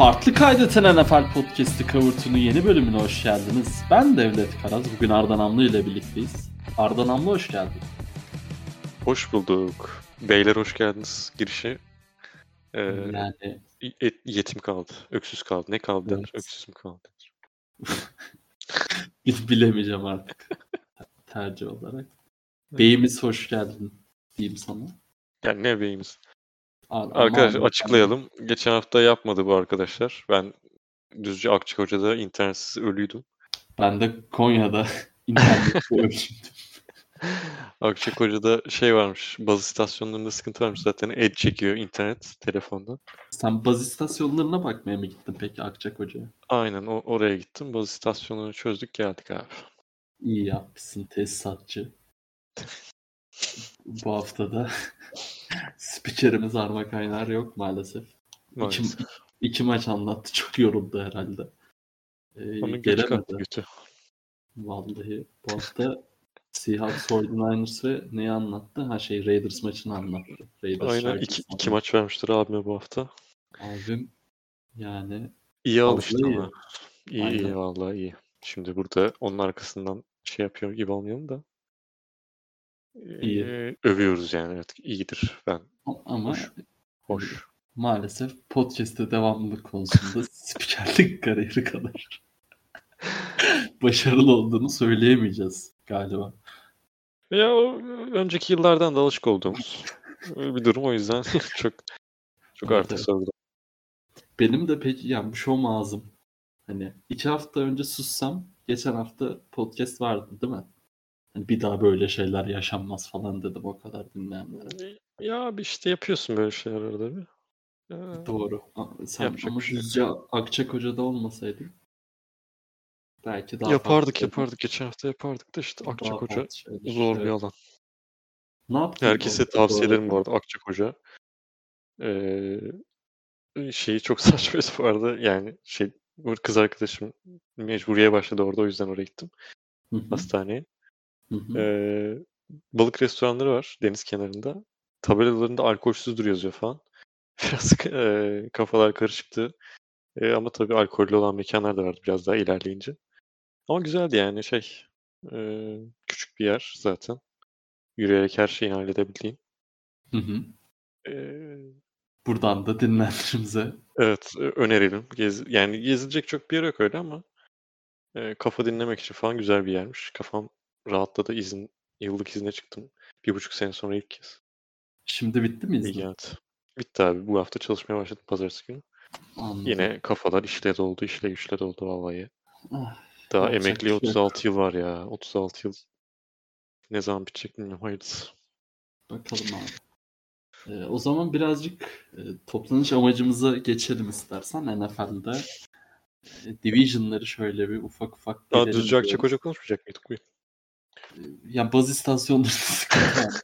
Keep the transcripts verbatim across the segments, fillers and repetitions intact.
Farklı Kaydeten N F L Podcast'ı Covertoon'un yeni bölümüne hoş geldiniz. Ben Devlet Karaz. Bugün Arda Namlı ile birlikteyiz. Arda Namlı hoş geldin. Hoş bulduk. Beyler hoş geldiniz girişi. Ee, yani et, yetim kaldı. Öksüz kaldı. Ne kaldı denir? evet. Öksüz mü kaldı denir? Bilemeyeceğim artık. Tercih olarak. Beyimiz hoş geldin diyeyim sana. Yani ne beyimiz? Ar- Arkadaşlar ama açıklayalım. Yani... Geçen hafta yapmadı bu arkadaşlar. Ben Düzce Akçakoca'da internetsiz ölüydüm. Ben de Konya'da internetsiz ölüydüm. Akçakoca'da şey varmış. Baz istasyonlarında sıkıntı varmış zaten. Edge çekiyor internet telefonda. Sen baz istasyonlarına bakmaya mı gittin peki Akçakoca'ya? Aynen o, oraya gittim. Baz istasyonlarını çözdük geldik abi. İyi yapmışsın tesisatçı. Bu haftada spikerimiz Arma Kaynar yok maalesef. Maalesef. İki, iki maç anlattı. Çok yoruldu herhalde. Ee, Onun götü kalktı gelemedi. götü. Vallahi bu hafta Seahawks, forty niners ve neyi anlattı? Ha şey Raiders maçını anlattı. Raiders Aynen iki, iki maç vermiştir abime bu hafta. Abim yani İyi alıştı iyi. ama. İyi Aynen. iyi vallahi iyi. Şimdi burada onun arkasından şey yapıyor gibi olmayalım da. İyi. Ee, övüyoruz yani artık iyidir. Ben Ama hoş. Hoş. Maalesef podcast'te devamlılık konusunda spikerlik kariyeri kadar başarılı olduğunu söyleyemeyeceğiz galiba. Ya o önceki yıllardan da alışık olduğumuz bir durum, o yüzden çok çok Evet, artık evet. sordu. Benim de peki yani bu şom ağzım. Hani iki hafta önce sussam geçen hafta podcast vardı değil mi? Hani bir daha böyle şeyler yaşanmaz falan dedim o kadar dinleyenlere. Ya bir işte yapıyorsun böyle şeyler arada bir. Ee, Doğru. A- Sen yapacak ama bir şey Düzce yok. Akçakoca'da olmasaydın belki daha Yapardık farklı yapardık. Geçen hafta yapardık da işte daha Akçakoca farklı şeyler. zor bir Evet. alan. Ne yaptın Herkese orada bu tavsiye ederim bu arada? arada Akçakoca. Ee, şeyi çok saçmaydı bu arada. Yani şey, bu kız arkadaşım mecburiye başladı orada, o yüzden oraya gittim. Hı hı. Hastaneye. Hı hı. Ee, balık restoranları var deniz kenarında. Tabelalarında alkolsüzdür yazıyor falan. Biraz e, kafalar karışıktı. E, ama tabii alkollü olan mekanlar da vardı biraz daha ilerleyince. Ama güzeldi yani şey. e, küçük bir yer zaten. Yürüyerek her şeyi halledebildiğin. Hı hı. E, Buradan da dinleyenlerimize evet, e, önerelim. Gez, yani gezilecek çok bir yer yok öyle ama e, kafa dinlemek için falan güzel bir yermiş. Kafam rahatladı. İzin, yıllık izne çıktım. Bir buçuk sene sonra ilk kez. şimdi bitti mi İyi iznin? geldi. Bitti abi. Bu hafta çalışmaya başladım pazartesi günü. Anladım. Yine kafalar işle doldu, işle güçle doldu vallahi. Ah, Daha yapacak bir emekliye şey otuz yok. altı yıl var ya. otuz altı yıl ne zaman bitecek bilmiyorum. Hayırlısı. Bakalım abi. Ee, o zaman birazcık e, toplanış amacımıza geçelim istersen. N F L'de e, Division'ları şöyle bir ufak ufak Aa, gelelim Düzce diyorum. Akçakoca konuşmayacak mıydık bugün? Ee, yani baz istasyonları sıkıntı var.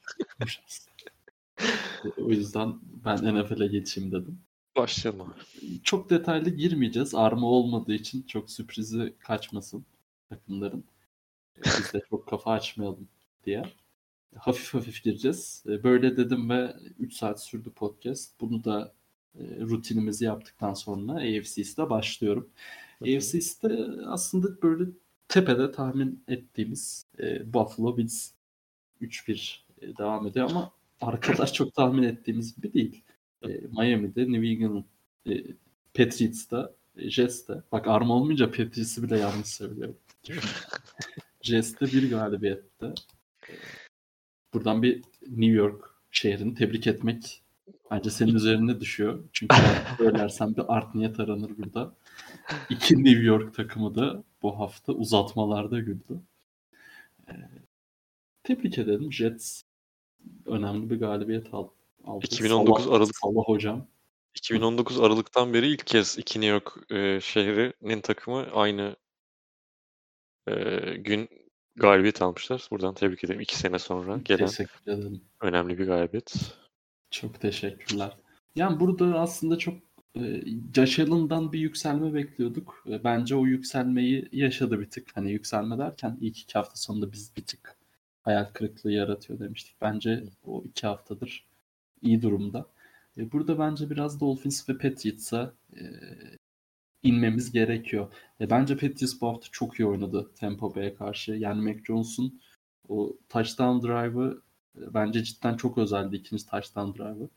O yüzden ben N F L'e geçeyim dedim. Başlayalım abi. Çok detaylı girmeyeceğiz. Arma olmadığı için çok sürprizi kaçmasın takımların. Biz de çok kafa açmayalım diye. Hafif hafif gireceğiz. Böyle dedim ve üç saat sürdü podcast. Bunu da rutinimizi yaptıktan sonra A F C East'e başlıyorum. A F C East'te aslında böyle tepede tahmin ettiğimiz Buffalo Bills üç bir devam ediyor ama arkalar çok tahmin ettiğimiz gibi değil. Miami'de, New England, Patriots'ta, Jets'te. Bak arma olmayınca Patriots'ı bile yanlış söylüyorum. Jets'te bir galibiyette. Buradan bir New York şehrini tebrik etmek bence senin üzerine düşüyor. Çünkü ben söylersem bir art niyet aranır burada. İki New York takımı da bu hafta uzatmalarda güldü. Ee, tebrik edelim. Jets önemli bir galibiyet aldı. iki bin on dokuz Salah, Aralık Salah hocam. iki bin on dokuz Aralık'tan beri ilk kez iki New York e, şehrinin takımı aynı e, gün galibiyet almışlar. Buradan tebrik ederim. iki sene sonra gelen Teşekkür ederim. önemli bir galibiyet. Çok teşekkürler. Yani burada aslında çok e, Josh Allen'dan bir yükselme bekliyorduk. E, bence o yükselmeyi yaşadı bir tık. Hani yükselme derken ilk iki hafta sonunda biz bir tık hayal kırıklığı yaratıyor demiştik. Bence o iki haftadır iyi durumda. E, burada bence biraz Dolphins ve Patriots'a e, inmemiz gerekiyor. E, bence Patriots bu hafta çok iyi oynadı Tampa Bay'e karşı. Yani Mac Jones'un o touchdown drive'ı e, bence cidden çok özeldi. İkinci touchdown drive'ı.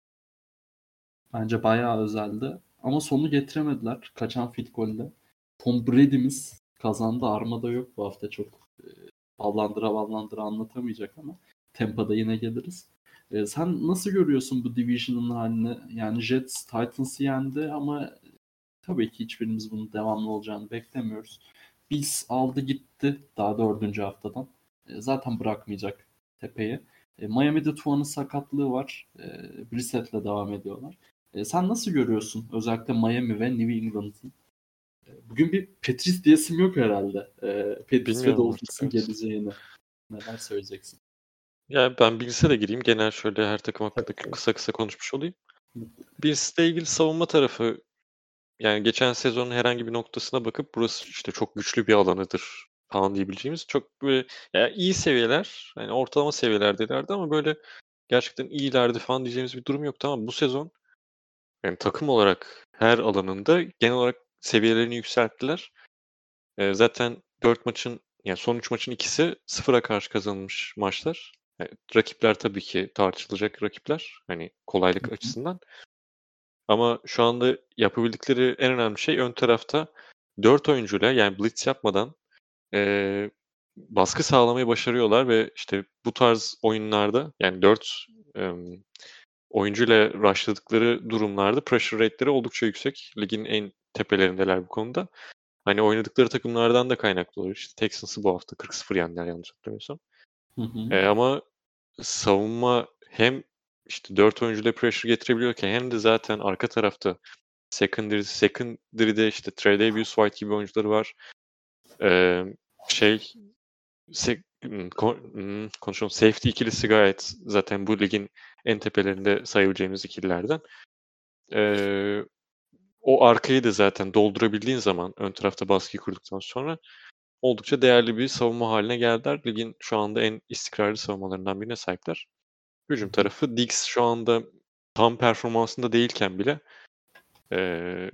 Bence bayağı özeldi. Ama sonunu getiremediler. Kaçan field golle. Tom Brady'miz kazandı. Armada yok bu hafta çok. E, ballandıra ballandıra anlatamayacak ama Tampa'da yine geliriz. E, sen nasıl görüyorsun bu division'ın halini? Yani Jets Titans'ı yendi ama tabii ki hiçbirimiz bunun devamlı olacağını beklemiyoruz. Bills aldı gitti daha dördüncü haftadan. E, zaten bırakmayacak tepeyi. E, Miami'de Tua'nın sakatlığı var. E, Brissett'le devam ediyorlar. E, sen nasıl görüyorsun özellikle Miami ve New England'ın? E, bugün bir Patriots diyesim yok herhalde. E, Patriots ve Bilmiyorum artık, Dolphins'ın evet. geleceğini. Neler söyleyeceksin? Yani ben Bills'e de gireyim. Genel şöyle her takım hakkında Tabii tabii. kısa kısa konuşmuş olayım. Bills'le ilgili savunma tarafı, yani geçen sezonun herhangi bir noktasına bakıp burası işte çok güçlü bir alanıdır falan diyebileceğimiz çok böyle yani iyi seviyeler, yani ortalama seviyelerdelerdi ama böyle gerçekten iyilerdi falan diyeceğimiz bir durum yoktu ama bu sezon yani takım olarak her alanında genel olarak seviyelerini yükselttiler. Eee, zaten dört maçın yani son üç maçın ikisi sıfıra karşı kazanılmış maçlar. Eee, rakipler tabii ki tartışılacak rakipler, hani Hı kolaylık hı. açısından. Ama şu anda yapabildikleri en önemli şey ön tarafta dört oyuncuyla yani blitz yapmadan, eee, baskı sağlamayı başarıyorlar ve işte bu tarz oyunlarda yani dört emm, oyuncuyla rushladıkları durumlarda pressure rate'leri oldukça yüksek. Ligin en tepelerindeler bu konuda. Hani oynadıkları takımlardan da kaynaklı olabilir. İşte Texans'ı bu hafta kırk sıfır yendiler yanlış hatırlamıyorsam. Hı hı. Eee, ama savunma hem işte dört oyuncuyla pressure getirebiliyorken hem de zaten arka tarafta secondary secondary'de işte Tre'Davious White gibi oyuncuları var. Emm, şey sek ımm, ko ımm, konuşalım. Safety ikilisi gayet zaten bu ligin en tepelerinde sayabileceğimiz ikililerden. Eee, o arkayı da zaten doldurabildiğin zaman ön tarafta baskıyı kurduktan sonra oldukça değerli bir savunma hâline geldiler. Ligin şu anda en istikrarlı savunmalarından birine sahipler. Hı Hücum hı. tarafı Diggs şu anda tam performansında değilken bile, eee,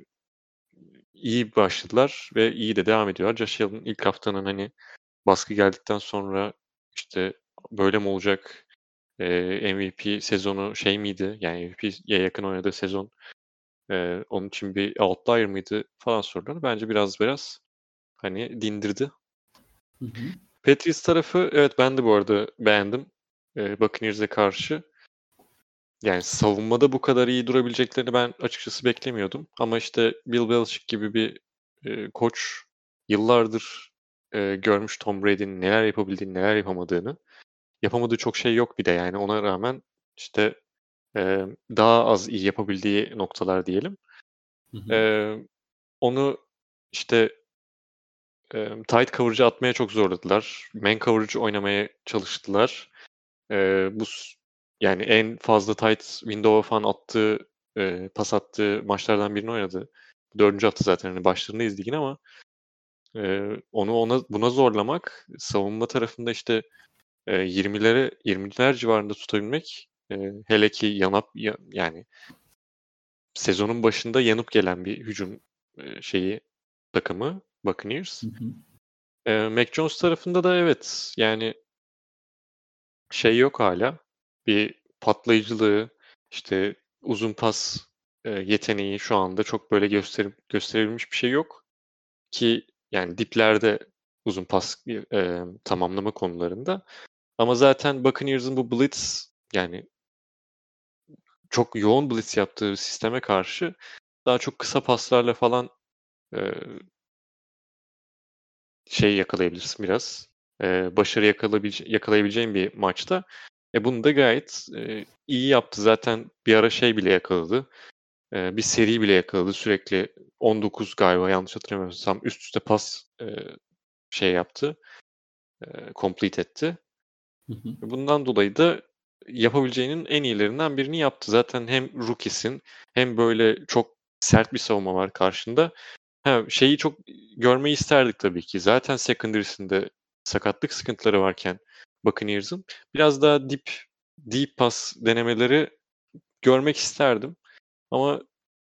iyi başladılar ve iyi de devam ediyorlar. Josh Allen ilk haftanın, hani, baskı geldikten sonra, işte, böyle mi olacak, eee, M V P sezonu şey miydi, yani M V P'ye yakın oynadığı sezon, eee, onun için bir outlier mıydı falan soruları bence biraz biraz, hani, dindirdi. Hı hı. Patriots tarafı evet, ben de bu arada beğendim, eee, Buccaneers'e karşı. Yani savunmada bu kadar iyi durabileceklerini ben açıkçası beklemiyordum ama, işte, Bill Belichick gibi bir, eee, koç yıllardır, eee, görmüş Tom Brady'nin neler yapabildiğini, neler yapamadığını. Yapamadığı çok şey yok bir de, yani, ona rağmen, işte, emm, daha az iyi yapabildiği noktalar diyelim. Hı hı. Emm, onu, işte, emm, tight coverage'a atmaya çok zorladılar. Man coverage oynamaya çalıştılar. Eee, bu s yani en fazla tight window'a falan attığı, eee, pas attığı maçlardan birini oynadı. Dördüncü hafta zaten, hani, başlarındayız ligin ama, eee, onu ona buna zorlamak, savunma tarafında, işte, eee, yirmilere yirmiler civarında tutabilmek, eee, hele ki yanap ya yani sezonun başında yanıp gelen bir hücum, eee, şeyi, takımı Buccaneers. Hı hı. Eee, Mac Jones tarafında da evet, yani şey yok hâlâ, bir patlayıcılığı, işte, uzun pas, eee, yeteneği şu anda çok böyle gösterip gösterilmiş bir şey yok ki yani diplerde uzun pas, eee, emm, tamamlama konularında ama zaten Buccaneers'ın bu blitz yani çok yoğun blitz yaptığı sisteme karşı daha çok kısa paslarla falan, eee, şey yakalayabilirsin biraz, eee, başarı yakalayabilece yakalayabileceğin bir maçta. E, bunu da gayet, eee, iyi yaptı. Zaten bir ara şey bile yakaladı, eee, bir seri bile yakaladı. Sürekli on dokuz galiba yanlış hatırlamıyorsam üst üste pas, eee, şey yaptı, eee, complete etti. Hı hı. Bundan dolayı da yapabileceğinin en iyilerinden birini yaptı. Zaten hem rookie'sin hem böyle çok sert bir savunma var karşında. Ha, şeyi çok görmeyi isterdik tabii ki. Zaten secondary'sinde sakatlık sıkıntıları varken Buccaneers'ın biraz daha dip deep pass denemeleri görmek isterdim ama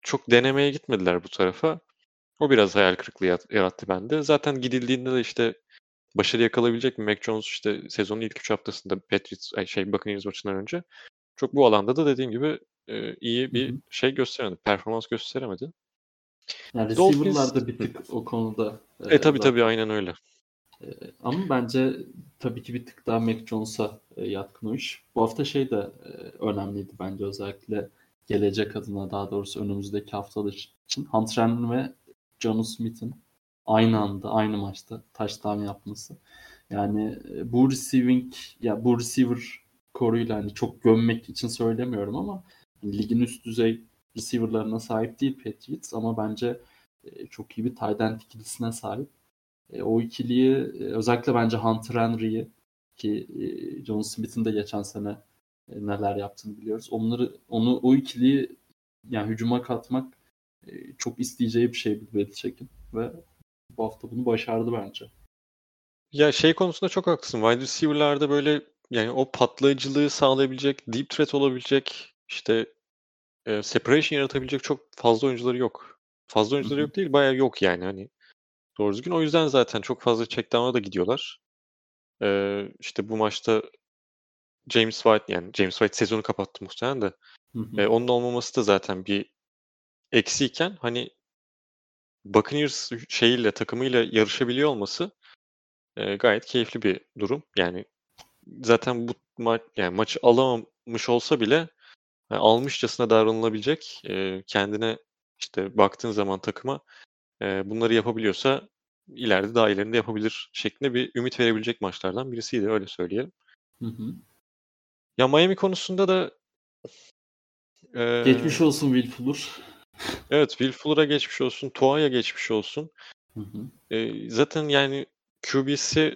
çok denemeye gitmediler bu tarafa. O biraz hayal kırıklığı yarattı bende. Zaten gidildiğinde de işte başarı yakalayabilecek mi? Mac Jones işte sezonun ilk üç haftasında Patriots şey Buccaneers maçından önce çok bu alanda da dediğim gibi e, iyi Hı bir hı. şey gösteremedi. Performans gösteremedi. Yani Dolphins receiver'lar da bir hı. tık o konuda E e, tabii tabii zaten. aynen öyle. E, ama bence tabii ki bir tık daha Mac Jones'a e, yatkın o iş. Bu hafta şey de e, önemliydi bence, özellikle gelecek adına, daha doğrusu önümüzdeki haftalar için. Hunter Henry ve Jonnu Smith'in aynı Hı. anda, aynı maçta touchdown yapması. Yani e, bu receiving, ya bu receiver koruyla, hani çok gömmek için söylemiyorum ama ligin üst düzey receiver'larına sahip değil Patriots, ama bence e, çok iyi bir tight end ikilisine sahip. E, o ikiliyi e, özellikle bence Hunter Henry'yi, ki e, John Smith'in de geçen sene e, neler yaptığını biliyoruz. Onları onu o ikiliyi yani hücuma katmak e, çok isteyeceği bir şey Bill Belichick'in ve bu hafta bunu başardı bence. Ya şey konusunda çok haklısın. Wide receiver'larda böyle yani o patlayıcılığı sağlayabilecek, deep threat olabilecek, işte e, separation yaratabilecek çok fazla oyuncuları yok. Fazla Hı oyuncuları hı. yok değil, bayağı yok yani hani doğru düzgün. O yüzden zaten çok fazla check down'a da gidiyorlar. Ee, işte bu maçta James White yani James White sezonu kapattı muhtemelen de. Hı hı. Ee, onun olmaması da zaten bir eksiyken hani Buccaneers şeyiyle takımıyla yarışabiliyor olması e, gayet keyifli bir durum. Yani zaten bu maç yani maçı alamamış olsa bile yani almışçasına davranılabilecek e, kendine işte baktığın zaman takıma e, bunları yapabiliyorsa ileride daha ilerinde yapabilir şeklinde bir ümit verebilecek maçlardan birisiydi öyle söyleyelim. Hı hı. Ya Miami konusunda da Geçmiş e, olsun Will Fuller. evet Will Fuller'a geçmiş olsun, Tua'ya geçmiş olsun. Hı hı. E, zaten yani Q B'si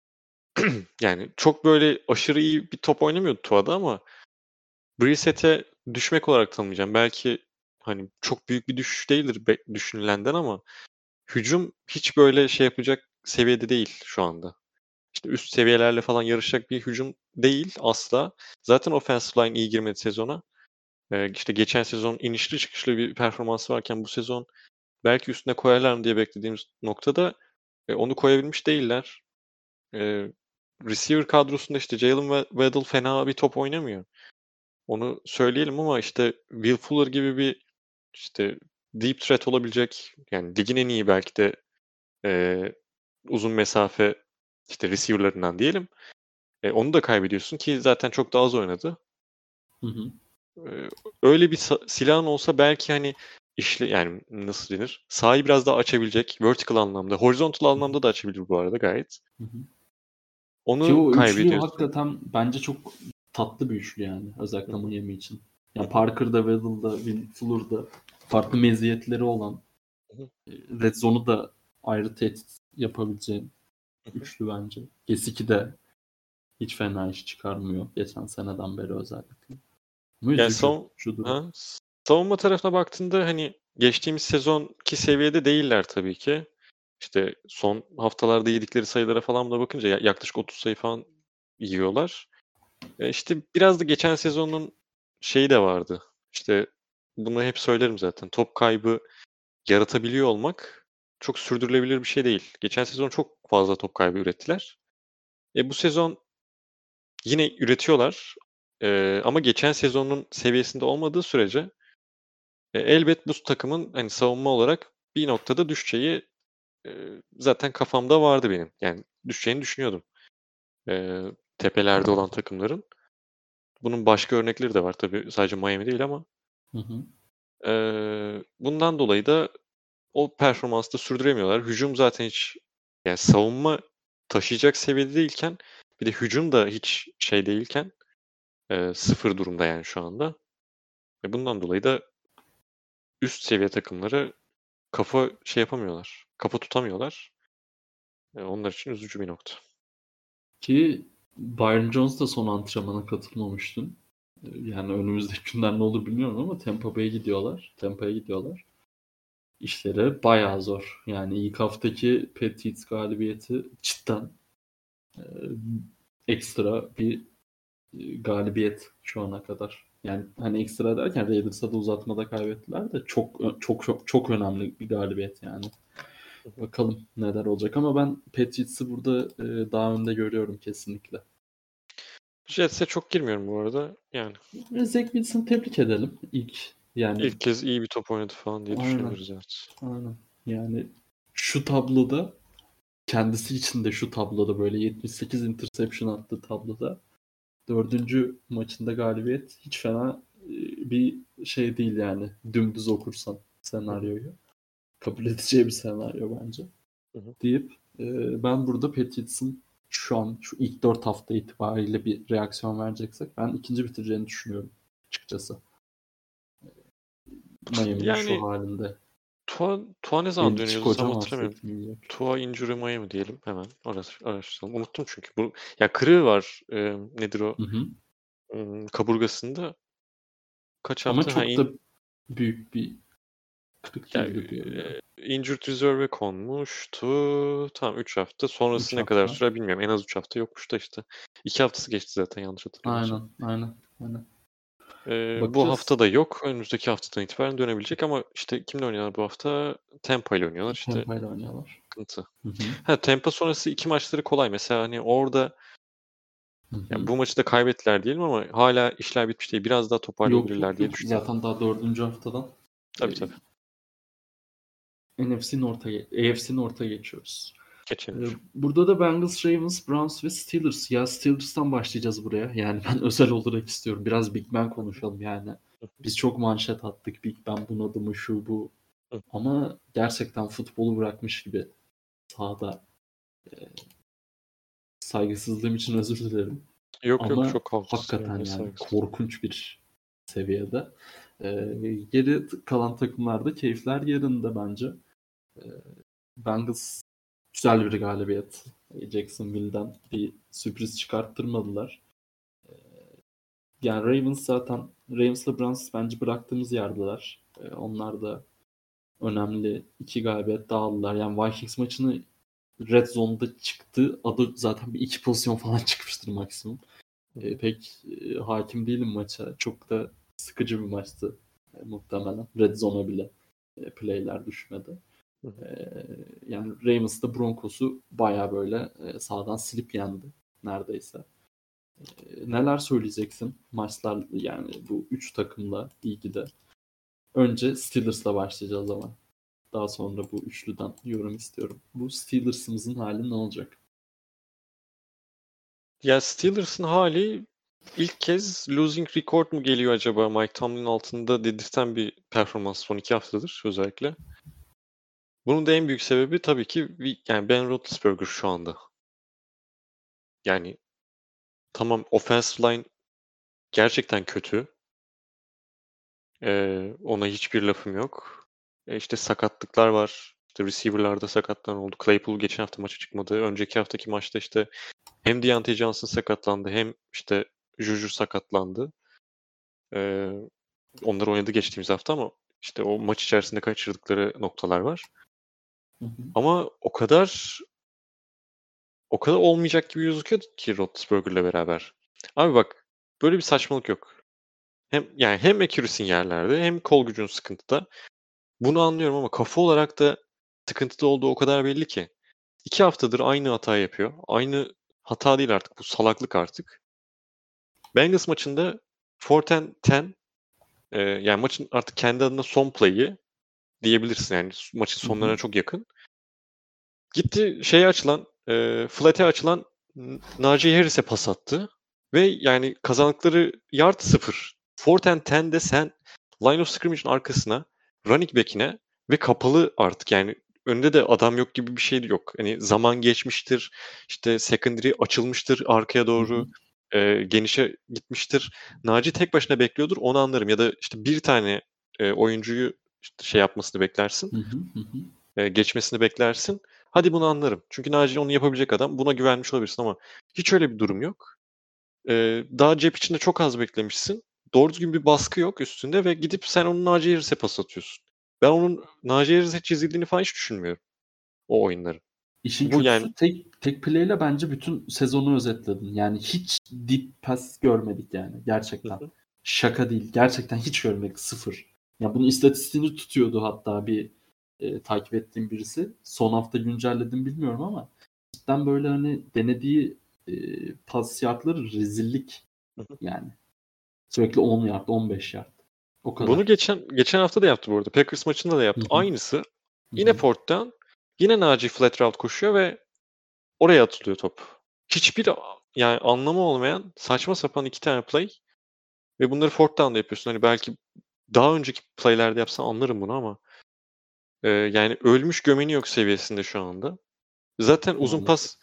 yani çok böyle aşırı iyi bir top oynamıyordu Tua'da ama Brissett'e düşmek olarak tanımlayacağım. Belki hani çok büyük bir düşüş değildir be- düşünülenden ama hücum hiç böyle şey yapacak seviyede değil şu anda. İşte üst seviyelerle falan yarışacak bir hücum değil asla. Zaten offensive line iyi girmedi sezona. Ee, işte geçen sezon inişli çıkışlı bir performansı varken bu sezon belki üstüne koyarlar mı diye beklediğimiz noktada e, onu koyabilmiş değiller. E, Receiver kadrosunda işte Jalen Wa- Waddle fena bir top oynamıyor. Onu söyleyelim ama işte Will Fuller gibi bir işte deep threat olabilecek yani ligin en iyi belki de e, uzun mesafe işte receiver'larından diyelim. E, onu da kaybediyorsun ki zaten çok daha az oynadı. Hı hı. E, öyle bir sa- silahın olsa belki hani işle yani nasıl denir? Sahayı biraz daha açabilecek vertical anlamda, horizontal Hı hı. anlamda da açabilir bu arada gayet. Hı hı. Ki Onu o üçlü kaybediyorsun. hakikaten bence çok tatlı bir üçlü yani. Hı Özellikle hı, Miami için. hı Yani hı, Parker'da, Waddle'da, Will Fuller'da farklı meziyetleri olan, hı e, Red Zone'u da ayrı tehdit yapabileceğin hı. üçlü bence. Gesicki de hiç fena iş çıkarmıyor. Geçen seneden beri özellikle. Ama Yani üzücü savun şu durum. ha, savunma tarafına baktığında hani geçtiğimiz sezonki seviyede değiller tabii ki. İşte son haftalarda yedikleri sayılara falan da bakınca ya- yaklaşık otuz sayı falan yiyorlar. E işte biraz da geçen sezonun şeyi de vardı. İşte bunu hep söylerim zaten. Top kaybı yaratabiliyor olmak çok sürdürülebilir bir şey değil. Geçen sezon çok fazla top kaybı ürettiler. E bu sezon yine üretiyorlar. E, ama geçen sezonun seviyesinde olmadığı sürece E, elbet bu takımın hani savunma olarak bir noktada düşeceği e, zaten kafamda vardı benim. Yani düşeceğini düşünüyordum. E, tepelerde olan takımların. Bunun başka örnekleri de var tabii. Sadece Miami değil ama Hı hı. e, bundan dolayı da o performansı da sürdüremiyorlar. Hücum zaten hiç yani savunma taşıyacak seviyede değilken bir de hücum da hiç şey değilken e, sıfır durumda yani şu anda. Ve bundan dolayı da üst seviye takımları kafa şey yapamıyorlar. Kafa tutamıyorlar. E, onlar için üzücü bir nokta. Ki Byron Jones da son antrenmana katılmamıştın. E, Yani önümüzdeki günler ne olur bilmiyorum ama Tampa Bay'e gidiyorlar. Tampa'ya gidiyorlar. İşleri bayağı zor. Yani ilk haftaki Patriots galibiyeti cidden e, ekstra bir e, galibiyet şu ana kadar. Yani hani ekstra derken Raiders'a da uzatmada kaybettiler de çok çok çok çok önemli bir galibiyet yani. Bakalım neler olacak ama ben Patriots'ı burada e, daha önde görüyorum kesinlikle. Jets'e çok girmiyorum bu arada. Yani Ve Zach Wilson'ı tebrik edelim ilk yani. ilk kez iyi bir top oynadı falan diye Aynen. düşünebiliriz, evet. Aynen. Yani şu tabloda kendisi için de şu tabloda böyle yetmiş sekiz interception attığı tabloda dördüncü maçında galibiyet hiç fena e, bir şey değil yani. Dümdüz okursan senaryoyu. Kabul edeceği bir senaryo bence. Hı hı. Deyip e, ben burada Patriots'ın şu an şu ilk dört hafta itibariyle bir reaksiyon vereceksek ben ikinci bitireceğini düşünüyorum açıkçası. Miami'nin şu Yani halinde. Tua, Tua ne zaman Belichick dönüyordu tam hocam hatırlamıyorum. affetmeyecek. Tua injury Miami diyelim hemen. Araş- araştıralım. Unuttum çünkü. Bu, ya kırığı var. E, nedir o? Hı hı. Hmm, kaburgasında. Kaç Ama hafta? Ha, çok in, da büyük bir kırık ya, değildi diye biliyorum. e, injured reserve'e konmuştu. Tam üç hafta. Sonrası üç ne kadar hafta. sürer bilmiyorum. En az üç hafta yokmuş da işte. iki haftası geçti zaten yanlış hatırlamıyorsam. Aynen, aynen, aynen. Ee, bu Bakacağız. hafta da yok. Önümüzdeki haftadan itibaren dönebilecek ama işte kimle oynuyorlar bu hafta? Tampa ile oynuyorlar. İşte Tampa ile oynuyorlar. sıkıntı. Hı hı. Ha, Tampa sonrası iki maçları kolay. Mesela hani orada Hı yani hı. bu maçı da kaybettiler diyelim ama hala işler bitmiş değil. Biraz daha Yok toparlayabilirler yok diye yok. düşünüyorum. Zaten daha dördüncü haftadan e, Tabii tabii. N F C'nin orta, A F C'nin orta geçiyoruz. E, Geçelim. burada da Bengals, Ravens, Browns ve Steelers. Ya Steelers'tan başlayacağız buraya. Yani ben özel olarak istiyorum. Biraz Big Ben konuşalım yani. Biz çok manşet attık. Big Ben bunadı mı şu bu. Ama gerçekten futbolu bırakmış gibi sahada. E, saygısızlığım için özür dilerim. Yok yok, Ama çok haklısın ya. hakikaten Ne yani saygısız. korkunç bir seviyede. Ee, geri kalan takımlarda keyifler yerinde bence. Ee, Bengals güzel bir galibiyet. Jacksonville'den bir sürpriz çıkarttırmadılar. Yani Ravens zaten Ravens'la Browns bence bıraktığımız yerdeler. Ee, onlar da önemli iki galibiyet daha aldılar. Yani Vikings maçını Red Zone'da çıktı. Adı zaten bir iki pozisyon falan çıkmıştır maksimum. E, pek e, hakim değilim maça. Çok da sıkıcı bir maçtı e, muhtemelen. Red Zone'a bile e, play'ler düşmedi. E, yani Ravens'da Broncos'u baya böyle e, sağdan silip yendi neredeyse. E, neler söyleyeceksin maçlar yani bu üç takımla ilgili? Önce Steelers'la başlayacağız ama. Daha sonra bu üçlüden yorum istiyorum. Bu Steelers'ımızın hali ne olacak? Ya Steelers'ın hali ilk kez losing record mu geliyor acaba? Mike Tomlin'in altında dedirten bir performans son iki haftadır özellikle. Bunun da en büyük sebebi tabii ki yani Ben Roethlisberger şu anda. Yani tamam, offensive line gerçekten kötü. Ee, ona hiçbir lafım yok. E işte sakatlıklar var. İşte receiver'larda sakatlanan oldu. Claypool geçen hafta maça çıkmadı. Önceki haftaki maçta işte hem Deontay Johnson sakatlandı hem işte Juju sakatlandı. Ee, onlar oynadı geçtiğimiz hafta ama işte o maç içerisinde kaçırdıkları noktalar var. Hı hı. Ama o kadar o kadar olmayacak gibi gözüküyor ki Roethlisberger'le beraber. Abi bak, böyle bir saçmalık yok. Hem yani hem accuracy'in yerlerde hem kol gücün sıkıntıda. Bunu anlıyorum ama kafa olarak da sıkıntıda olduğu o kadar belli ki. İki haftadır aynı hata yapıyor. Aynı hata değil artık. Bu salaklık artık. Bengals maçında fourth and ten, e, yani maçın artık kendi adına son play'i diyebilirsin. Yani maçın Hı hı. sonlarına çok yakın. Gitti şeye açılan, e, flat'e açılan N- Najee Harris'e pas attı. Ve yani kazandıkları yard sıfır. fourth and ten'de sen line of scrimmage'in arkasına, running back'ine ve kapalı artık yani önünde de adam yok gibi bir şey yok. Hani zaman geçmiştir, işte secondary açılmıştır arkaya Hı hı. doğru, e, genişe gitmiştir. Naci tek başına bekliyordur, onu anlarım. Ya da işte bir tane e, oyuncuyu işte şey yapmasını beklersin, Hı hı. Hı hı. e, geçmesini beklersin. Hadi bunu anlarım. Çünkü Naci onu yapabilecek adam. Buna güvenmiş olabilirsin ama hiç öyle bir durum yok. E, daha cep içinde çok az beklemişsin. Doğru düzgün bir baskı yok üstünde ve gidip sen onun Naci Harris'e pas atıyorsun. Ben onun Naci Harris'e çizildiğini falan hiç düşünmüyorum o oyunların. İşin Bu kötüsü yani tek tek play'le bence bütün sezonu özetledin. Yani hiç deep pass görmedik yani hı gerçekten. hı. şaka değil. Gerçekten hiç görmedik. Sıfır. Ya bunun istatistiğini tutuyordu hatta bir e, takip ettiğim birisi. Son hafta güncelledim bilmiyorum ama cidden böyle hani denediği e, pas yardları rezillik Hı hı. yani. Sürekli on yard, on beş yard. O Bunu kadar. geçen geçen hafta da yaptı bu arada. Packers maçında da Hı yaptı. hı. Aynısı. Hı Yine hı. fourth down. Yine Naci flat route koşuyor ve oraya atılıyor top. Hiçbir yani anlamı olmayan saçma sapan iki tane play ve bunları fourth down'da yapıyorsun. Hani belki daha önceki play'lerde yapsan anlarım bunu ama e, yani ölmüş gömeni yok seviyesinde şu anda. Zaten uzun Maalesef. pas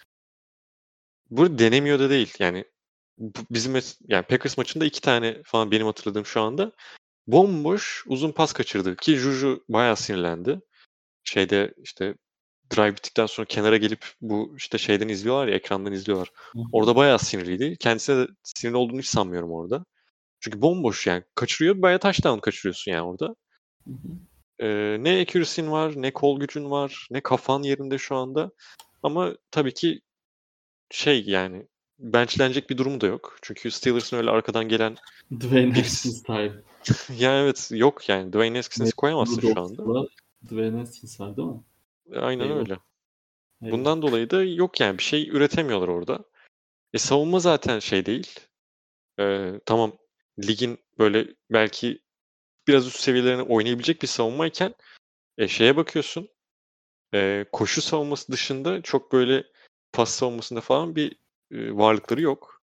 bu denemiyor da değil. Yani bu- bizim mes- yani Packers maçında iki tane falan benim hatırladığım şu anda bomboş uzun pas kaçırdı ki Juju bayağı sinirlendi. Şeyde işte drive bittikten sonra kenara gelip bu işte şeyden izliyorlar ya ekrandan izliyorlar. Hı hı. Orada bayağı sinirliydi. Kendisine de sinirli olduğunu hiç sanmıyorum orada. Çünkü bomboş yani kaçırıyor bayağı touchdown kaçırıyorsun yani orada. Hı hı. Ee, ne accuracy'in var, ne kol gücün var, ne kafan yerinde şu anda. Ama tabii ki şey yani benchlenecek bir durumu da yok. Çünkü Steelers'ın öyle arkadan gelen Dwayne birisi. Haskins time. Yani evet yok yani. Dwayne Haskins'i koyamazsın şu anda. Bulldogs'la Dwayne Haskins var değil mi? Aynen Eyvah. öyle. Eyvah. Bundan dolayı da yok yani bir şey üretemiyorlar orada. E savunma zaten şey değil. Ee, tamam ligin böyle belki biraz üst seviyelerine oynayabilecek bir savunmayken e, şeye bakıyorsun. E, koşu savunması dışında çok böyle pas savunmasında falan bir e, varlıkları yok.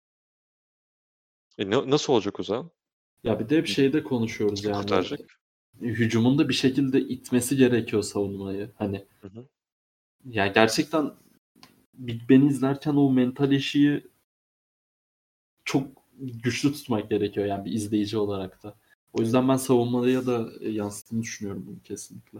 E, na- nasıl olacak o zaman? Ya bir de hep şeyde konuşuyoruz Kim yani. kurtaracak? Hücumunda bir şekilde itmesi gerekiyor savunmayı. Hani Hı hı. ya gerçekten Big Ben'i izlerken o mental eşiği çok güçlü tutmak gerekiyor yani bir izleyici olarak da. O yüzden ben savunmaya da e, yansıttığını düşünüyorum bunu kesinlikle.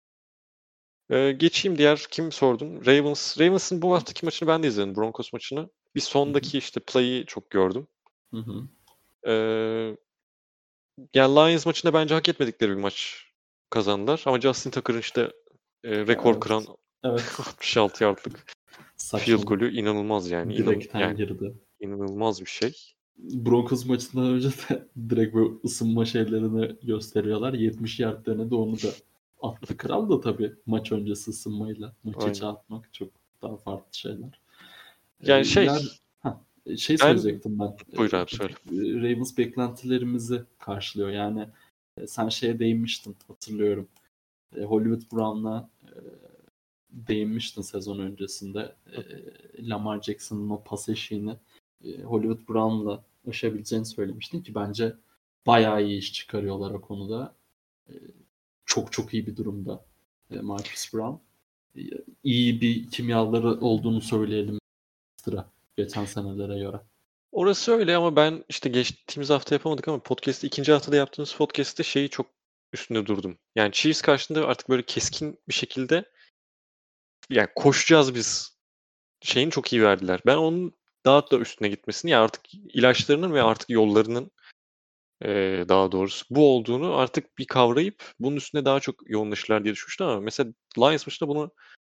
E, geçeyim diğer kim sordun? Ravens. Ravens'ın bu haftaki maçını ben de izledim. Broncos maçını. Bir Hı hı. sondaki işte play'i çok gördüm. Hı hı. E, yani Lions maçında bence hak etmedikleri bir maç kazandılar. Ama Justin Tucker'ın işte e, rekor kıran Evet. Evet. altmış altı yardlık field Saçmalık. golü inanılmaz yani. İnan, Direkten yani girdi. inanılmaz bir şey. Broncos maçından önce de direkt böyle ısınma şeylerini gösteriyorlar. yetmiş yard denedi onu da attı. Kral da tabii maç öncesi ısınmayla. Maç içi Aynen. atmak çok daha farklı şeyler. Ee, Yani şey iler ha, şey ben söyleyecektim ben. buyur Ee, abi söyle. Ravens beklentilerimizi karşılıyor. Yani e, sen şeye değinmiştin hatırlıyorum. E, Hollywood Brown'la e, değinmiştin sezon öncesinde. E, Lamar Jackson'ın o pas eşiğini e, Hollywood Brown'la aşabileceğini söylemiştin ki bence bayağı iyi iş çıkarıyorlar o konuda. E, çok çok iyi bir durumda e, Marcus Brown. E, iyi bir kimyaları olduğunu söyleyelim sıra geçen senelere göre. Orası öyle ama ben işte geçtiğimiz hafta yapamadık ama podcast'te ikinci haftada yaptığımız podcast'te şeyi çok üstünde durdum. Yani Chiefs karşısında artık böyle keskin bir şekilde yani koşacağız biz şeyini çok iyi verdiler. Ben onun daha da üstüne gitmesini ya artık ilaçlarının ve artık yollarının eee, daha doğrusu bu olduğunu artık bir kavrayıp bunun üstüne daha çok yoğunlaşırlar diye düşünmüştüm ama mesela Lions maçında bunu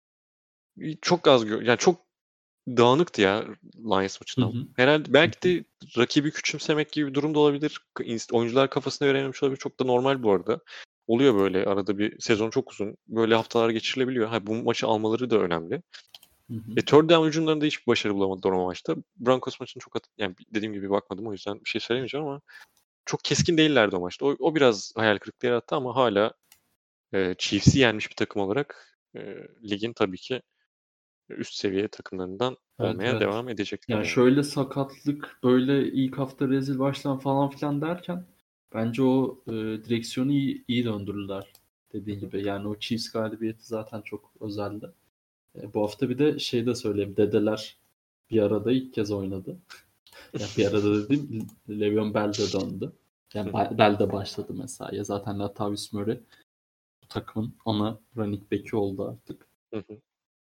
çok az gö- yani çok dağınıktı ya Lions Hı maçında. hı. Herhalde belki de rakibi küçümsemek gibi bir durum da olabilir. İns- Oyuncular kafasına verememiş olabilir. Çok da normal bu arada. Oluyor böyle arada bir sezon çok uzun. Böyle haftalar geçirilebiliyor. Ha, bu maçı almaları da önemli. Hı hı. E, third down hücumlarında hiçbir başarı bulamadılar o maçta. Broncos maçını çok at- yani dediğim gibi bakmadım o yüzden bir şey söylemeyeceğim ama çok keskin değillerdi o maçta. O, o biraz hayal kırıklığı yarattı ama hala e, Chiefs'i yenmiş bir takım olarak e, ligin tabii ki üst seviye takımlarından Evet, olmaya evet. devam edecekler Yani yani. şöyle sakatlık, böyle ilk hafta rezil başlan falan filan derken bence o e, direksiyonu iyi, iyi döndürdüler Hı dediğin hı. gibi. Yani o Chiefs galibiyeti zaten çok özeldi. E, bu hafta bir de şey de söyleyeyim. Dedeler bir arada ilk kez oynadı. Yani bir arada dediğim Le'Veon Bell de döndü. Hı Yani hı. Ba- Bell de başladı mesela. Ya zaten Latavius Murray bu takımın ana running back'i oldu artık. Hı hı.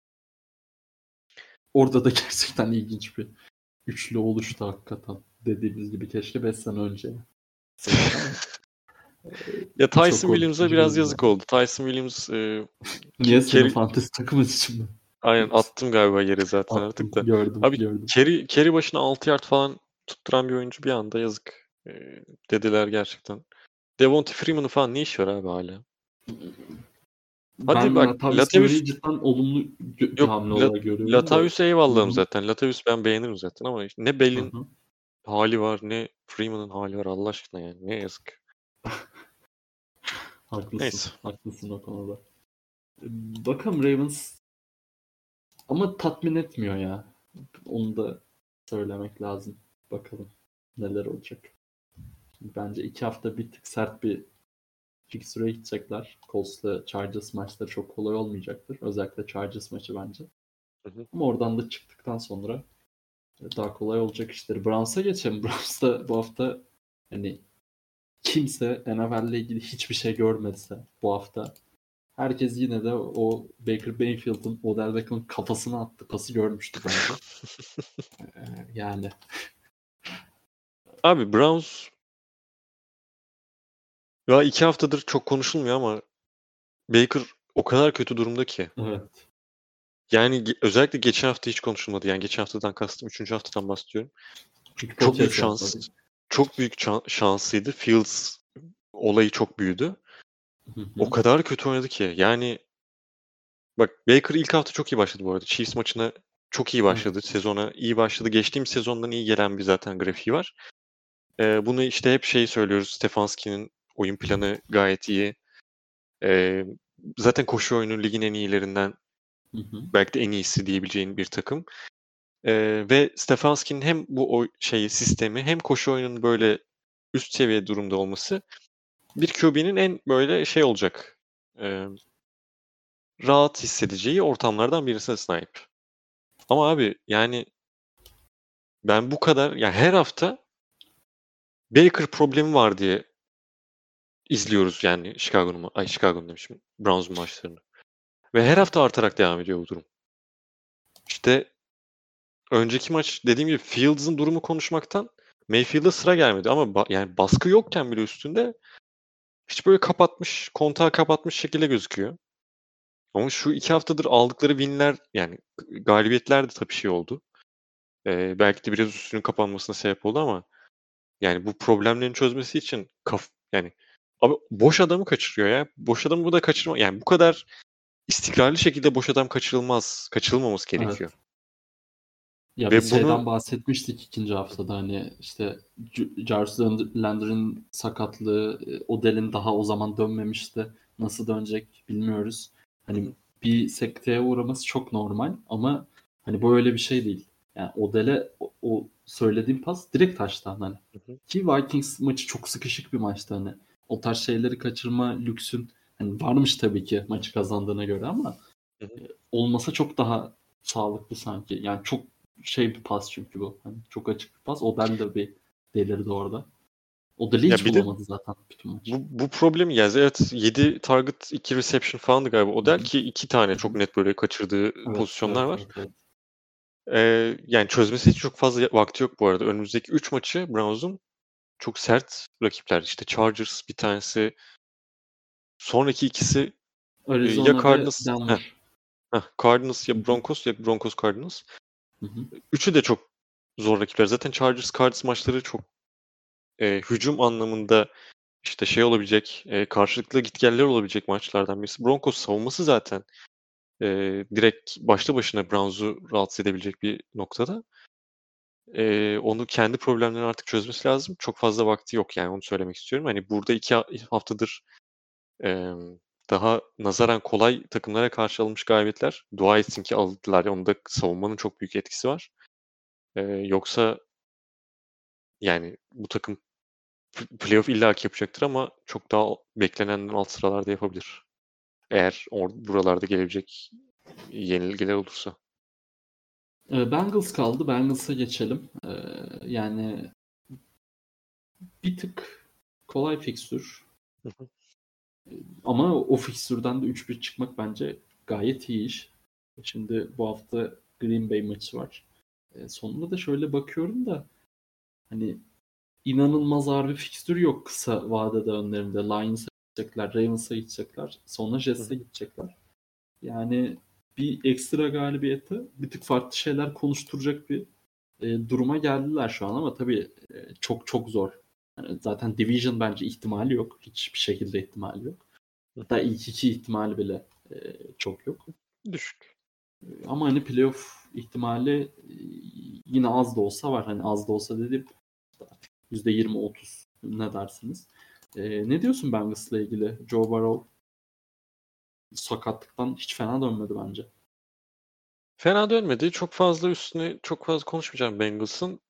Orada da gerçekten ilginç bir üçlü oluştu hakikaten. Dediğimiz gibi keşke beş sene önce seydik ama Ya e, çok Tyson Williams'a korkutucu biraz değil yazık yani. oldu. Tyson Williams e, Niye ki senin Kerry fantezi takımın için mi? aynen attım galiba yere zaten Attım, artık da. gördüm, Abi gördüm. Kerry, Kerry başına altı yard falan tutturan bir oyuncu bir anda yazık. Ee, dediler gerçekten. Devonta Freeman'ın falan ne işi var abi hala? Hadi Ben bak Latavius Latavius Murray'i cidden olumlu gö- bir yok hamle Lat olarak görüyorum da. Latavius'a Hı eyvallahım hı. zaten. Latavius ben beğenirim zaten ama işte ne Hı Bell'in hı. hali var ne Freeman'ın hali var Allah aşkına yani. Ne yazık. Haklısın. Neyse. Haklısın o konuda. Bakalım Ravens ama tatmin etmiyor ya. Onu da söylemek lazım. Bakalım neler olacak. Bence iki hafta bir tık sert bir fikstüre gidecekler. Colts'la Chargers maçları çok kolay olmayacaktır. Özellikle Chargers maçı bence. Hı hı. Ama oradan da çıktıktan sonra daha kolay olacak işleri. Browns'a geçelim. Browns'ta bu hafta hani kimse N F L ile ilgili hiçbir şey görmediyse bu hafta herkes yine de o Baker Mayfield'ın Odell Beckham'ın kafasına attığı pası görmüştü bence. Ee, yani Abi Browns ya iki haftadır çok konuşulmuyor ama Baker o kadar kötü durumda ki. evet. Yani ge- özellikle geçen hafta hiç konuşulmadı. Yani geçen haftadan kastım üçüncü haftadan bahsediyorum. Çünkü Çok büyük podcast şans. yapmadım. Çok büyük ça- şansıydı. Fields olayı çok büyüdü. Hı O hı. kadar kötü oynadı ki. Yani bak Baker ilk hafta çok iyi başladı bu arada. Chiefs maçına çok iyi başladı. Evet. Sezona iyi başladı. Geçtiğim sezondan iyi gelen bir zaten grafiği var. Ee, bunu işte hep şey söylüyoruz. Stefanski'nin oyun planı gayet iyi. Ee, zaten koşu oyunu ligin en iyilerinden Hı hı. belki de en iyisi diyebileceğin bir takım. Ee, ve Stefanski'nin hem bu oy- şeyi sistemi hem koşu oyunun böyle üst seviye durumda olması bir Q B'nin en böyle şey olacak. e, rahat hissedeceği ortamlardan birisine sahip. Ama abi yani ben bu kadar yani her hafta Baker problemi var diye izliyoruz yani Chicago'nun ma- ay Chicago'nun demişim Browns'un maçlarını. Ve her hafta artarak devam ediyor bu durum. İşte önceki maç dediğim gibi Fields'ın durumu konuşmaktan Mayfield'a sıra gelmedi ama ba- yani baskı yokken bile üstünde hiç böyle kapatmış, kontağı kapatmış şekilde gözüküyor. Ama şu iki haftadır aldıkları winler yani galibiyetler de tabii şey oldu. Ee, belki de biraz üstünün kapanmasına sebep oldu ama yani bu problemlerin çözmesi için kaf yani abi boş adamı kaçırıyor ya. Boş adamı bu da kaçırma yani bu kadar istikrarlı şekilde boş adam kaçırılmaz, kaçırılmaması gerekiyor. Evet. Ya Ve biz bunu şeyden bahsetmiştik ikinci haftada hani işte J- Jarvis Landry'nin sakatlığı, e, Odell'in daha o zaman dönmemişti. Nasıl dönecek bilmiyoruz. Hani bir sekteye uğraması çok normal ama hani böyle bir şey değil. Yani Odell'e o, o söylediğim pas direkt taştan hani. Ki Vikings maçı çok sıkışık bir maçtı hani. O tarz şeyleri kaçırma lüksün hani varmış tabii ki maçı kazandığına göre ama olmasa çok daha sağlıklı sanki. Yani çok şey bir pas çünkü bu. Hani çok açık bir pas. Odell de bir delirdi orada. Odell'i ya hiç bir de bulamadı zaten bütün maç. bu, bu problemi yani evet yedi target iki reception falandı galiba. O Hı der hı. ki iki tane Hı çok hı. net böyle kaçırdığı Evet, pozisyonlar evet, var. evet, evet. Ee, yani çözmesi için çok fazla vakti yok bu arada. Önümüzdeki üç maçı Browns'un çok sert rakipler. İşte Chargers bir tanesi. Sonraki ikisi e, ya Arizona ve Cardinals, heh, Denver. heh, Cardinals Hı ya hı. Broncos ya Broncos Cardinals. Hı hı. Üçü de çok zor rakipler. Zaten Chargers Cardinals maçları çok e, hücum anlamında işte şey olabilecek, e, karşılıklı gitgeller olabilecek maçlardan birisi. Broncos savunması zaten e, direkt başlı başına Browns'u rahatsız edebilecek bir noktada. E, onu kendi problemlerini artık çözmesi lazım. Çok fazla vakti yok yani onu söylemek istiyorum. Hani burada iki ha- haftadır e, daha nazaran kolay takımlara karşı alınmış galibiyetler. Dua etsin ki aldılar. Onda savunmanın çok büyük etkisi var. E, yoksa yani bu takım p- playoff illaki yapacaktır ama çok daha beklenenden alt sıralarda yapabilir. Eğer or buralarda gelebilecek yenilgiler olursa. Ee, Bengals kaldı. Bengals'a geçelim. Ee, yani bir tık kolay fikstür. Hı hı. Ama o fikstürden de üç bir çıkmak bence gayet iyi iş. Şimdi bu hafta Green Bay maçı var. E, sonunda da şöyle bakıyorum da hani inanılmaz ağır bir fikstür yok kısa vadede önlerinde. Lions'a gidecekler, Ravens'a gidecekler, sonra Hı Jets'e hı. gidecekler. Yani bir ekstra galibiyete bir tık farklı şeyler konuşturacak bir e, duruma geldiler şu an ama tabii e, çok çok zor. Yani zaten Division bence ihtimali yok. Hiçbir şekilde ihtimali yok. Hatta ilk iki ihtimali bile e, çok yok. Düşük. Ama hani playoff ihtimali e, yine az da olsa var. Hani az da olsa dediğim artık yüzde yirmi otuz ne dersiniz? E, ne diyorsun Bengals'la ilgili? Joe Burrow sakatlıktan hiç fena dönmedi bence. Fena dönmedi. Çok fazla üstüne çok fazla konuşmayacağım Bengals'ın.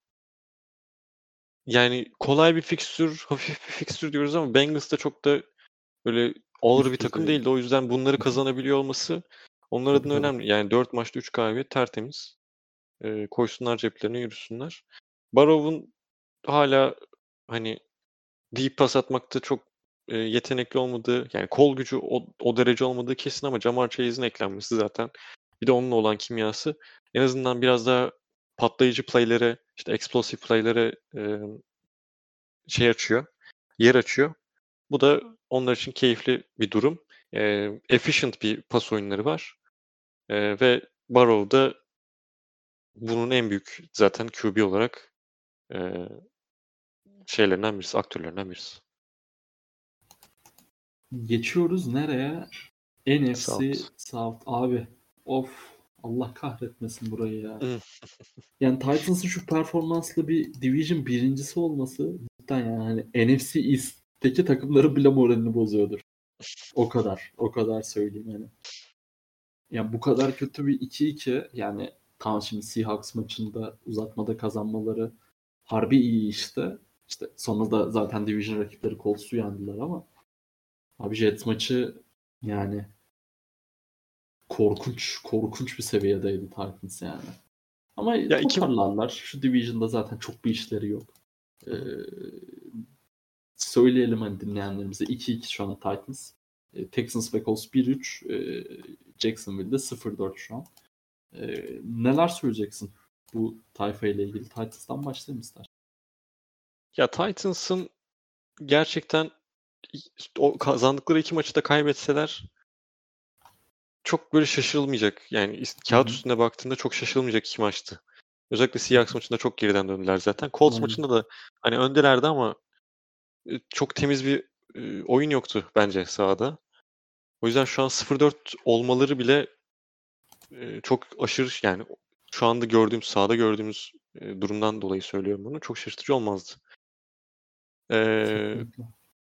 Yani kolay bir fikstür, hafif bir fikstür diyoruz ama Bengals da çok da böyle ağır bir Üst takım düzey. değildi. O yüzden bunları kazanabiliyor olması onlar Tabii adına tabii. önemli. Yani dört maçta üç galibiyet tertemiz. Ee, koysunlar ceplerine yürüsünler. Barrow'un hala hani deep pas atmakta çok e, yetenekli olmadığı, yani kol gücü o, o derece olmadığı kesin ama Ja'Marr Chase'in eklenmesi zaten bir de onunla olan kimyası en azından biraz daha patlayıcı play'lere, işte explosive play'lere e, şey açıyor, yer açıyor. Bu da onlar için keyifli bir durum. E, efficient bir pas oyunları var. E, ve Burrow da bunun en büyük zaten Q B olarak e, şeylerinden birisi, aktörlerinden birisi. Geçiyoruz nereye? N F C South. South. Abi of Allah kahretmesin burayı ya. Hmm. Yani Titans'ın şu performansla bir Division birincisi olması cidden yani hani N F C East'teki takımların bile moralini bozuyordur. O kadar. O kadar söyleyeyim yani. Yani bu kadar kötü bir iki iki yani tamam şimdi Seahawks maçında uzatmada kazanmaları harbi iyi işte. İşte sonra da zaten Division rakipleri Colts'u yendiler ama abi Jets maçı yani korkunç korkunç bir seviyedeydi Titans yani. Ama Ya iki. toparlarlar. Şu Division'da zaten çok bir işleri yok. Ee, Hı hı. söyleyelim hani dinleyenlerimize iki iki şu an Titans. Ee, Texans ve Colts bir üç. Ee, Jacksonville'de sıfır dört şu an. Ee, neler söyleyeceksin bu tayfa ile ilgili? Titans'tan başlayalım ister. Ya Titans'ın gerçekten o kazandıkları iki maçı da kaybetseler çok böyle şaşırılmayacak. Yani is- Hı kağıt hı. üstünde baktığında çok şaşırılmayacak iki maçtı. Özellikle Seahawks maçında çok geriden döndüler zaten. Colts Aynen. maçında da hani öndelerdi ama e, çok temiz bir e, oyun yoktu bence sahada. O yüzden şu an sıfır dört olmaları bile e, çok aşırı, yani şu anda gördüğümüz, sahada gördüğümüz e, durumdan dolayı söylüyorum bunu. Çok şaşırtıcı olmazdı. E, Kesinlikle.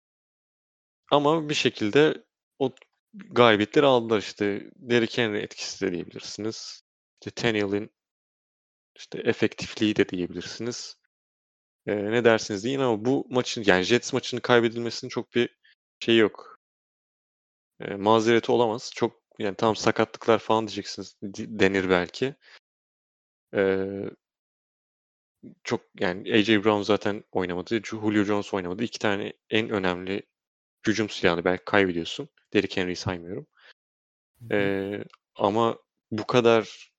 Ama bir şekilde o galibiyetleri aldılar işte. Derrick Henry etkisi de diyebilirsiniz. İşte Tannehill'in işte efektifliği de diyebilirsiniz. Ee, ne dersiniz deyin ama bu maçın, yani Jets maçının kaybedilmesinin çok bir şeyi yok. Ee, mazereti olamaz. Çok, yani tamam sakatlıklar falan diyeceksiniz di- denir belki. Ee, çok yani A J Brown zaten oynamadı. Julio Jones oynamadı. İki tane en önemli hücum silahını belki kaybediyorsun. Derrick Henry'i saymıyorum. Hı hı. Ee, ama bu kadar,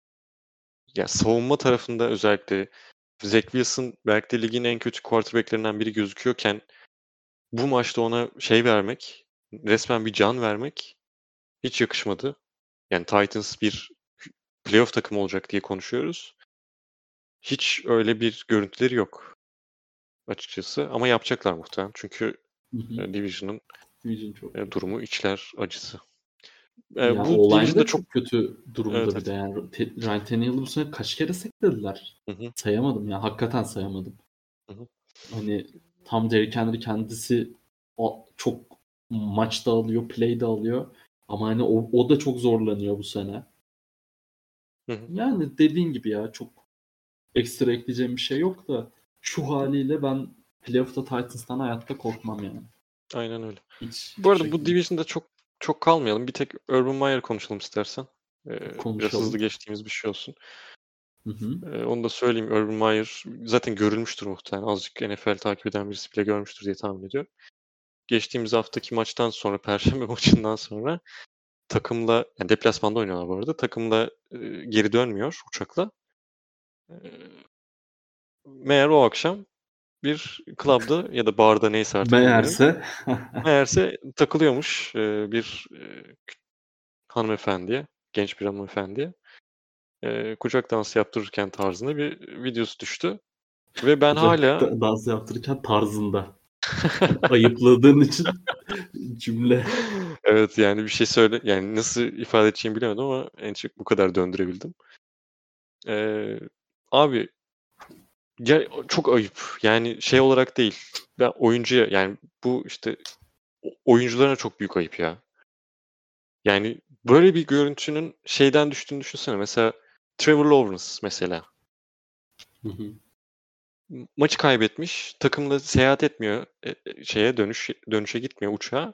ya savunma tarafında özellikle Zach Wilson belki de ligin en kötü quarterbacklerinden biri gözüküyorken bu maçta ona şey vermek, resmen bir can vermek hiç yakışmadı. Yani Titans bir playoff takımı olacak diye konuşuyoruz. Hiç öyle bir görüntüleri yok açıkçası ama yapacaklar muhtemelen. Çünkü Hı hı. e, Division'ın Division çok e, kötü. durumu içler acısı. E, Ya bu online Division'da da çok, çok kötü evet, durumda bir de evet. yani. Te- Ryan Tannehill'ı bu sene kaç kere seklediler? Hı hı, Sayamadım ya. Hakikaten sayamadım. hı hı, Hani tam Derrick Henry kendisi o, çok maç da alıyor, play de alıyor. Ama hani o, o da çok zorlanıyor bu sene. hı hı. Yani dediğin gibi ya çok ekstra ekleyeceğim bir şey yok da şu haliyle ben playoff'ta Titans'tan hayatta korkmam yani. Aynen öyle. Hiç, Bu hiçbir arada bu şekilde. Division'da çok çok kalmayalım. Bir tek Urban Meyer konuşalım istersen. Ee, biraz hızlı Konuşalım. geçtiğimiz bir şey olsun. Hı hı. Ee, onu da söyleyeyim. Urban Meyer zaten görülmüştür muhtemelen. Azıcık N F L takip eden birisi bile görmüştür diye tahmin ediyorum. Geçtiğimiz haftaki maçtan sonra, Perşembe maçından sonra takımla, yani deplasmanda oynuyorlar bu arada. Takımla e, geri dönmüyor uçakla. Ee, meğer o akşam bir klapta ya da barda, neyse artık bilmiyorum. Meğerse Meğerse takılıyormuş e, bir e, hanımefendiye, genç bir hanımefendiye. E, kucak dansı yaptırırken tarzında bir videosu düştü. Ve ben hala Da- dans yaptırırken tarzında. Ayıpladığın için cümle. evet yani bir şey söyle yani nasıl ifade edeceğimi bilemedim ama en çok bu kadar döndürebildim. Ee, abi ya, çok ayıp. Yani şey olarak değil. Ben oyuncuya yani bu işte o- oyuncularına çok büyük ayıp ya. Yani böyle bir görüntünün şeyden düştüğünü düşünsene. Mesela Trevor Lawrence mesela. Hı hı. M- Maçı kaybetmiş. Takımla seyahat etmiyor. e, e, şeye dönüş dönüşe gitmiyor uçağa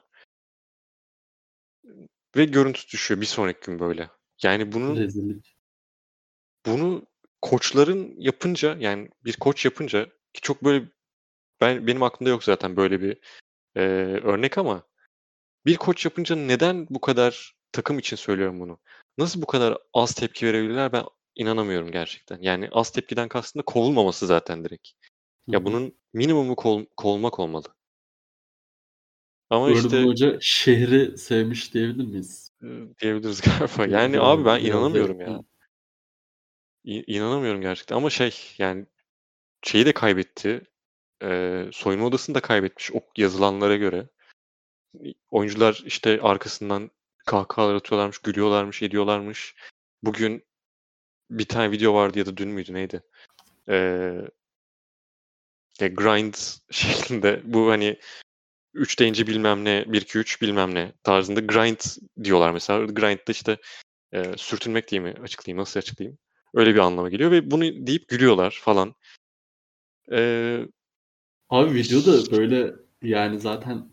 ve görüntü düşüyor bir sonraki gün böyle. Yani bunun Rezillik. bunu koçların yapınca yani bir koç yapınca ki çok böyle ben benim aklımda yok zaten böyle bir e, örnek ama bir koç yapınca neden bu kadar takım için söylüyorum bunu. Nasıl bu kadar az tepki verebilirler ben inanamıyorum gerçekten. Yani az tepkiden kastım da kovulmaması zaten direkt. Hı Ya hı. bunun minimumu kol, kovulmak olmalı. Ama Urban işte Hoca şehri sevmiş diyebilir miyiz? e, diyebiliriz galiba. Bir- Yani abi ben Biraz, biraz da inanamıyorum ya. İ- inanamıyorum gerçekten. Ama şey yani şeyi de kaybetti. E, soyunma odasını da kaybetmiş o yazılanlara göre. Oyuncular işte arkasından kahkahalar atıyorlarmış, gülüyorlarmış, ediyorlarmış. Bugün bir tane video vardı ya da dün müydü neydi? Ee, ya grind şeklinde bu hani üç deyince bilmem ne, bir iki üç bilmem ne tarzında grind diyorlar mesela. Grind'da işte e, sürtünmek diye mi açıklayayım, nasıl açıklayayım? Öyle bir anlama geliyor ve bunu deyip gülüyorlar falan. Ee, Abi videoda böyle yani zaten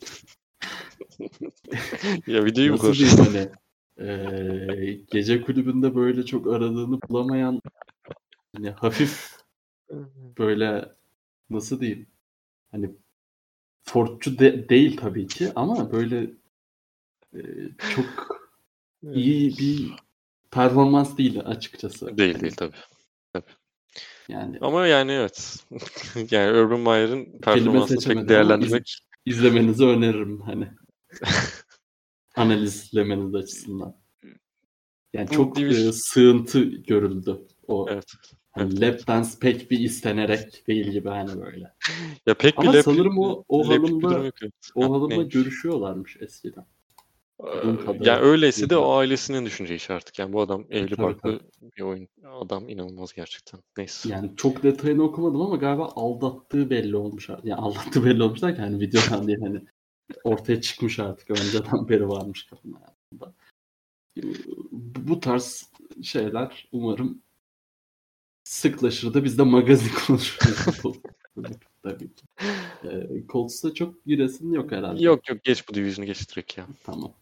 ya videoyu mu nasıl diyeyim konuşuyoruz? hani eee, gece kulübünde böyle çok aradığını bulamayan hani hafif böyle nasıl diyeyim hani Fordçu de- değil tabii ki ama böyle eee, çok iyi bir performans değil açıkçası. Değil değil Hani tabii. Tabii. yani Ama yani evet. Yani Urban Meyer'ın kelime performansını pek seçemedim ama iz- değerlendirmek izlemenizi öneririm hani analizlemeniz açısından. Yani bu çok eee, division sığıntı görüldü. O evet. Evet hani evet. lap dance pek bir istenerek değil gibi hani böyle. Ya pek bir Ama lap, sanırım o o laplik bir durum hanımla yok. Evet. Ha, o hanımla neymiş? görüşüyorlarmış eskiden. Duyduğum Ee, yani kadarıyla. öyleyse de o Duyduğum. ailesinin düşünce işi artık. Yani bu adam E, evli tabii tabii. barklı bir oyun adam inanılmaz gerçekten. Neyse. Yani çok detayını okumadım ama galiba aldattığı belli olmuş. Yani aldattığı belli olmuş derken hani videodan değil hani ortaya çıkmış artık. Önceden beri varmış kadın hayatında. Bu tarz şeyler umarım sıklaşır da biz de magazin konuşuruz. Tabii ki. Ee, Colts'ta çok giresin yok herhalde. Yok yok geç bu division'ı geç direkt ya. Tamam.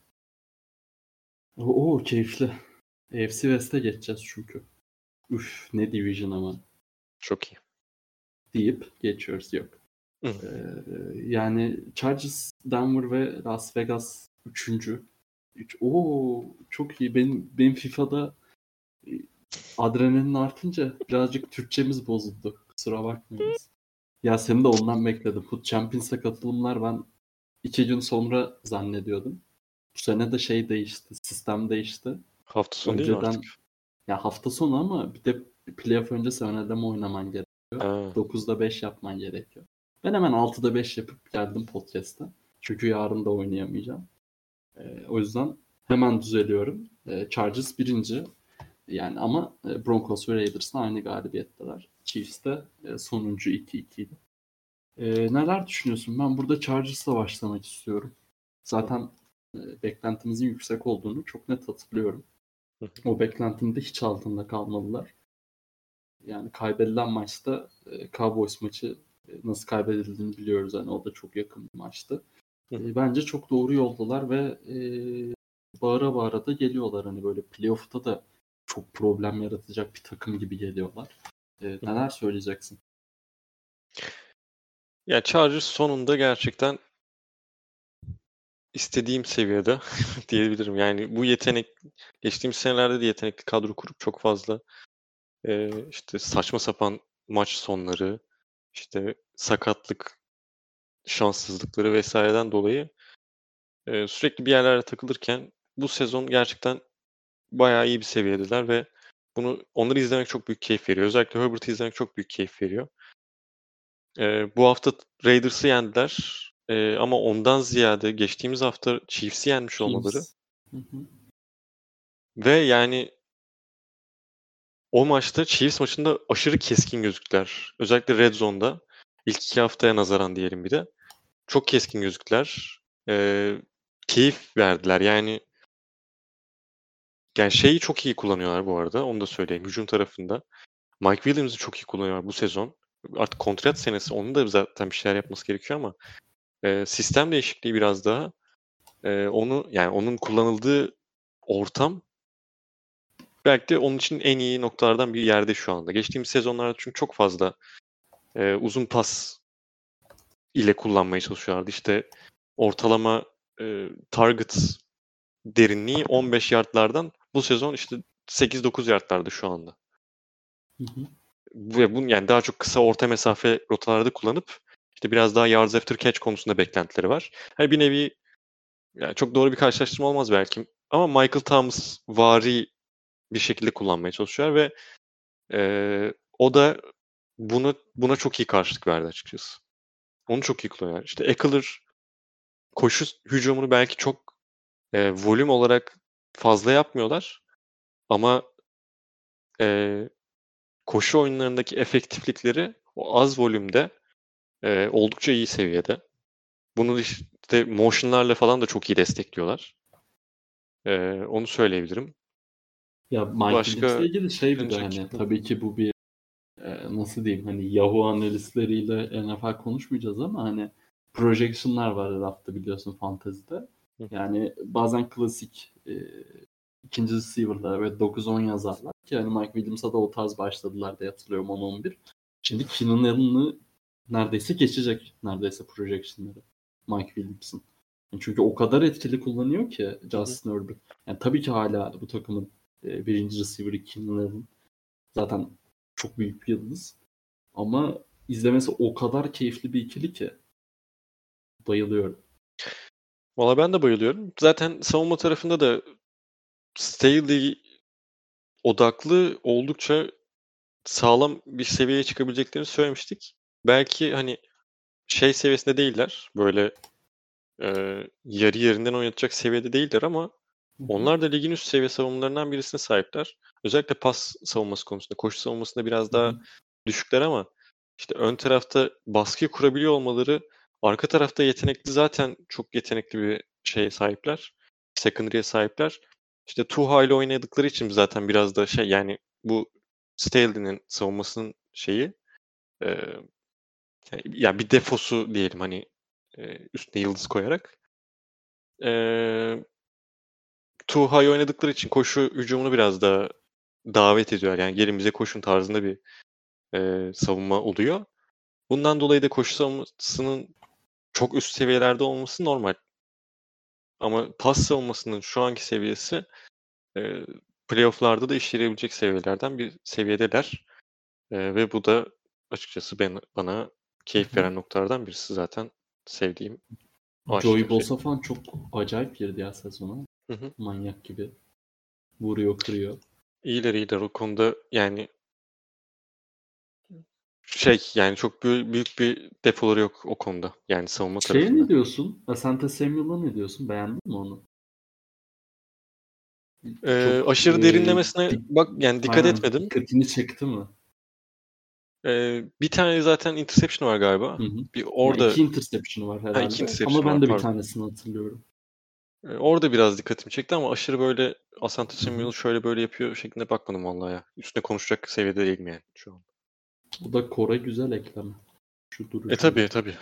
Oo keyifli. A F C West'e geçeceğiz çünkü. Üf ne division ama Çok iyi. deyip geçiyoruz yok. Hı. Ee, yani Chargers, Denver ve Las Vegas üçüncü. Üç, oo çok iyi. Benim, benim FIFA'da e, adrenalin artınca birazcık Türkçemiz bozuldu. Kusura bakmayınız. Ya seni de ondan bekledim. Foot Champions'a katılımlar ben iki gün sonra zannediyordum. Bu sene de şey değişti. Sistem değişti. Hafta sonu değil mi artık? Önceden ya hafta sonu ama bir de playoff öncesi ön eleme oynaman gerekiyor. Ha. dokuzda beş yapman gerekiyor. Ben hemen altıda beş yapıp geldim podcast'a. Çünkü yarın da oynayamayacağım. Ee, o yüzden hemen düzeliyorum. Ee, Chargers birinci. Yani ama e, Broncos ve Raiders'la aynı galibiyetteler. Chiefs de e, sonuncu iki iki idi. Ee, neler düşünüyorsun? Ben burada Chargers'la başlamak istiyorum. Hı. Zaten e, beklentimizin yüksek olduğunu çok net hatırlıyorum. Hı. O beklentimin de hiç altında kalmadılar. Yani kaybedilen maçta e, Cowboys maçı e, nasıl kaybedildiğini biliyoruz. Yani o da çok yakın bir maçtı. Hı. E, bence çok doğru yoldalar ve e, bağıra bağıra da geliyorlar. Hani böyle playoff'ta da çok problem yaratacak bir takım gibi geliyorlar. E, Hı. neler söyleyeceksin? Ya Chargers sonunda gerçekten istediğim seviyede diyebilirim. Yani bu yetenek geçtiğimiz senelerde de yetenekli kadro kurup çok fazla e, işte saçma sapan maç sonları, işte sakatlık, şanssızlıkları vesaireden dolayı e, sürekli bir yerlere takılırken bu sezon gerçekten bayağı iyi bir seviyedeler ve bunu onları izlemek çok büyük keyif veriyor. Özellikle Herbert'ı izlemek çok büyük keyif veriyor. Eee, bu hafta Raiders'ı yendiler. Eee, ama ondan ziyade geçtiğimiz hafta Chiefs'i yenmiş olmaları Chiefs. Hı hı. ve yani o maçta Chiefs maçında aşırı keskin gözüktüler. Özellikle Red Zone'da. İlk iki haftaya nazaran diyelim bir de. Çok keskin gözüktüler. Eee, keyif verdiler. Yani yani şeyi çok iyi kullanıyorlar bu arada. Onu da söyleyeyim. Hücum tarafında. Mike Williams'ı çok iyi kullanıyorlar bu sezon. Artık kontrat senesi. Onun da zaten bir şeyler yapması gerekiyor ama eee, sistem değişikliği biraz daha eee, onu yani onun kullanıldığı ortam belki de onun için en iyi noktalardan bir yerde şu anda. Geçtiğimiz sezonlarda çünkü çok fazla eee, uzun pas ile kullanmaya çalışıyorlardı. İşte ortalama eee, target derinliği on beş yardlardan bu sezon işte sekiz dokuz yardlarda şu anda. Hı hı. Ve bunu yani daha çok kısa orta mesafe rotalarda kullanıp işte biraz daha yards after catch konusunda beklentileri var. Hani bir nevi yani çok doğru bir karşılaştırma olmaz belki ama Michael Thomas vari bir şekilde kullanmaya çalışıyor ve eee, o da bunu buna çok iyi karşılık verdi açıkçası. Onu çok iyi kullanıyor. İşte Eckler koşu hücumunu belki çok eee volüm olarak fazla yapmıyorlar ama eee, koşu oyunlarındaki efektiflikleri o az volümde eee, oldukça iyi seviyede. Bunu işte motion'larla falan da çok iyi destekliyorlar. Eee, onu söyleyebilirim. Ya Mike Williams'la Başka ilgili şey bir de denecek. hani tabii ki bu bir e, nasıl diyeyim hani Yahoo analistleriyle N F L konuşmayacağız ama hani projection'lar var draftta biliyorsun fantezide. Hı Yani bazen klasik e, ikinci receiver'lara ve dokuz on yazarlar ki hani Mike Williams'a da o tarz başladılar diye hatırlıyorum on on bir. Şimdi Keenan Allen'ı neredeyse geçecek neredeyse projection'ları Mike Williams'ın. Yani çünkü o kadar etkili kullanıyor ki hı. Justin Herbert. Yani tabii ki hala bu takımın e, birinci receiver'ı Keenan Allen. Zaten çok büyük bir yıldız. Ama izlemesi o kadar keyifli bir ikili ki. Bayılıyorum. Valla ben de bayılıyorum. Zaten savunma tarafında da Staley odaklı oldukça sağlam bir seviyeye çıkabileceklerini söylemiştik. Belki hani şey seviyesinde değiller. Böyle eee, yarı yerinden oynatacak seviyede değiller ama Hı hı. onlar da ligin üst seviye savunmalarından birisine sahipler. Özellikle pas savunması konusunda. Koşu savunmasında biraz Hı daha hı. düşükler ama işte ön tarafta baskı kurabiliyor olmaları, arka tarafta yetenekli zaten çok yetenekli bir şeye sahipler. Secondary'e sahipler. İşte Tuha ile oynadıkları için zaten biraz da şey yani bu Staley'nin savunmasının şeyi eee, yani bir defosu diyelim hani eee, üstüne yıldız koyarak. Eee Tuha'yı oynadıkları için koşu hücumunu biraz daha davet ediyor. Yani gelin bize koşun tarzında bir eee, savunma oluyor. Bundan dolayı da koşu savunmasının çok üst seviyelerde olması normal. Ama pas savunmasının şu anki seviyesi eee playoff'larda da işe yarayabilecek seviyelerden bir seviyedeler. Eee, ve bu da açıkçası ben, bana Hı keyif hı. veren noktalardan birisi zaten sevdiğim Joey aşikar şey. Bosa falan çok acayip girdi ya sezona. Hı hı. Manyak gibi. Vuruyor, kırıyor. İyiler iyiler o konuda yani şey yani çok büyük, büyük bir defoları yok o konuda. Yani savunma Şeye ne tarafında. diyorsun? Asante Samuel'a ne diyorsun? Beğendin mi onu? Eee, Çok aşırı e, derinlemesine dik, bak yani dikkat aynen etmedim. dikkatini çekti mi? Eee, bir tane zaten interception var galiba. Hı hı. Bir Ya orada iki interception'ı var ha iki herhalde. Ama interception var ben de bir pardon. tanesini hatırlıyorum. Eee, orada biraz dikkatimi çekti ama aşırı böyle Asante Hı hı. Samuel şöyle böyle yapıyor şeklinde bakmadım vallahi ya. Üstüne konuşacak seviyede değilim yani şu an. Bu da Kore güzel ekleme. Şu E tabii duruşuyla. tabii.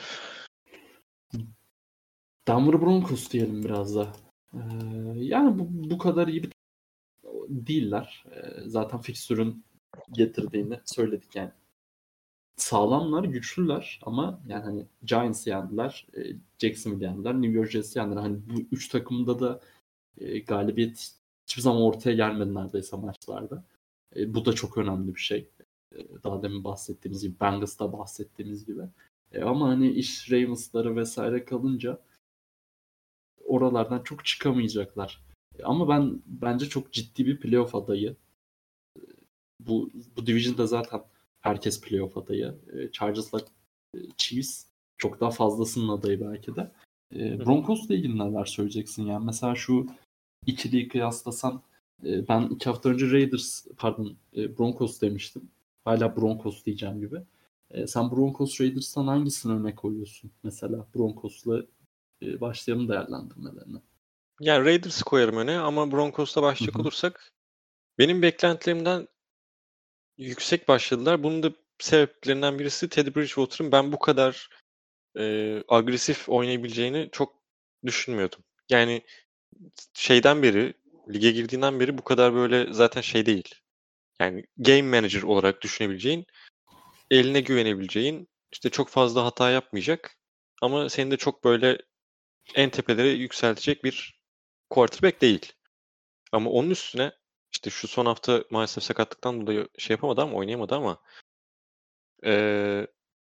Denver Broncos diyelim biraz da. Ee, yani bu, bu kadar iyi bir değiller. Ee, zaten fikstürün getirdiğini söyledik yani. Sağlamlar, güçlüler ama yani hani Giants'ı yendiler, e, Jacksonville'i yendiler, New York Jets'i yendiler. Hani bu üç takımda da e, galibiyet hiçbir zaman ortaya gelmedi neredeyse maçlarda. E, bu da çok önemli bir şey. E, daha demin bahsettiğimiz gibi, Bengals'ta bahsettiğimiz gibi. E, ama hani iş Ravens'lara vesaire kalınca oralardan çok çıkamayacaklar. E, ama ben bence çok ciddi bir playoff adayı. Bu, bu division'da zaten herkes playoff adayı. E, Chargers'la Chiefs çok daha fazlasının adayı belki de. E, Hı. Broncos'la ilgili neler söyleyeceksin yani? Mesela şu ikiliyi kıyaslasan e, ben iki hafta önce Raiders pardon e, Broncos demiştim. Hala Broncos diyeceğim gibi. E, sen Broncos Raiders'tan hangisini örnek koyuyorsun? Mesela Broncos'la e, başlayalım değerlendirmelerine. Yani Raiders'ı koyarım öne ama Broncos'la Hı başlayacak hı. olursak benim beklentilerimden yüksek başladılar. Bunun da sebeplerinden birisi Teddy Bridgewater'ın ben bu kadar e, agresif oynayabileceğini çok düşünmüyordum. Yani şeyden beri, lige girdiğinden beri bu kadar böyle zaten şey değil. Yani game manager olarak düşünebileceğin, eline güvenebileceğin, işte çok fazla hata yapmayacak ama seni de çok böyle en tepelere yükseltecek bir quarterback değil. Ama onun üstüne işte şu son hafta maalesef sakatlıktan dolayı şey yapamadı ama oynayamadı ama eee,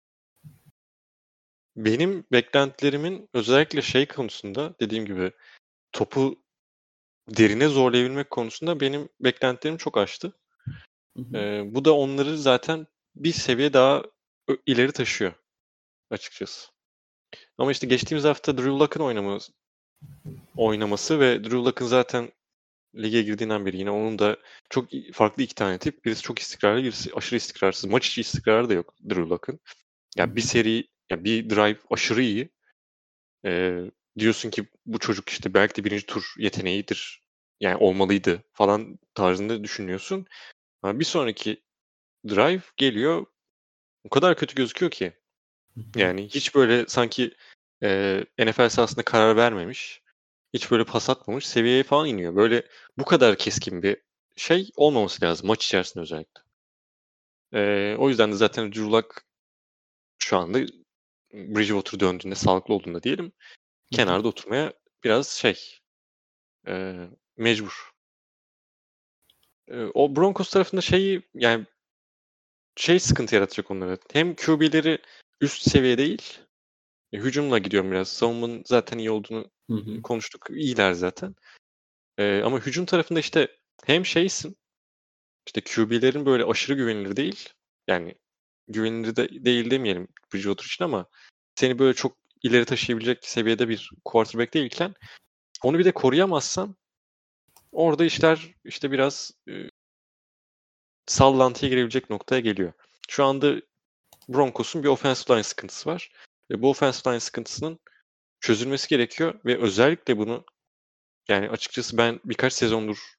benim beklentilerimin özellikle şey konusunda dediğim gibi topu derine zorlayabilmek konusunda benim beklentilerim çok aştı. Hı hı. Eee, bu da onları zaten bir seviye daha ö- ileri taşıyor açıkçası. Ama işte geçtiğimiz hafta Drew Luck'ın oynaması, oynaması ve Drew Luck'ın zaten lige girdiğinden beri yine onun da çok farklı iki tane tip. Birisi çok istikrarlı, birisi aşırı istikrarsız. Maç içi istikrarı da yok Drew Luck'ın. Hı Ya bir hı. seri, ya bir drive aşırı iyi. Ee, diyorsun ki bu çocuk işte belki de birinci tur yeteneğidir. Yani olmalıydı falan tarzında düşünüyorsun. Ama bir sonraki drive geliyor. O kadar kötü gözüküyor ki. Hı hı. Yani hiç böyle sanki e, N F L sahasında karar vermemiş. Hiç böyle pas atmamış. Seviyeye falan iniyor. Böyle bu kadar keskin bir şey olmaması lazım. Maç içerisinde özellikle. E, o yüzden de zaten Drew Luck şu anda Bridgewater döndüğünde, sağlıklı olduğunda diyelim. Hı hı. Kenarda oturmaya biraz şey e, mecbur. E, o Broncos tarafında şeyi yani şey sıkıntı yaratacak onlara. Hem Q B'leri üst seviye değil. E, hücumla gidiyorum biraz. Savunmanın zaten iyi olduğunu Hı e, hı. konuştuk. İyiler zaten. E, ama hücum tarafında işte hem şeysin işte Q B'lerin böyle aşırı güvenilir değil. Yani güvenilir de değil demeyelim Bridgewater için ama seni böyle çok ileri taşıyabilecek seviyede bir quarterback değilken onu bir de koruyamazsan orada işler işte biraz e, sallantıya girebilecek noktaya geliyor. Şu anda Broncos'un bir offensive line sıkıntısı var. Ve bu offensive line sıkıntısının çözülmesi gerekiyor ve özellikle bunu yani açıkçası ben birkaç sezondur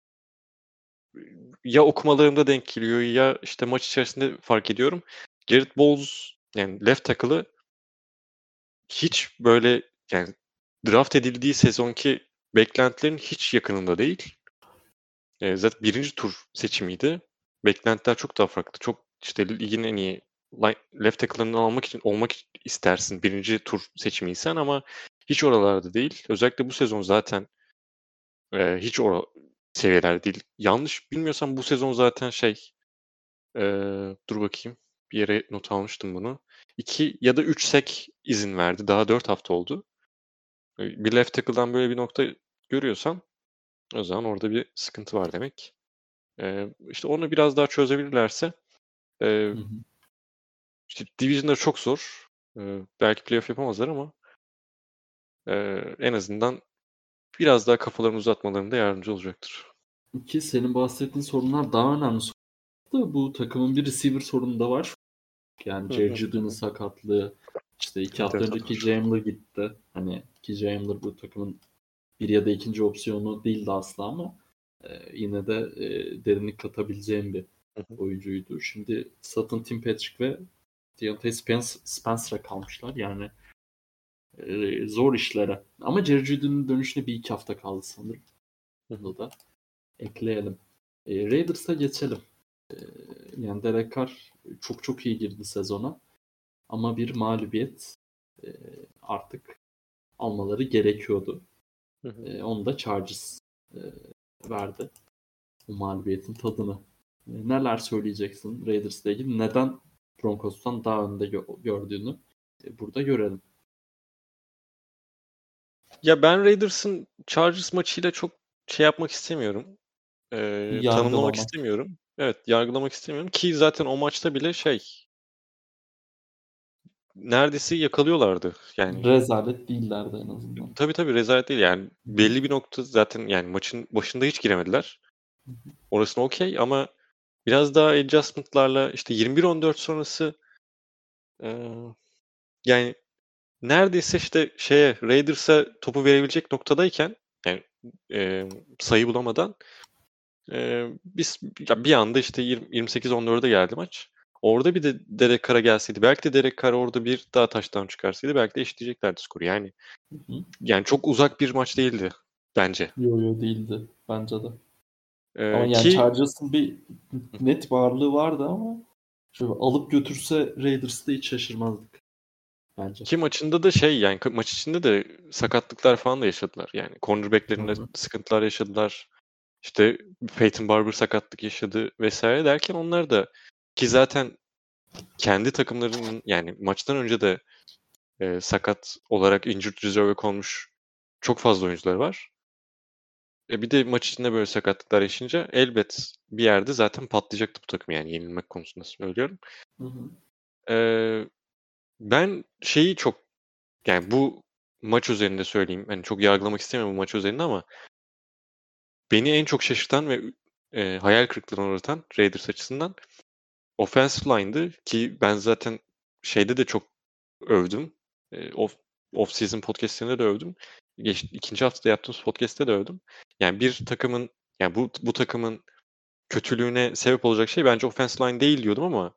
ya okumalarımda denk geliyor ya işte maç içerisinde fark ediyorum. Garrett Bowles yani left tackle'ı hiç böyle yani draft edildiği sezonki beklentilerin hiç yakınında değil. E, zaten birinci tur seçimiydi. Beklentiler çok daha farklı. Çok işte ligin en iyi line- left tackle'larından almak için olmak istersin. Birinci tur seçimiysen ama hiç oralarda değil. Özellikle bu sezon zaten e, hiç o seviyeler değil. Yanlış bilmiyorsam bu sezon zaten şey e, dur bakayım. Bir yere not almıştım bunu. iki ya da üç sek izin verdi. Daha dört hafta oldu. E, Bir left tackle'dan böyle bir nokta görüyorsan o zaman orada bir sıkıntı var demek. E, işte onu biraz daha çözebilirlerse e, Hı hı. işte Division'da çok zor. E, belki playoff yapamazlar ama e, en azından biraz daha kafalarını uzatmalarında yardımcı olacaktır. Ki senin bahsettiğin sorunlar daha önemli sorunlar da bu takımın bir receiver sorunu da var. Yani Hı Jerry hı. Judy'nin sakatlığı işte iki Evet, hafta evet, önceki var. Jamler gitti. Hani ki Jamler bu takımın bir ya da ikinci opsiyonu değildi asla ama e, yine de e, derinlik katabileceğim bir Hı hı. oyuncuydu. Şimdi Sutton, Tim Patrick ve Deontay Spence, Spencer'a kalmışlar. Yani e, zor işlere. Ama Jerry Judy'nin dönüşüne bir iki hafta kaldı sanırım. Hı hı. Bunu da ekleyelim. E, Raiders'a geçelim. E, yani Derek Carr çok çok iyi girdi sezona. Ama bir mağlubiyet e, artık almaları gerekiyordu. Hı hı. E, onu da Chargers e, verdi. Bu mağlubiyetin tadını. E, neler söyleyeceksin Raiders'la ilgili? Neden Broncos'tan daha önde gö- gördüğünü e, burada görelim. Ya ben Raiders'ın Chargers maçıyla çok şey yapmak istemiyorum. Eee, tanımlamak Yargılamak. istemiyorum. Evet, yargılamak istemiyorum ki zaten o maçta bile şey neredeyse yakalıyorlardı. Yani Rezalet değillerdi en azından. tabii tabii rezalet değil yani. Hı hı. Belli bir nokta zaten yani maçın başında hiç giremediler. Hı hı. Orasına okey ama biraz daha adjustment'larla işte yirmi bir on dört sonrası eee, yani neredeyse işte şeye Raiders'a topu verebilecek noktadayken yani eee, sayı bulamadan eee, biz ya bir anda işte yirmi sekiz on dörde geldi maç. Orada bir de Derek Carr'a gelseydi belki de Derek Carr orada bir daha touchdown çıkarsaydı belki de eşitleyeceklerdi skoru. Yani Hı hı. yani çok uzak bir maç değildi bence. Yo yo değildi bence de. Ama Eee, yani ki Chargers'ın bir net varlığı vardı ama şöyle alıp götürse Raiders'ta hiç şaşırmazdık bence. ki maçında da şey yani maç içinde de sakatlıklar falan da yaşadılar. Yani Hı cornerback'lerinde hı. sıkıntılar yaşadılar. İşte Peyton Barber sakatlık yaşadı vesaire derken onlar da ki zaten kendi takımlarının yani maçtan önce de e, sakat olarak injured reserve'e konmuş çok fazla oyuncular var. E bir de maç içinde böyle sakatlıklar yaşayınca elbet bir yerde zaten patlayacaktı bu takım yani yenilmek konusunda söylüyorum. Hı hı. Ee, ben şeyi çok yani bu maç üzerinde söyleyeyim. Hani çok yargılamak istemiyorum bu maç üzerinde ama beni en çok şaşırtan ve e, hayal kırıklığına uğratan Raiders açısından offensive line'dı ki ben zaten şeyde de çok övdüm. E, off, off season podcast'lerinde de övdüm. Geç, ikinci haftada yaptığımız podcast'te de övdüm. Yani bir takımın yani bu bu takımın kötülüğüne sebep olacak şey bence offensive line değil diyordum ama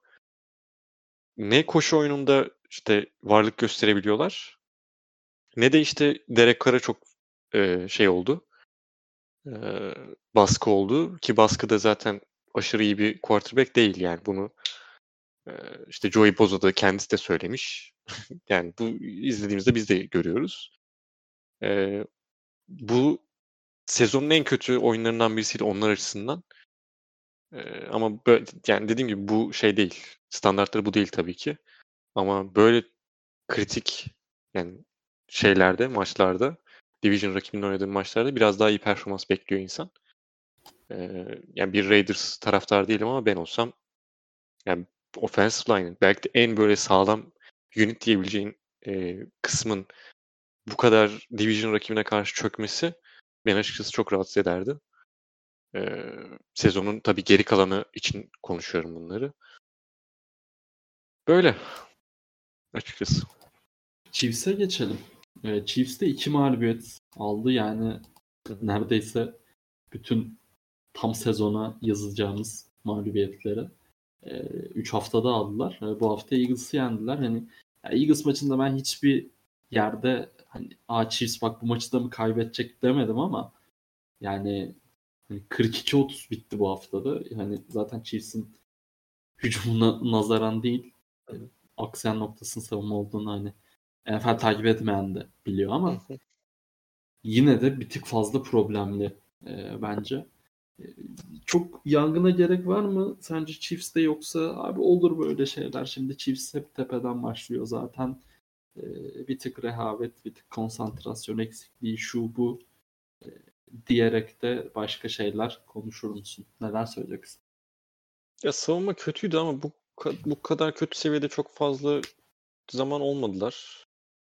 ne koşu oyununda işte varlık gösterebiliyorlar ne de işte Derek Carr'a çok e, şey oldu. e, baskı oldu ki baskı da zaten aşırı iyi bir quarterback değil yani bunu e, işte Joey Bosa da kendisi de söylemiş. Yani bu izlediğimizde biz de görüyoruz. E, bu sezonun en kötü oyunlarından birisiydi onlar açısından. E, ama böyle, yani dediğim gibi bu şey değil. Standartları bu değil tabii ki. Ama böyle kritik yani şeylerde, maçlarda, Division rakibinin oynadığı maçlarda biraz daha iyi performans bekliyor insan. Ee, yani bir Raiders taraftarı değilim ama ben olsam yani offensive line'ın belki de en böyle sağlam unit diyebileceğin e, kısmın bu kadar Division rakibine karşı çökmesi beni açıkçası çok rahatsız ederdi. Ee, sezonun tabii geri kalanı için konuşuyorum bunları. Böyle açıkçası. Chiefs'e geçelim. Ee, Chiefs de iki mağlubiyet aldı. Yani Hı hı. neredeyse bütün tam sezona yazacağımız mağlubiyetleri üç haftada aldılar. E, bu hafta Eagles'ı yendiler. Hani ya Eagles maçında ben hiçbir yerde hani Aa, Chiefs bak bu maçı da mı kaybedecek demedim ama yani hani kırk iki otuz bitti bu haftada. Yani zaten Chiefs'in hücumuna nazaran değil e, aksayan noktasının savunma olduğunu hani N F L takip etmeyen de biliyor Hı ama hı. yine de bir tık fazla problemli e, bence. E, Çok yangına gerek var mı sence Chiefs'te yoksa abi olur böyle şeyler. Şimdi Chiefs hep tepeden başlıyor zaten. E, bir tık rehavet, bir tık konsantrasyon eksikliği şu bu e, diyerek de başka şeyler konuşur musun? Neler söyleyeceksin? Ya savunma kötüydü ama bu ka- bu kadar kötü seviyede çok fazla zaman olmadılar.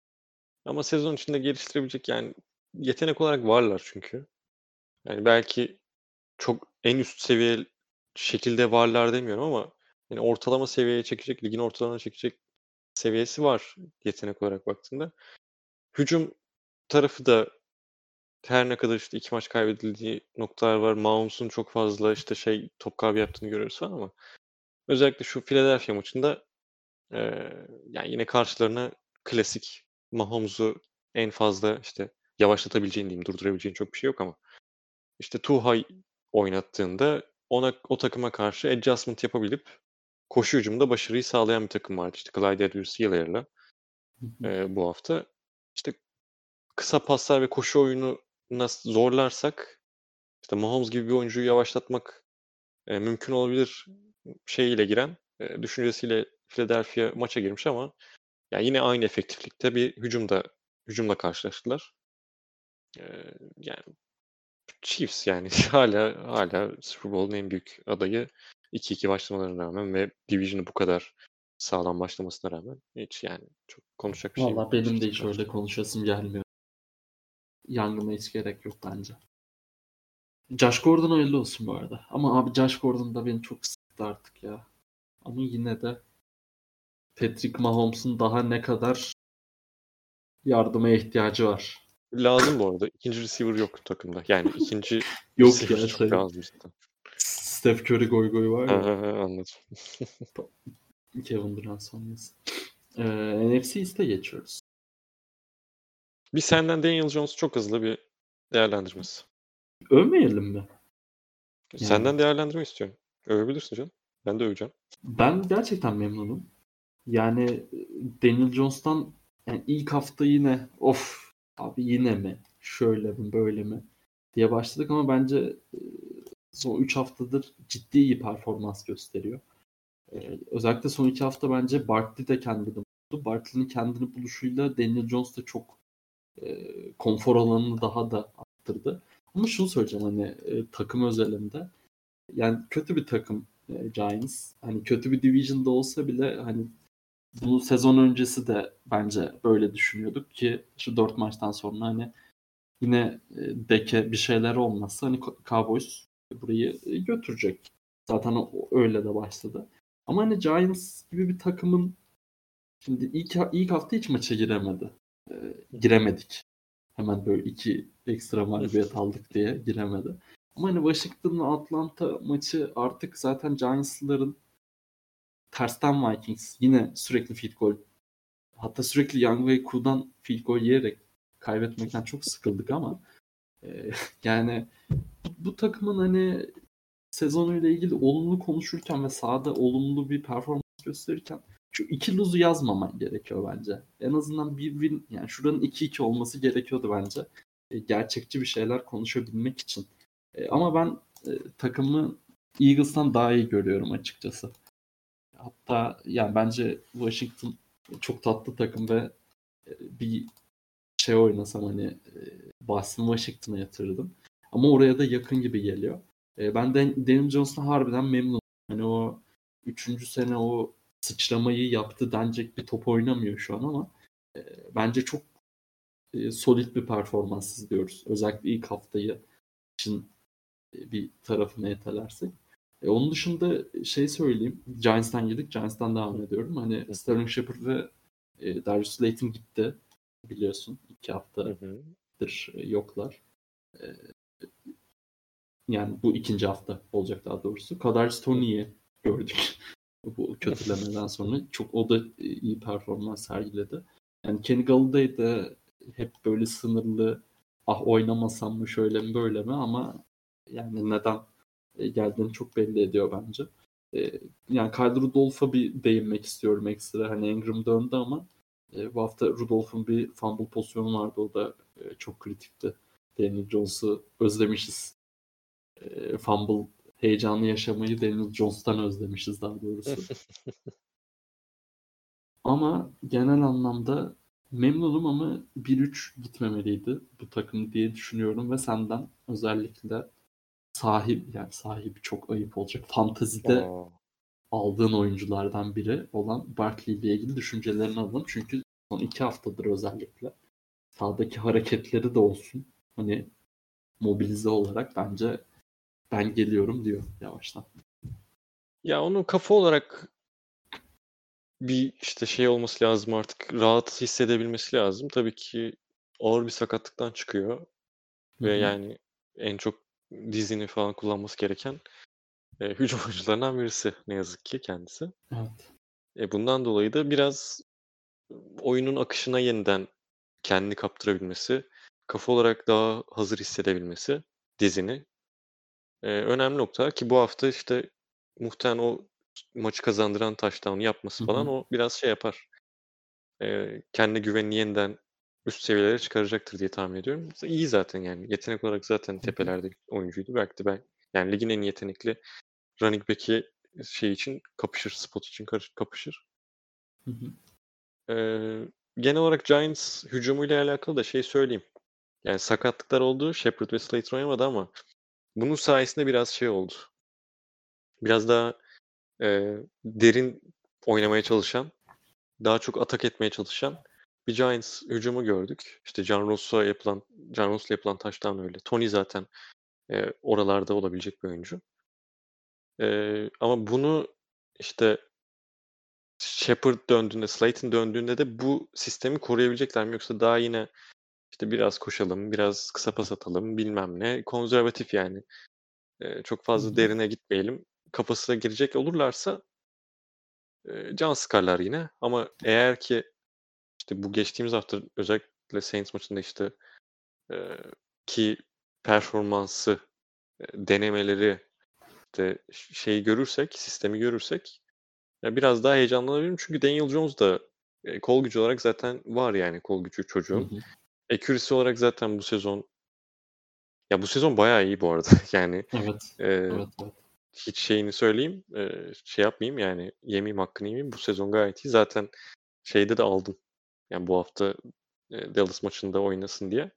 Ama sezon içinde geliştirebilecek yani yetenek olarak varlar çünkü. Yani belki çok en üst seviye şekilde varlar demiyorum ama yani ortalama seviyeye çekecek, ligin ortalamana çekecek seviyesi var yetenek olarak baktığında. Hücum tarafı da her ne kadar işte iki maç kaybedildiği noktalar var. Mahomes'un çok fazla işte şey top kaybı yaptığını görüyoruz falan ama özellikle şu Philadelphia maçında eee, yani yine karşılarına klasik Mahomes'u en fazla işte yavaşlatabileceğin diyeyim, durdurabileceğin çok bir şey yok ama işte Tuha oynattığında ona o takıma karşı adjustment yapabilip koşu hücumunda başarıyı sağlayan bir takım vardı. İşte Clyde Edwards-Helaire'la Hı hı. eee, bu hafta. İşte kısa paslar ve koşu oyunu nasıl zorlarsak işte Mahomes gibi bir oyuncuyu yavaşlatmak e, mümkün olabilir şeyiyle giren, e, düşüncesiyle Philadelphia maça girmiş ama yani yine aynı efektiflikte bir hücumda hücumla karşılaştılar. E, yani Chiefs yani hala hala Super Bowl'un en büyük adayı iki iki başlamalarına rağmen ve Division'ı bu kadar sağlam başlamasına rağmen hiç yani çok konuşacak bir şey yok Valla benim de açıkçası hiç karşı. öyle konuşasım gelmiyor. Yangına hiç gerek yok bence. Josh Gordon hayırlı olsun bu arada. Ama abi Josh Gordon da beni çok sıktı artık ya. Ama yine de Patrick Mahomes'un daha ne kadar yardıma ihtiyacı var. Lazım bu arada. İkinci receiver yok takımda. Yani ikinci Yok receiver ya çok şey. lazım zaten. Steph Curry goy goy var Ha, ya. ha, ha, anladım. Kevin Durant sonrası. Ee, N F C East'e geçiyoruz. Bir senden Daniel Jones çok hızlı bir değerlendirmesi. Övmeyelim mi? Yani Senden değerlendirme istiyorum. Övebilirsin canım. Ben de öveceğim. ben gerçekten memnunum. Yani e, Daniel Jones'tan yani ilk hafta yine of abi yine mi? Şöyle mi böyle mi? Diye başladık ama bence e, son üç haftadır ciddi iyi performans gösteriyor. Ee, özellikle son iki hafta bence Barkley de kendini buldu. Barkley'nin kendini buluşuyla Daniel Jones da çok e, konfor alanını daha da arttırdı. Ama şunu söyleyeceğim hani e, takım özelinde yani kötü bir takım e, Giants. Hani kötü bir division'da olsa bile hani bu sezon öncesi de bence böyle düşünüyorduk ki şu dört maçtan sonra hani yine e, deke bir şeyler olmazsa hani Cowboys burayı e, götürecek. Zaten o, öyle de başladı. Ama hani Giants gibi bir takımın şimdi ilk ilk hafta hiç maça giremedi. E, giremedik. Hemen böyle iki ekstra mağlubiyet aldık diye giremedi. Ama hani Washington'la Atlanta maçı artık zaten Giants'ların tersten Vikings yine sürekli field goal hatta sürekli Young ve Ku'dan field goal yiyerek kaybetmekten çok sıkıldık ama e, yani bu takımın hani sezonuyla ilgili olumlu konuşurken ve sahada olumlu bir performans gösterirken şu iki lose'u yazmaman gerekiyor bence. En azından bir win yani şuranın iki iki olması gerekiyordu bence. E, gerçekçi bir şeyler konuşabilmek için. E, ama ben e, takımı Eagles'tan daha iyi görüyorum açıkçası. Hatta yani bence Washington çok tatlı takım ve e, bir şey oynasam hani e, Boston Washington'a yatırdım. Ama oraya da yakın gibi geliyor. E, ben de Daniel Jones'tan harbiden memnunum. Hani o üçüncü sene o sıçramayı yaptı denecek bir top oynamıyor şu an ama e, bence çok e, solid bir performans izliyoruz. Özellikle ilk haftayı için e, bir tarafını etelersek. E, onun dışında şey söyleyeyim. Giants'tan girdik. Giants'tan devam ediyorum. Hani Sterling Shepard ve e, Darius Slayton gitti. Biliyorsun. iki haftadır e, yoklar. E, yani bu ikinci hafta olacak daha doğrusu. Kadarius Toney'i gördük. Bu kötülemeden sonra. Çok o da e, iyi performans sergiledi. Yani Kenny Galladay da hep böyle sınırlı ah oynamasam mı şöyle mi böyle mi ama yani neden e, geldiğini çok belli ediyor bence. E, yani Kyle Rudolph'a bir değinmek istiyorum ekstra. Hani Ingram döndü ama e, bu hafta Rudolph'un bir fumble pozisyonu vardı. O da e, çok kritikti. Daniel Jones'u özlemişiz. E, fumble heyecanı yaşamayı Daniel Jones'tan özlemişiz daha doğrusu. Ama genel anlamda memnunum ama bir üç gitmemeliydi bu takım diye düşünüyorum ve senden özellikle sahip yani sahibi çok ayıp olacak. Fantezide Aa. aldığın oyunculardan biri olan Barkley ile ilgili düşüncelerini alalım. Çünkü son iki haftadır özellikle sahadaki hareketleri de olsun. Hani mobilize olarak bence ben geliyorum diyor yavaştan. Ya onun kafa olarak bir işte şey olması lazım artık. Rahat hissedebilmesi lazım. Tabii ki ağır bir sakatlıktan çıkıyor Hı ve hı. yani en çok dizini falan kullanması gereken e, hücum oyuncularından birisi ne yazık ki kendisi. Evet. E, bundan dolayı da biraz oyunun akışına yeniden kendini kaptırabilmesi, kafa olarak daha hazır hissedebilmesi dizini e, önemli nokta ki bu hafta işte muhtemelen o maçı kazandıran touchdown'u yapması Hı falan hı. o biraz şey yapar. E, kendi güvenini yeniden üst seviyelere çıkaracaktır diye tahmin ediyorum. İyi zaten yani. Yetenek olarak zaten Hı hı. tepelerde bir oyuncuydu. Belki de ben yani ligin en yetenekli running back'i şey için kapışır, spot için karış- kapışır. Hı hı. Ee, genel olarak Giants hücumuyla alakalı da şey söyleyeyim. Yani sakatlıklar oldu. Shepard ve Slater oynamadı ama bunun sayesinde biraz şey oldu. Biraz daha e, derin oynamaya çalışan, daha çok atak etmeye çalışan bir Giants hücumu gördük. İşte John Ross'a yapılan, John Ross'la yapılan touchdown öyle. Tony zaten e, oralarda olabilecek bir oyuncu. E, ama bunu işte Shepard döndüğünde, Slayton döndüğünde de bu sistemi koruyabilecekler mi? Yoksa daha yine işte biraz koşalım, biraz kısa pas atalım, bilmem ne. Konservatif yani. E, çok fazla derine gitmeyelim. Kafasına girecek olurlarsa e, can sıkarlar yine. Ama eğer ki işte bu geçtiğimiz hafta özellikle Saints maçında işte e, ki performansı, e, denemeleri, işte şeyi görürsek, sistemi görürsek ya biraz daha heyecanlanabilirim. Çünkü Daniel Jones da e, kol gücü olarak zaten var yani kol gücü çocuğun. Accuracy olarak zaten bu sezon ya bu sezon bayağı iyi bu arada. Yani Evet. e, Evet, evet. hiç şeyini söyleyeyim, e, şey yapmayayım yani yemeyeyim hakkını yemeyeyim. Bu sezon gayet iyi. Zaten şeyde de aldım. Yani bu hafta e, Dallas maçında oynasın diye.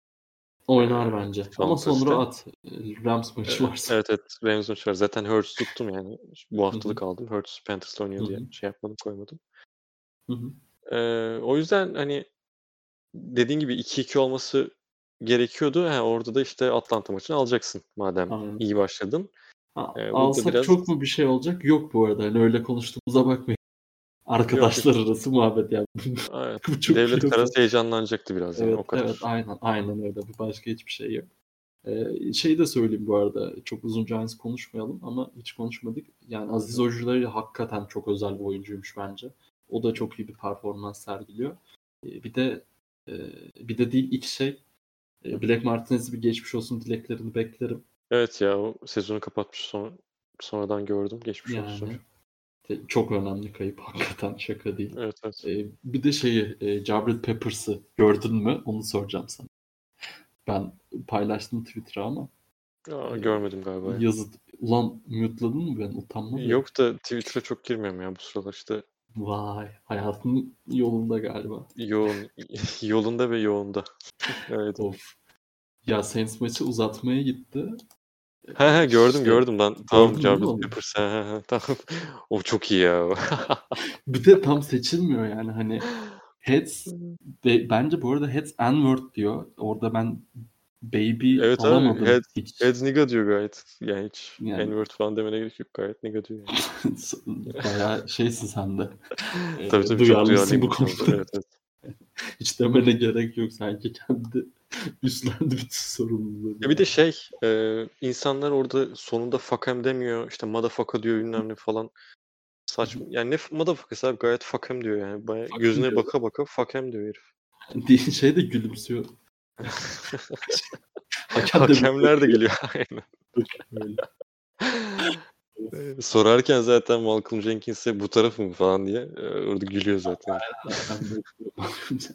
E, Oynar bence. Ama sonra Fantasy'de. at. Rams E, maçı varsa. evet evet Rams maçı var. Zaten Hurts tuttum yani. Bu Hı hı. haftalık aldım. Hurts Panthers'la oynuyor Hı diye hı. şey yapmadım koymadım. Hı hı. E, o yüzden hani dediğin gibi iki iki olması gerekiyordu. Ha, orada da işte Atlanta maçını alacaksın madem Aynen. iyi başladın. Ha, E, burada alsak biraz çok mu bir şey olacak? Yok bu arada. Hani öyle konuştuğumuza bakmayın. yok yok. Arkadaşlar arası muhabbet yani. Evet. Bu çok Devlet şey karası yapıyor. heyecanlanacaktı biraz yani o Evet, evet, kadar. aynen, aynen öyle. Bir başka hiçbir şey yok. Ee, şeyi de söyleyeyim bu arada. Çok uzun Giants konuşmayalım ama hiç konuşmadık. Yani Hı Aziz hı. Ojulari hakikaten çok özel bir oyuncuymuş bence. O da çok iyi bir performans sergiliyor. Ee, bir de e, bir de değil iki şey. Hı E, hı. Black Martinez'i bir geçmiş olsun dileklerini beklerim. Evet ya o sezonu kapatmış sonra sonradan gördüm. Geçmiş olsun. Yani te- çok önemli kayıp. Hakikaten şaka değil. Evet evet. E, bir de şeyi e, Jabril Peppers'ı gördün mü? Onu soracağım sana. Ben paylaştım Twitter'a ama Aa, e, görmedim galiba ya. yazıt. Ulan mute'ladın mı ben? Utanmaz herif. Yok da Twitter'a çok girmiyorum ya bu sıralar işte Vay. Hayatın yolunda galiba. yoğun yolunda ve yoğunda. Öyle diyeyim. Of. Ya Saints maçı uzatmaya gitti. E, He he gördüm işte gördüm ben. Tamam gördün değil mi Jarvis onu? Peppers. He he he tamam. O çok iyi ya. Bir de tam seçilmiyor yani hani Heads be- bence bu arada Heads N-word diyor. Orada ben baby Evet abi alamadım head, hiç. heads nigga diyor gayet. Yani hiç Yani N-word falan demene gerek yok. Gayet nigga diyor yani. bayağı şeysin sen de. Tabii Ee, tabii çok duyarlısın duyarlıyım bu bu konuda. konuda. Evet evet. Hiç demene gerek yok. Sanki kendi üstlendi bütün sorumluluğu Ya bir de yani. şey e, insanlar orada sonunda fuck em demiyor. İşte motherfucker diyor bilmem ne falan. Saçma. Yani ne f- motherfucker abi gayet fuck em diyor yani. Baya Bakın gözüne diyor. baka baka fuck em diyor herif. Diye şey de gülümsüyor. Hakem de mi Hakemler de bakıyor? geliyor aynen. Öyle. Ee, Sorarken zaten Malcolm Jenkins'e bu tarafı mı falan diye e, orada gülüyor zaten herif. Hakem de bakıyor.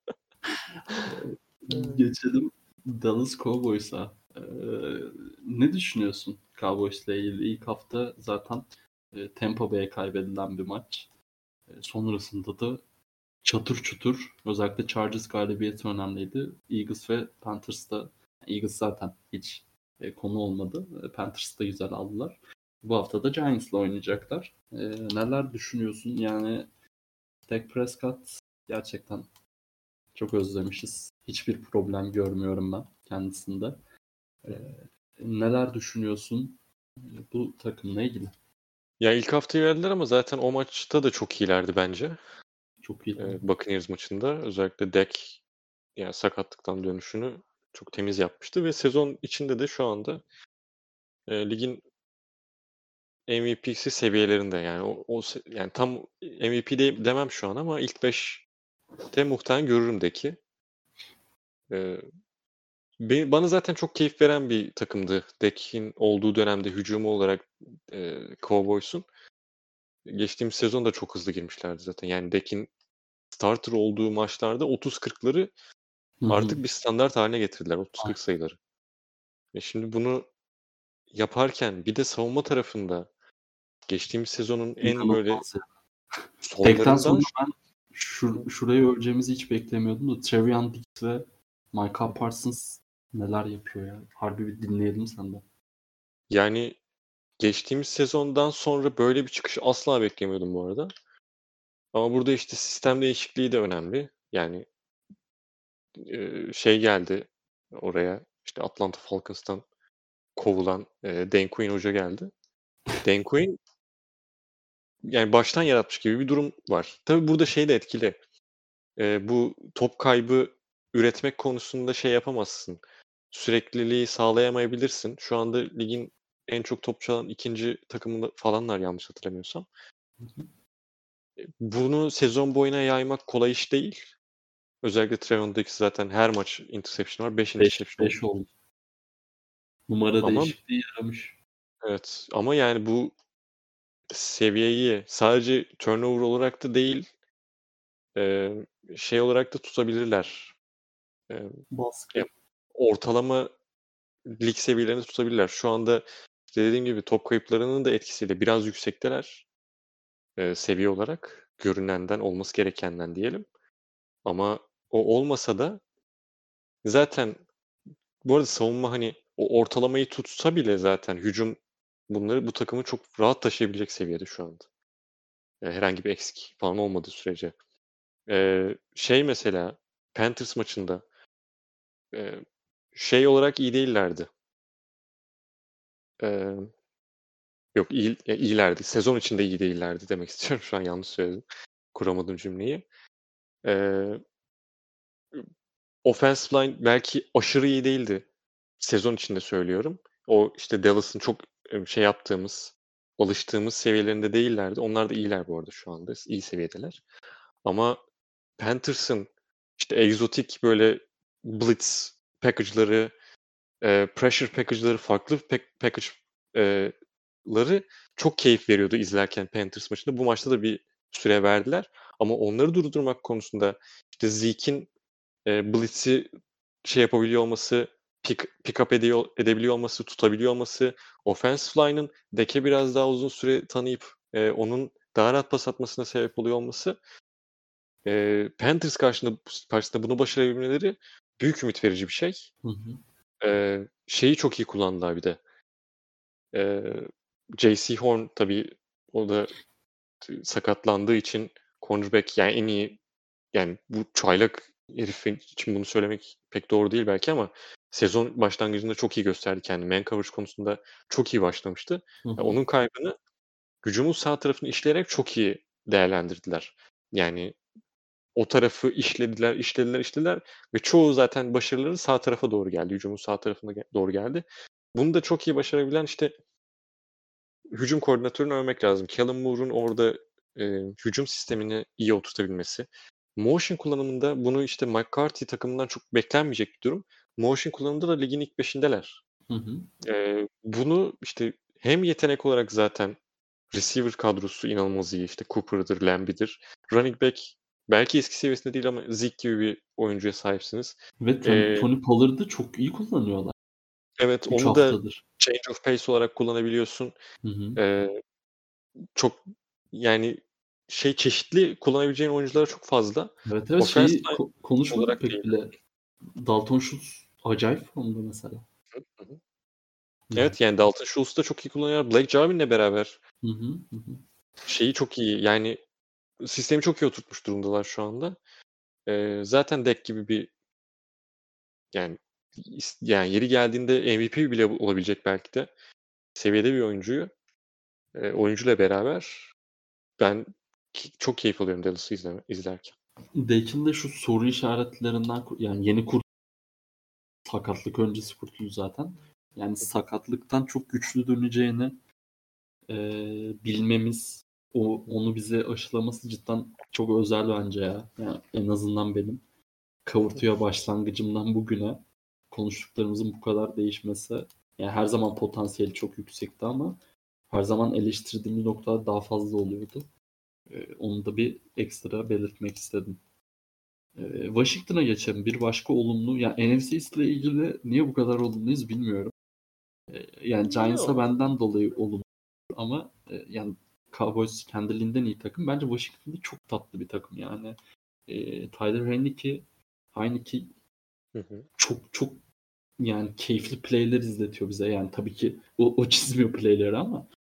Ee, Geçelim Dallas Cowboys'a. Ee, ne düşünüyorsun Cowboys'la ilgili? İlk hafta zaten e, Tampa Bay'e kaybedilen bir maç. E, sonrasında da çatır çutur özellikle Chargers galibiyeti önemliydi. Eagles ve Panthers da Eagles zaten hiç e, konu olmadı. E, Panthers da güzel aldılar. Bu hafta da Giants'la oynayacaklar. E, neler düşünüyorsun? Yani Dak Prescott gerçekten çok özlemişiz. Hiçbir problem görmüyorum ben kendisinde. Ee, neler düşünüyorsun bu takımla ilgili? Ya ilk haftayı verdiler ama zaten o maçta da çok iyilerdi bence. Çok iyi. Ee, Buccaneers maçında özellikle Dak yani sakatlıktan dönüşünü çok temiz yapmıştı ve sezon içinde de şu anda e, ligin M V P'si seviyelerinde yani o, o se- yani tam M V P de, demem şu an ama ilk beşte muhtemelen görürüm Dak'i. Ee, be- bana zaten çok keyif veren bir takımdı. Dak'in olduğu dönemde hücumu olarak e, Cowboys'un. Geçtiğimiz sezon da çok hızlı girmişlerdi zaten. Yani Dak'in starter olduğu maçlarda otuz kırkları Hı hı. artık bir standart haline getirdiler. Ay, otuz kırk sayıları. Ve şimdi bunu yaparken bir de savunma tarafında geçtiğimiz sezonun en böyle İnanılmaz ya. Tekten sonra sonlarından ben şur şurayı öleceğimizi hiç beklemiyordum da Trevion Diggs ve Micah Parsons neler yapıyor ya. Harbi bir dinleyelim senden. yani geçtiğimiz sezondan sonra böyle bir çıkışı asla beklemiyordum bu arada. Ama burada işte sistem değişikliği de önemli. Yani e, şey geldi oraya, işte Atlanta Falcons'tan kovulan e, Dan Quinn hoca geldi. Dan Quinn yani baştan yaratmış gibi bir durum var. Tabii burada şey de etkili. E, bu top kaybı üretmek konusunda şey yapamazsın. Sürekliliği sağlayamayabilirsin. Şu anda ligin en çok top çalan ikinci takımında falanlar yanlış hatırlamıyorsam. Bunu sezon boyuna yaymak kolay iş değil. Özellikle Trevon Diggs zaten her maç interception var. beş interception oldu. beş oldu. Numara Ama değişikliği yaramış. evet ama yani bu seviyeyi sadece turnover olarak da değil e, şey olarak da tutabilirler. E, Baskı. yani ortalama lig seviyelerini tutabilirler. Şu anda işte dediğim gibi top kayıplarının da etkisiyle biraz yüksekteler e, seviye olarak. Görünenden, olması gerekenden diyelim. Ama o olmasa da zaten bu arada savunma hani o ortalamayı tutsa bile zaten hücum bunları bu takımı çok rahat taşıyabilecek seviyede şu anda. E, herhangi bir eksik falan olmadığı sürece. E, şey mesela Panthers maçında e, şey olarak iyi değillerdi. E, yok iyi, ya iyilerdi. Sezon içinde iyi değillerdi demek istiyorum. Şu an yanlış söyledim. Kuramadım cümleyi. E, offensive line belki aşırı iyi değildi. Sezon içinde söylüyorum. O işte Dallas'ın çok e, şey yaptığımız, alıştığımız seviyelerinde değillerdi. Onlar da iyiler bu arada şu anda. İyi seviyedeler. Ama Panthers'ın işte egzotik böyle blitz package'ları, e, pressure package'ları, farklı pack- package'ları çok keyif veriyordu izlerken Panthers maçında. Bu maçta da bir süre verdiler. Ama onları durdurmak konusunda işte Zeke'in e, blitz'i şey yapabiliyor olması, pick, pick up ediyor, edebiliyor olması, tutabiliyor olması, offensive line'ın deke biraz daha uzun süre tanıyıp e, onun daha rahat pas atmasına sebep oluyor olması e, Panthers karşısında, karşısında bunu başarabilmeleri büyük ümit verici bir şey. Hı hı. E, şeyi çok iyi kullandılar bir de. E, J C Horn tabii o da sakatlandığı için cornerback yani en iyi yani bu çaylak herifin için bunu söylemek pek doğru değil belki ama sezon başlangıcında çok iyi gösterdi kendini. Man coverage konusunda çok iyi başlamıştı. Hı Yani hı. onun kaybını hücumun sağ tarafını işleyerek çok iyi değerlendirdiler. Yani o tarafı işlediler, işlediler, işlediler ve çoğu zaten başarıları sağ tarafa doğru geldi. Hücumun sağ tarafına ge- doğru geldi. Bunu da çok iyi başarabilen işte hücum koordinatörünü övmek lazım. Kellen Moore'un orada e, hücum sistemini iyi oturtabilmesi. Motion kullanımında bunu işte McCarthy takımından çok beklenmeyecek bir durum. Motion kullanımında da ligin ilk beşindeler. Hı hı. E, bunu işte hem yetenek olarak zaten receiver kadrosu inanılmaz iyi. İşte Cooper'dır, Lambie'dir. Running back belki eski seviyesinde değil ama Zeke gibi bir oyuncuya sahipsiniz. Ve Tony, E, Tony Pollard'ı çok iyi kullanıyorlar. evet üç onu da haftadır. change of pace olarak kullanabiliyorsun. Hı hı. E, çok yani şey çeşitli kullanabileceğin oyuncular çok fazla. Evet evet Offensive şeyi line ko- konuşmadık olarak da pek iyiler. bile. Dalton Schultz acayip formda mesela. Hı hı. Yani. Evet yani Dalton Schultz da çok iyi kullanıyor. Blake Jarvin'le beraber Hı hı. Hı hı. şeyi çok iyi. Yani sistemi çok iyi oturtmuş durumdalar şu anda. Ee, zaten Dak gibi bir yani is- yani yeri geldiğinde M V P bile olabilecek belki de seviyede bir oyuncuyu e, oyuncuyla beraber ben ki- çok keyif alıyorum Dallas'ı izleme, izlerken. Dake'in de şu soru işaretlerinden ku- yani yeni kurt sakatlık öncesi kurtuldu zaten. Yani Hı hı. sakatlıktan çok güçlü döneceğini e, bilmemiz, o onu bize aşılaması cidden çok özel bence ya. Yani en azından benim Kavurtuya başlangıcımdan bugüne konuştuklarımızın bu kadar değişmesi, yani her zaman potansiyeli çok yüksekti ama her zaman eleştirdiğimiz noktalar daha fazla oluyordu. E, onu da bir ekstra belirtmek istedim. E, Washington'a geçelim. Bir başka olumlu, yani N F C East ile ilgili niye bu kadar olumluyuz bilmiyorum. E, yani Giants'a Yok. benden dolayı olumlu ama e, yani Cowboys kendiliğinden iyi takım. Bence Washington'da çok tatlı bir takım yani. E, Tyler Heineke, Heineke Hı hı. çok çok yani keyifli playler izletiyor bize. Yani tabii ki o, o çizmiyor playleri ama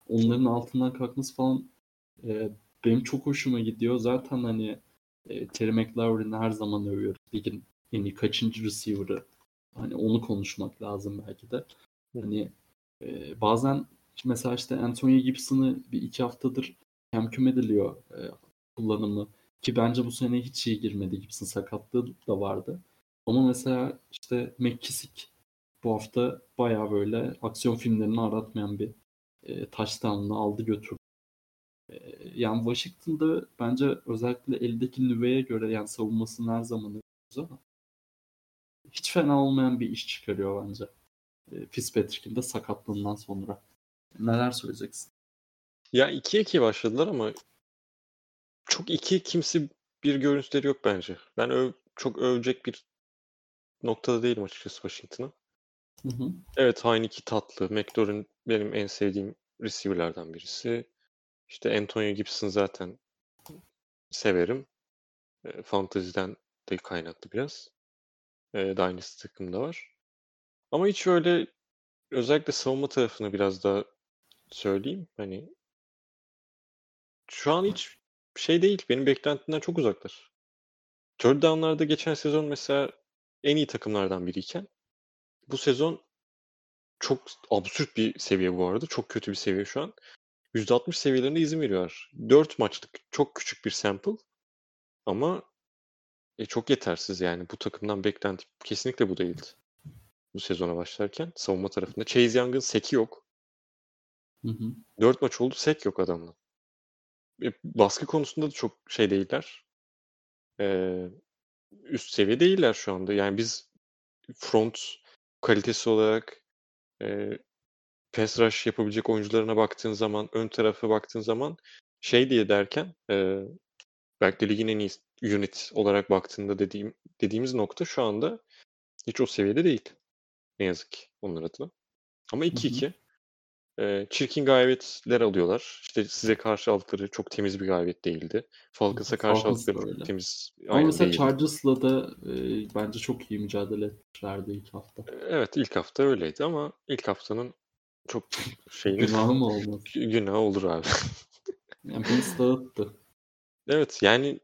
onların altından kalkması falan e, benim çok hoşuma gidiyor. Zaten hani e, Terry McLaurin'i her zaman övüyoruz. Ligin en iyi kaçıncı receiver'ı. Hani onu konuşmak lazım belki de. Hani e, bazen mesela işte Antonio Gibson'ı bir iki haftadır kemküm ediliyor e, kullanımı. Ki bence bu sene hiç iyi girmedi. Gibson sakatlığı da vardı. Ama mesela işte McKissick bu hafta bayağı böyle aksiyon filmlerini aratmayan bir e, touchdown'ını aldı götürdü. E, yani Washington'da bence özellikle eldeki nüveye göre yani savunmasının her zaman övüyoruz ama hiç fena olmayan bir iş çıkarıyor bence. E, Fitzpatrick'in de sakatlığından sonra. Neler söyleyeceksin? Ya iki iki başladılar ama çok iki kimsi bir görüntüleri yok bence. Ben öv, çok övecek bir noktada değilim açıkçası Washington'ı. Hı hı. Evet, Heineke tatlı. McLaurin benim en sevdiğim receiver'lardan birisi. İşte Antonio Gibson zaten severim. E, Fantasy'den de kaynaklı biraz. E, Dynasty takımda var. Ama hiç öyle özellikle savunma tarafını biraz daha söyleyeyim. Hani şu an hiç şey değil. Benim beklentimden çok uzaklar. Third down'larda geçen sezon mesela en iyi takımlardan biriyken bu sezon çok absürt bir seviye bu arada. Çok kötü bir seviye şu an. yüzde altmış seviyelerine izin veriyorlar. dört maçlık çok küçük bir sample ama e, çok yetersiz yani. Bu takımdan beklentim kesinlikle bu değildi. Bu sezona başlarken savunma tarafında. Chase Young'ın seki yok. Hı hı. dört maç oldu sek yok adamla. E, baskı konusunda da çok şey değiller. E, üst seviye değiller şu anda. Yani biz front kalitesi olarak e, pass rush yapabilecek oyuncularına baktığın zaman, ön tarafa baktığın zaman şey diye derken e, belki de ligin en iyi unit olarak baktığında dediğim dediğimiz nokta şu anda hiç o seviyede değil. Ne yazık ki onlar adına. Ama Hı iki hı. iki. E, çirkin galibiyetler alıyorlar. İşte size karşı aldıkları çok temiz bir galibiyet değildi. Falcons'a karşı Falcons aldıkları da çok öyle. temiz Ama aynen mesela değildi. Chargers'la da e, bence çok iyi mücadele etmişlerdi ilk hafta. E, Evet, ilk hafta öyleydi ama ilk haftanın çok şeyini Günahı mı olmaz? günahı olur abi. Yani Bills dağıttı. Evet, yani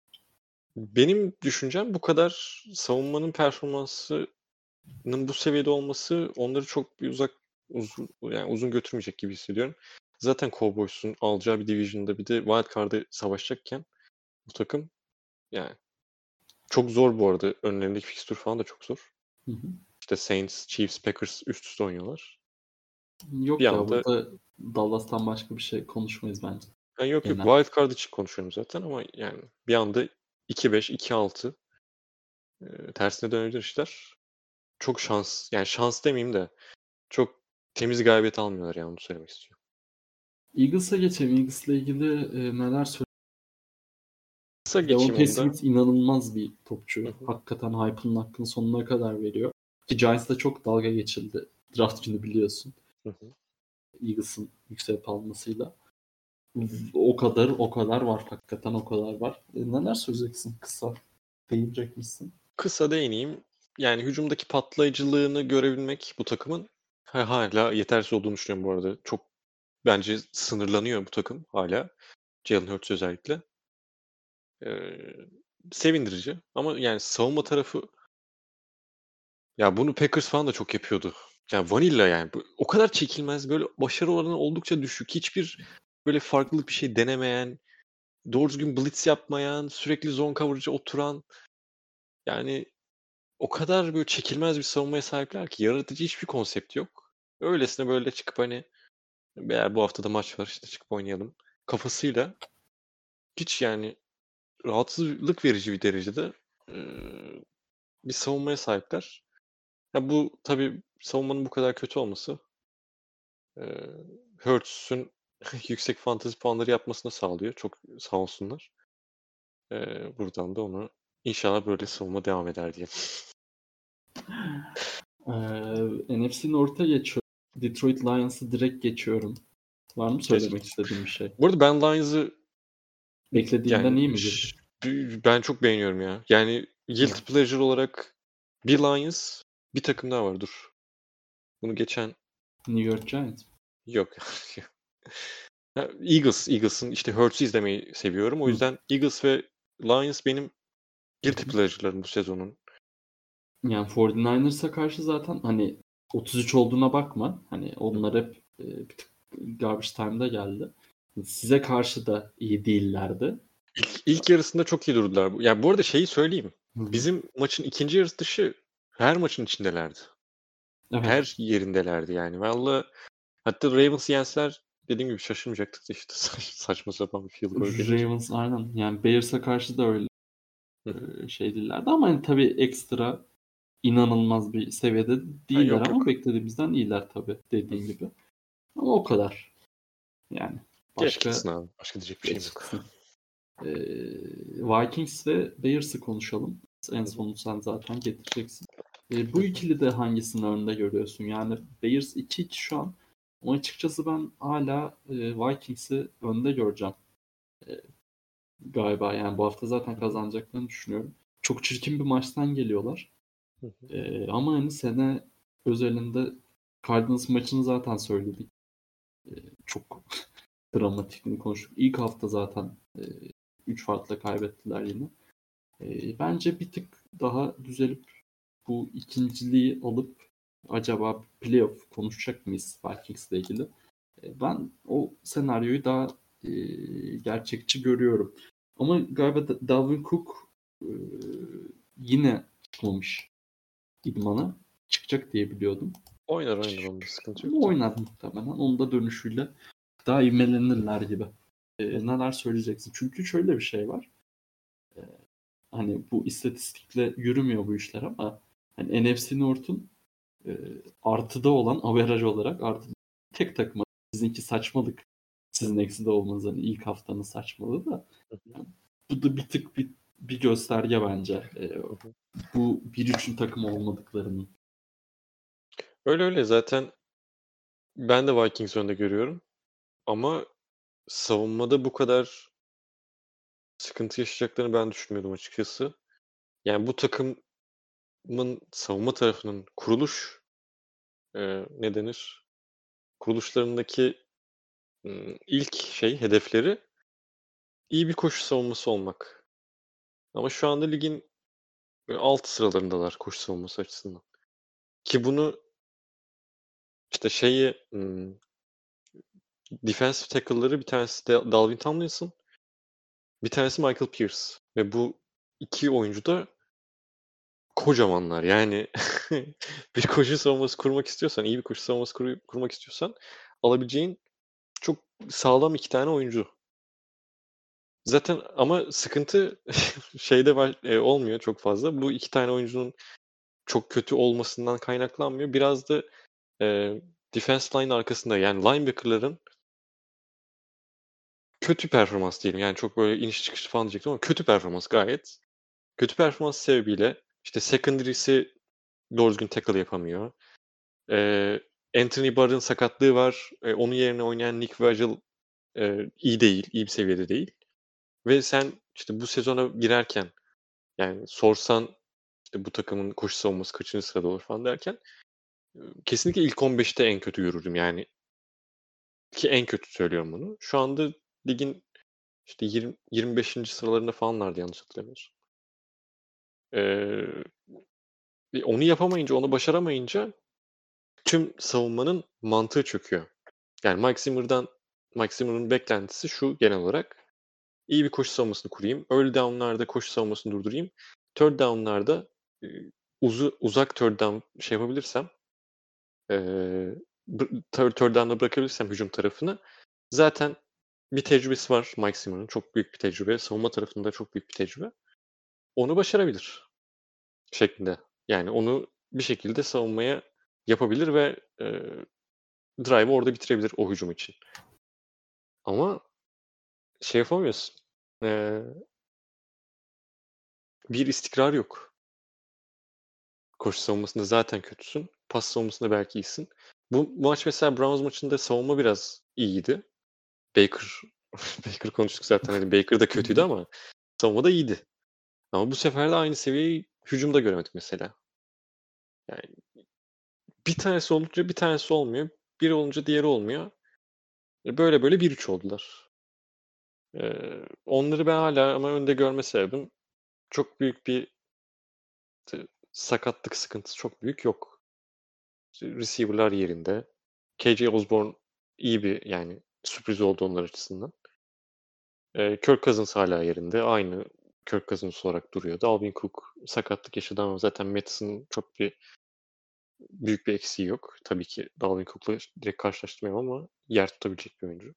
benim düşüncem bu kadar savunmanın performansının bu seviyede olması onları çok bir uzak uzun yani uzun götürmeyecek gibi hissediyorum. Zaten Cowboys'un alacağı bir division'da bir de wild card'ı savaşacakken bu takım yani çok zor bu arada. Önlerindeki fixture falan da çok zor. Hı hı. İşte Saints, Chiefs, Packers üst üste oynuyorlar. Bir Yok ya anda burada Dallas'tan başka bir şey konuşmayız bence. yani yok yok Genel. wild card için konuşuyorum zaten ama yani bir anda iki beş, iki altı e, tersine dönebilir işler. Çok şans yani şans demeyeyim de çok temiz galibiyet almıyorlar yani onu söylemek istiyorum. Eagles'a geçelim. Eagles'la ilgili e, neler söyleyeyim? Kısa geçeyim Devontae onu da. Smith inanılmaz bir Hı topçu. hı, Hakikaten hype'ının hakkını sonuna kadar veriyor. Ki Giants'da çok dalga geçildi. Draft günü biliyorsun. hı hı. Eagles'ın yüksek almasıyla. O kadar o kadar var. Hakikaten o kadar var. E, neler söyleyeceksin kısa? Değinecek misin? Kısa değineyim. Yani hücumdaki patlayıcılığını görebilmek bu takımın ha- hala yetersiz olduğunu düşünüyorum bu arada. Çok bence sınırlanıyor bu takım hala. Jalen Hurts özellikle. Ee, sevindirici. Ama yani savunma tarafı ya bunu Packers falan da çok yapıyordu. Yani vanilla yani. Bu- O kadar çekilmez. Böyle başarı oranı oldukça düşük. Hiçbir böyle farklılık bir şey denemeyen, doğru düzgün blitz yapmayan, sürekli zone coverage'a oturan yani o kadar böyle çekilmez bir savunmaya sahipler ki yaratıcı hiçbir konsept yok. Öylesine böyle çıkıp hani eğer bu haftada maç var işte çıkıp oynayalım kafasıyla hiç yani rahatsızlık verici bir derecede eee, bir savunmaya sahipler. Ya bu tabii savunmanın bu kadar kötü olması eee Hurts'un yüksek fantezi puanları yapmasını sağlıyor. Çok sağ olsunlar. Eee, buradan da onu inşallah böyle savunma devam eder diye. Ee, N F C North'a geçiyorum. Detroit Lions'ı direkt geçiyorum. Var mı söylemek Geç. istediğim bir şey? Bu arada ben Lions'ı Beklediğinden yani iyi mi girdi? ş- ben çok beğeniyorum ya. Yani Evet. guilty pleasure olarak bir Lions bir takım daha var dur. Bunu geçen New York Giants. yok. Ya, Eagles, Eagles'ın işte Hurts'u izlemeyi seviyorum. O Hı. yüzden Eagles ve Lions benim Hı guilty hı. pleasure'larım bu sezonun. Yani kırk dokuz ers'a karşı zaten hani otuz üç olduğuna bakma. Hani Hı onlar hı. hep e, bir tık garbage time'da geldi. Size karşı da iyi değillerdi. İlk, ilk yarısında çok iyi durdular. Yani bu arada şeyi söyleyeyim. Hı hı. Bizim maçın ikinci yarısı dışı her maçın içindelerdi. Evet. Her yerindelerdi yani. Vallahi hatta Ravens'ı yenseler dediğim gibi şaşırmayacaktık da işte saçma sapan bir field goal gelince. Ravens aynen. Yani Bears'a karşı da öyle Hı hı. e, şey değillerdi ama hani tabii ekstra inanılmaz bir seviyede Ha, değiller yok ama yok. beklediğimizden iyiler tabii Hı. dediğin gibi. Ama o kadar. Yani Geç başka gitsin abi. Başka diyecek bir şeyim geç yok. gitsin. Ee, Vikings ve Bears'ı konuşalım. En Hı hı. sonu sen zaten getireceksin. Ee, Hı bu hı. ikili de hangisinin önünde görüyorsun? Yani Bears iki iki şu an. Ama açıkçası ben hala e, Vikings'i önde göreceğim. E, Galiba yani bu hafta zaten Hı hı. kazanacaklarını düşünüyorum. Çok çirkin bir maçtan geliyorlar. Hı hı. E, ama hani sene özelinde Cardinals maçını zaten söyledik. E, çok dramatikini konuştuk. İlk hafta zaten üç farkla kaybettiler yine. E, bence bir tık daha düzelip bu ikinciliği alıp acaba playoff konuşacak mıyız Vikings'le ilgili? E, ben o senaryoyu daha e, gerçekçi görüyorum. Ama galiba Da- Dalvin Cook e, yine çıkmamış idmana. Çıkacak diye biliyordum. Oynar oynar, onda sıkıntı Ama yok da. oynar muhtemelen. Onun da dönüşüyle daha ivmelenirler gibi. E, Hı hı. neler söyleyeceksin? Çünkü şöyle bir şey var. Hani bu istatistikle yürümüyor bu işler ama hani N F C North'un e, artıda olan averaj olarak artı tek takıma sizinki saçmalık. Hı Sizin hı. ekside olmanız hani ilk haftanın saçmalığı da Hı hı. yani bu da bir tık bir, bir gösterge bence. E, Hı hı. bu bir üçün takımı olmadıklarının. Öyle öyle zaten ben de Vikings önde görüyorum. Ama savunmada bu kadar sıkıntı yaşayacaklarını ben düşünmüyordum açıkçası. Yani bu takımın savunma tarafının kuruluş e, ne denir? Kuruluşlarındaki ım, ilk şey hedefleri iyi bir koşu savunması olmak. Ama şu anda ligin e, alt sıralarındalar koşu savunması açısından. Ki bunu işte şeyi ım, defensive tackle'ları bir tanesi de Dalvin Tomlinson, bir tanesi Michael Pierce. Ve bu iki oyuncu da kocamanlar. Yani bir koşu savunması kurmak istiyorsan, iyi bir koşu savunması kur- kurmak istiyorsan alabileceğin çok sağlam iki tane oyuncu. Zaten ama sıkıntı şeyde var, e, olmuyor çok fazla. Bu iki tane oyuncunun çok kötü olmasından kaynaklanmıyor. Biraz da e, defense line arkasında yani linebacker'ların kötü performans diyelim. Yani çok böyle iniş çıkış falan diyecektim ama kötü performans gayet. Kötü performans sebebiyle işte secondary'si doğru düzgün tackle yapamıyor. Ee, Anthony Barr'ın sakatlığı var. Ee, onun yerine oynayan Nick Vigil e, iyi değil, iyi bir seviyede değil. Ve sen işte bu sezona girerken yani sorsan işte bu takımın koşu savunması kaçıncı sırada olur falan derken e, kesinlikle ilk on beşte en kötü görürdüm yani. Ki en kötü söylüyorum bunu. Şu anda ligin işte yirmi, yirmi beşinci sıralarında falanlardı yanlış hatırlamıyorsam. Ee, onu yapamayınca, onu başaramayınca tüm savunmanın mantığı çöküyor. Yani Mike Zimmer'dan Mike Zimmer'ın beklentisi şu genel olarak. İyi bir koşu savunmasını kurayım. Early down'larda koşu savunmasını durdurayım. Third down'larda e, uzu, uzak third down şey yapabilirsem e, third, third down'da bırakabilirsem hücum tarafını zaten bir tecrübesi var Mike Zimmer'ın. Çok büyük bir tecrübe. Savunma tarafında çok büyük bir tecrübe. Onu başarabilir şeklinde. Yani onu bir şekilde savunmaya yapabilir ve e, drive'ı orada bitirebilir o hücum için. Ama şey yapamıyorsun. Ee, bir istikrar yok. Koşu savunmasında zaten kötüsün. Pas savunmasında belki iyisin. Bu maç mesela Browns maçında savunma biraz iyiydi. Baker Baker konuştuk zaten. Hani Baker da Hı kötüydü hı. ama savunma da iyiydi. Ama bu sefer de aynı seviyeyi hücumda göremedik mesela. Yani bir tanesi olunca bir tanesi olmuyor. Biri olunca diğeri olmuyor. E, böyle böyle bir üç oldular. Eee, onları ben hala ama önde görme sebebim çok büyük bir t sakatlık sıkıntısı çok büyük yok. İşte receiver'lar yerinde. K J Osborne iyi bir yani sürpriz oldu onlar açısından. Eee, Kirk Cousins hala yerinde. Aynı Kirk Cousins olarak duruyor. Dalvin Cook sakatlık yaşadı ama zaten Mattison'ın çok bir büyük bir eksiği yok. Tabii ki Dalvin Cook'la direkt karşılaştırmıyorum ama yer tutabilecek bir oyuncu.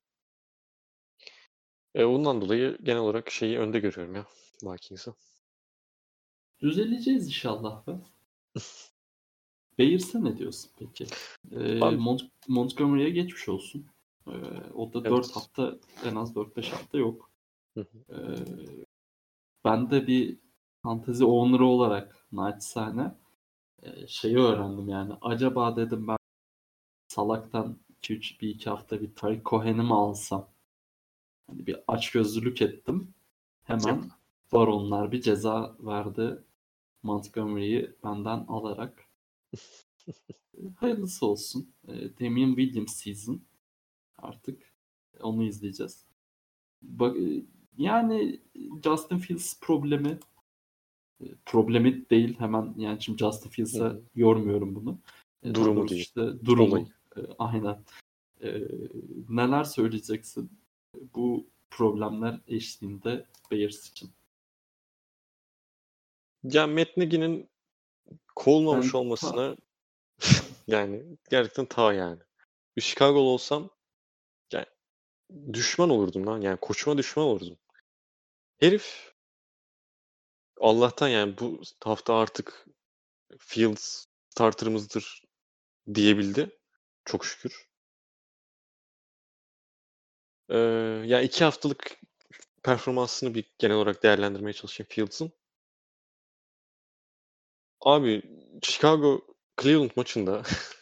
Eee, ondan dolayı genel olarak şeyi önde görüyorum ya Vikings'i. Düzeleceğiz inşallah be. Bears'e ne diyorsun peki? Ee, Abi Mont- Montgomery'e geçmiş olsun. Ee, o da dört evet. hafta en az dört beş hafta yok. Hı hı. Ee, ben de bir fantezi owner'ı olarak naçizane e, şeyi öğrendim yani. Acaba dedim ben salaktan iki üç bir iki hafta bir Tariq Cohen'i mi alsam? Hani bir açgözlülük ettim. Hemen Yok. baronlar bir ceza verdi. Montgomery'yi benden alarak. Hayırlısı olsun. E, Damian Williams season artık. Onu izleyeceğiz. Bak, e, yani Justin Fields problemi e, problemi değil hemen yani şimdi Justin Hı Fields'a hı. yormuyorum bunu. E, daha Durumu doğrusu değil. işte durumu. Olayı. E, aynen. E, neler söyleyeceksin bu problemler eşliğinde Bears için? Ya Matt Nagy'nin kovulmamış Ben ta olmasına yani gerçekten ta yani. Bir Chicago'lu olsam yani düşman olurdum lan. Yani koçuma düşman olurdum. Herif Allah'tan yani bu hafta artık Fields starter'ımızdır diyebildi. Çok şükür. Eee ya iki haftalık performansını bir genel olarak değerlendirmeye çalışayım Fields'ın. Abi Chicago Cleveland maçında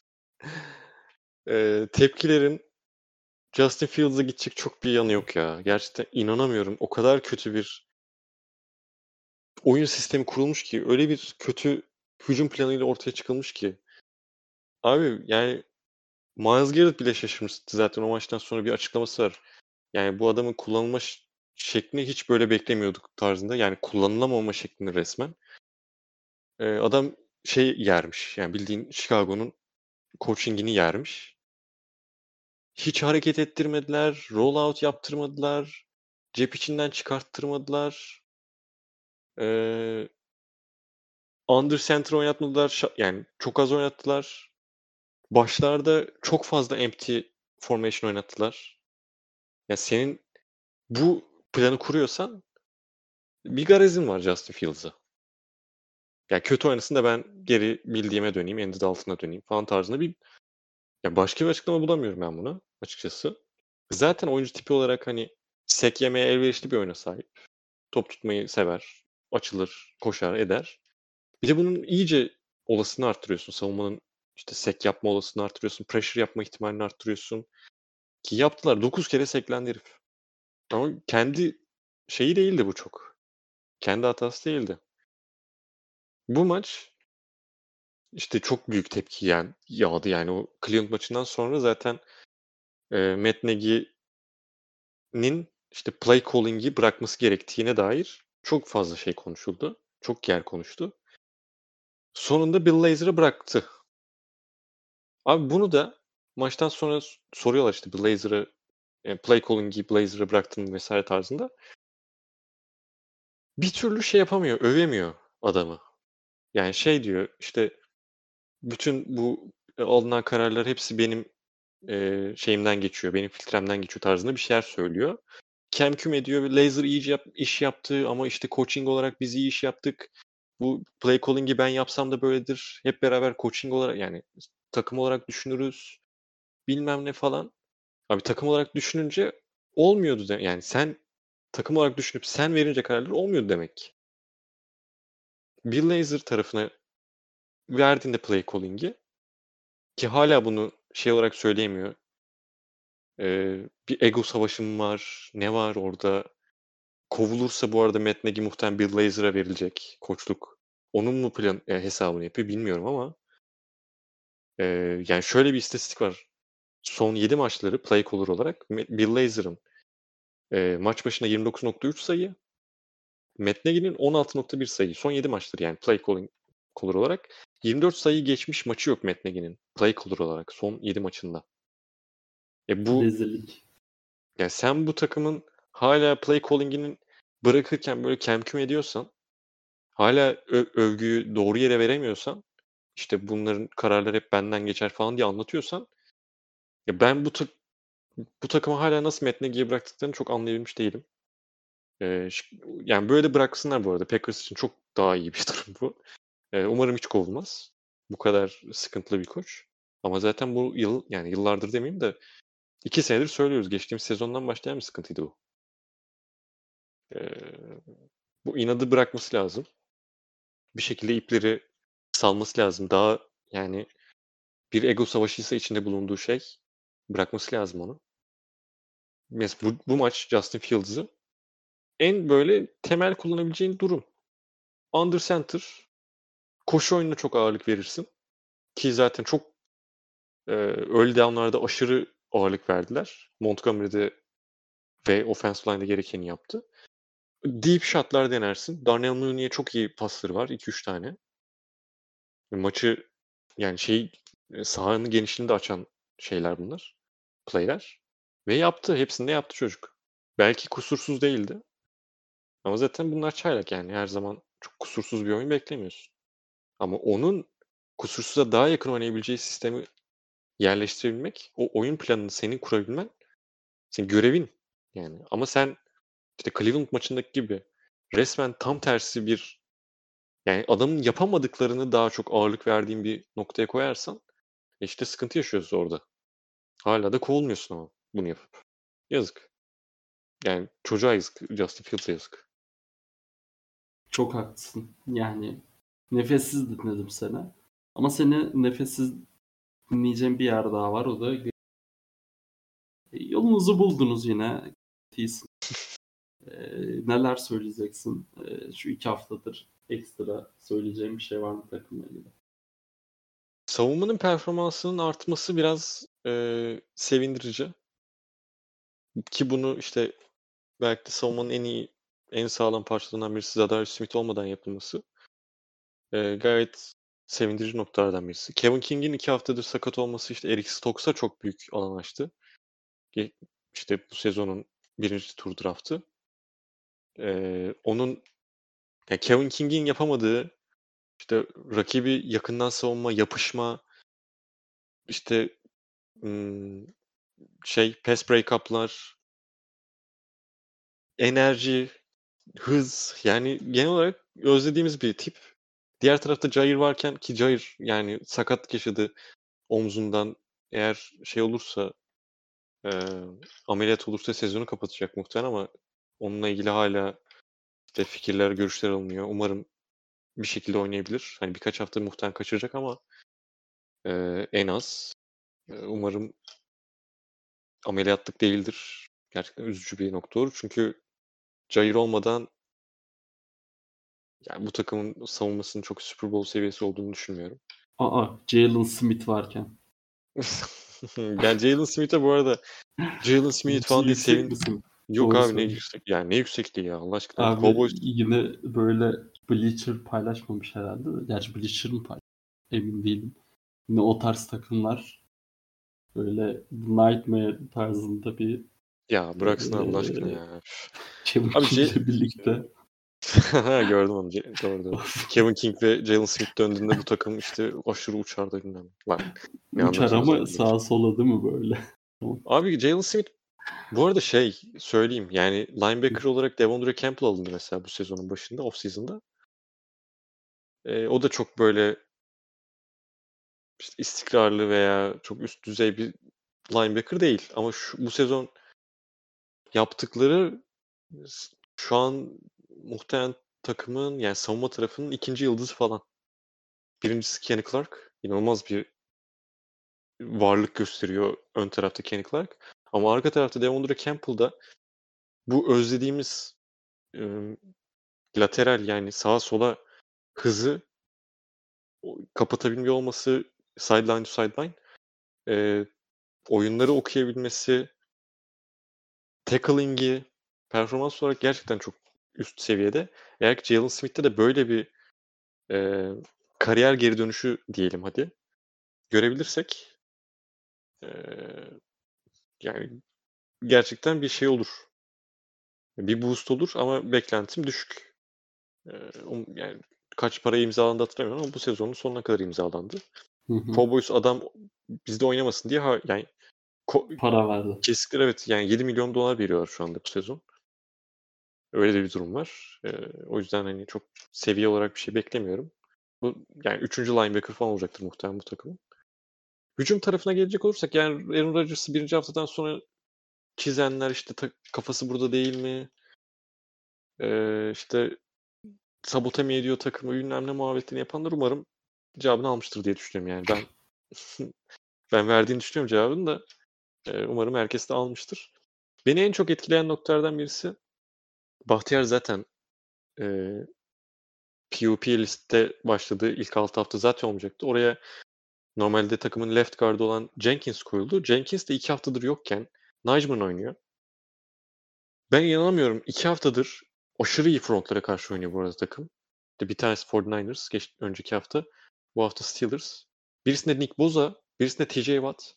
eee, tepkilerin Justin Fields'a gidecek çok bir yanı yok ya. Gerçekten inanamıyorum. O kadar kötü bir oyun sistemi kurulmuş ki, öyle bir kötü hücum planıyla ortaya çıkılmış ki. Abi yani Myles Garrett bile şaşırmıştı zaten o maçtan sonra bir açıklaması var. Yani bu adamın kullanılma ş- şeklini hiç böyle beklemiyorduk tarzında. Yani kullanılamama şeklini resmen. Ee, adam şey yermiş. Yani bildiğin Chicago'nun coaching'ini yermiş. Hiç hareket ettirmediler. Rollout yaptırmadılar. Cep içinden çıkarttırmadılar. Ee, under center oynatmadılar. şa- Yani çok az oynattılar. Başlarda çok fazla empty formation oynattılar. Ya senin bu planı kuruyorsan bir garezin var Justin Fields'a. Ya kötü oynasın da ben geri bildiğime döneyim, Andy Dalton'a döneyim falan tarzında bir ya başka bir açıklama bulamıyorum ben buna açıkçası. Zaten oyuncu tipi olarak hani sek yemeye elverişli bir oyuna sahip. Top tutmayı sever, açılır, koşar, eder. Bir de bunun iyice olasılığını arttırıyorsun. Savunmanın işte sek yapma olasılığını arttırıyorsun. Pressure yapma ihtimalini arttırıyorsun. Ki yaptılar. Dokuz kere seklendi herif. Ama kendi şeyi değildi bu çok. Kendi hatası değildi. Bu maç işte çok büyük tepki yani yağdı yani o Cleveland maçından sonra zaten e, Matt Nagy'nin işte play calling'i bırakması gerektiğine dair çok fazla şey konuşuldu. Çok yer konuştu. Sonunda Bill Lazor'ı bıraktı. Abi bunu da maçtan sonra s- soruyorlar işte Bill Lazor'ı e, play calling'i Bill Lazor'ı bıraktın mı vesaire tarzında. Bir türlü şey yapamıyor, övemiyor adamı. Yani şey diyor işte bütün bu e, alınan kararlar hepsi benim e, şeyimden geçiyor, benim filtremden geçiyor tarzında bir şeyler söylüyor. Kem küm ediyor. Laser iyice yap, iş yaptı ama işte coaching olarak biz iyi iş yaptık. Bu play calling'i ben yapsam da böyledir. Hep beraber coaching olarak yani takım olarak düşünürüz. Bilmem ne falan. Abi takım olarak düşününce olmuyordu de, yani sen takım olarak düşünüp sen verince kararlar olmuyordu demek ki. Bill Lazor tarafına verdiğinde play calling'i ki hala bunu şey olarak söyleyemiyor. Ee, bir ego savaşı mı var? Ne var orada? Kovulursa bu arada Matt Nagy muhtemelen Bill Lazor'a verilecek koçluk. Onun mu plan e, hesabını yapıyor bilmiyorum ama e, yani şöyle bir istatistik var. son yedi maçları play caller olarak Bill Lazor'ın e, maç başına yirmi dokuz nokta üç sayı, Matt Nagy'nin on altı nokta bir sayı. Son yedi maçtır yani play calling caller olarak. yirmi dört sayı geçmiş maçı yok Matt Nagy'nin play caller olarak son yedi maçında. E bu Rezillik. yani sen bu takımın hala play calling'inin bırakırken böyle kemküm ediyorsan, hala ö- övgüyü doğru yere veremiyorsan, işte bunların kararları hep benden geçer falan diye anlatıyorsan, ya ben bu ta- bu takımı hala nasıl Matt Nagy'ye bıraktıklarını çok anlayabilmiş değilim. Ee, ş- yani böyle de bıraksınlar bu arada. Packers için çok daha iyi bir durum bu. Ee, umarım hiç kovulmaz. Bu kadar sıkıntılı bir koç. Ama zaten bu yıl, yani yıllardır demeyeyim de iki senedir söylüyoruz. Geçtiğimiz sezondan başlayan bir sıkıntıydı bu. Ee, bu inadı bırakması lazım. Bir şekilde ipleri salması lazım. Daha yani bir ego savaşıysa içinde bulunduğu şey, bırakması lazım onu. Mesela bu, bu maç Justin Fields'ı en böyle temel kullanabileceğin durum. Under center, koşu oyununa çok ağırlık verirsin. Ki zaten çok e, early down'larda aşırı ağırlık verdiler. Montgomery'de ve offensive line'de gerekeni yaptı. Deep shot'lar denersin. Darnell Mooney'e çok iyi pasları var. iki üç tane. Maçı yani şey e, sahanın genişliğini de açan şeyler bunlar. Play'ler. Ve yaptı. Hepsini de yaptı çocuk. Belki kusursuz değildi. Ama zaten bunlar çaylak yani. Her zaman çok kusursuz bir oyun beklemiyorsun. Ama onun kusursuza daha yakın oynayabileceği sistemi yerleştirebilmek, o oyun planını senin kurabilmen, senin görevin yani. Ama sen işte Cleveland maçındaki gibi resmen tam tersi bir, yani adamın yapamadıklarını daha çok ağırlık verdiğin bir noktaya koyarsan e işte sıkıntı yaşıyoruz orada. Hala da kovulmuyorsun ama bunu yapıp. Yazık. Yani çocuğa yazık. Justin Fields'a yazık. Çok haklısın. Yani nefessiz dinledim seni. Ama seni nefessiz dinleyeceğim bir yer daha var. O da yolunuzu buldunuz yine. İyisin. Ee, neler söyleyeceksin? Ee, şu iki haftadır ekstra söyleyeceğim bir şey var mı takımla ilgili? Savunmanın performansının artması biraz e, sevindirici. Ki bunu işte belki de savunmanın en iyi, en sağlam parçalarından birisi Zadarius Smith olmadan yapılması e, gayet sevindirici noktalardan birisi. Kevin King'in iki haftadır sakat olması işte Eric Stokes'a çok büyük alan açtı. Ge- İşte bu sezonun birinci tur draftı. E, onun yani Kevin King'in yapamadığı işte rakibi yakından savunma, yapışma, işte hmm, şey pass breakup'lar, enerji, hız, yani genel olarak özlediğimiz bir tip. Diğer tarafta Jair varken, ki Jair yani sakatlık yaşadı omzundan, eğer şey olursa e, ameliyat olursa sezonu kapatacak muhtemelen ama onunla ilgili hala işte fikirler, görüşler alınıyor. Umarım bir şekilde oynayabilir. Hani birkaç hafta muhtemelen kaçıracak ama e, en az e, umarım ameliyatlık değildir. Gerçekten üzücü bir nokta olur. Çünkü Jair olmadan yani bu takımın savunmasının çok Super Bowl seviyesi olduğunu düşünmüyorum. Aa, Jalen Smith varken. Yani Jalen Smith'e bu arada Jalen Smith falan diye Yüksek sevin. misin? Yok Doğru abi, ne söyle. yüksek, yani ne yüksekliği ya Allah aşkına. Abi Cowboys yine böyle Bleacher paylaşmamış herhalde de. Gerçi Bleacher mı paylaşmış? Emin değilim. Yine o tarz takımlar böyle Nightmare tarzında bir ya bıraksın Allah aşkına eee ya. Üf. Kevin Abi J King'le birlikte. gördüm onu. C- doğru doğru. Kevin King ve Jalen Smith döndüğünde bu takım işte aşırı uçardı bilmem. Lan ne Uçar anlatıyorsunuz ama arkadaş? sağa sola değil mi böyle? Tamam. Abi Jalen Smith bu arada şey söyleyeyim, yani linebacker olarak Devondre Campbell alındı mesela bu sezonun başında, off season'da. Ee, o da çok böyle işte istikrarlı veya çok üst düzey bir linebacker değil. Ama şu, bu sezon yaptıkları s- şu an muhtemelen takımın, yani savunma tarafının ikinci yıldızı falan. Birincisi Kenny Clark. İnanılmaz bir varlık gösteriyor ön tarafta Kenny Clark. Ama arka tarafta Devondre Campbell'da bu özlediğimiz ıı, lateral, yani sağa sola hızı o- kapatabilmiyor olması, sideline to sideline, e, oyunları okuyabilmesi, tackling'i, performans olarak gerçekten çok üst seviyede. Eğer ki Jalen Smith'te de böyle bir e, kariyer geri dönüşü diyelim hadi görebilirsek e, yani gerçekten bir şey olur. Bir boost olur ama beklentim düşük. E, um- yani kaç paraya imzalandı hatırlamıyorum ama bu sezonun sonuna kadar imzalandı. Hı hı. Cowboys adam bizde oynamasın diye ha, yani ko- Para verdi. kesinlikle evet yani yedi milyon dolar veriyorlar şu anda bu sezon. Öyle de bir durum var. Ee, o yüzden hani çok seviye olarak bir şey beklemiyorum. Bu yani üçüncü linebacker falan olacaktır muhtemelen bu takımın. Hücum tarafına gelecek olursak yani Aaron Rodgers'ı birinci haftadan sonra çizenler işte ta- kafası burada değil mi? Ee, işte sabote mi ediyor takımı bilmem ne muhabbetini yapanlar umarım cevabını almıştır diye düşünüyorum yani. Ben ben verdiğini düşünüyorum cevabını da e, umarım herkes de almıştır. Beni en çok etkileyen noktalardan birisi Bahtiyar zaten e, P U P liste başladığı ilk altı hafta zaten olmayacaktı. Oraya normalde takımın left guard'ı olan Jenkins koyuldu. Jenkins de iki haftadır yokken Najman oynuyor. Ben inanamıyorum. iki haftadır aşırı iyi frontlara karşı oynuyor bu arada takım. İşte bir tanesi kırk dokuzlar geç, önceki hafta. Bu hafta Steelers. Birisinde Nick Bosa, birisinde T J Watt.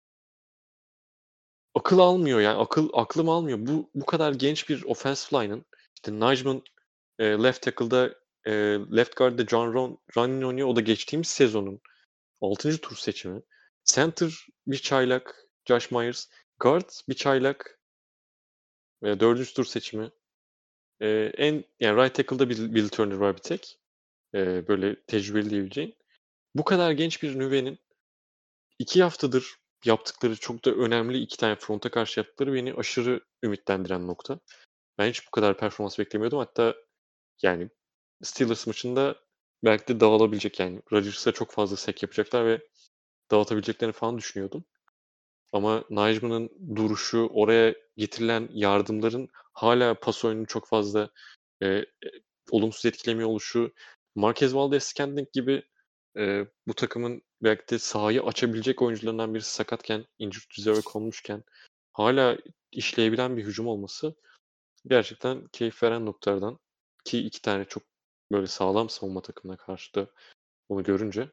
Akıl almıyor yani. Akıl aklım almıyor. Bu bu kadar genç bir offensive line'ın işte Najman e, left tackle'da e, left guard'da John Ron, Running oynuyor. O da geçtiğimiz sezonun altıncı tur seçimi. Center bir çaylak Josh Myers. Guard bir çaylak ve dördüncü tur seçimi. E, en yani right tackle'da Bill, Bill Turner var bir tek. E, böyle tecrübeli diyebileceğin. Bu kadar genç bir nüvenin iki haftadır yaptıkları çok da önemli iki tane fronta karşı yaptıkları beni aşırı ümitlendiren nokta. Ben hiç bu kadar performans beklemiyordum. Hatta yani Steelers maçında belki de dağılabilecek yani. Rodgers'a çok fazla sek yapacaklar ve dağıtabileceklerini falan düşünüyordum. Ama Najma'nın duruşu, oraya getirilen yardımların hala pas oyununu çok fazla e, e, olumsuz etkilemiyor oluşu, Marquez Valdes-Scantling gibi e, bu takımın belki de sahayı açabilecek oyuncularından birisi sakatken, injured reserve'e konmuşken hala işleyebilen bir hücum olması gerçekten keyif veren noktalardan ki iki tane çok böyle sağlam savunma takımına karşı da onu görünce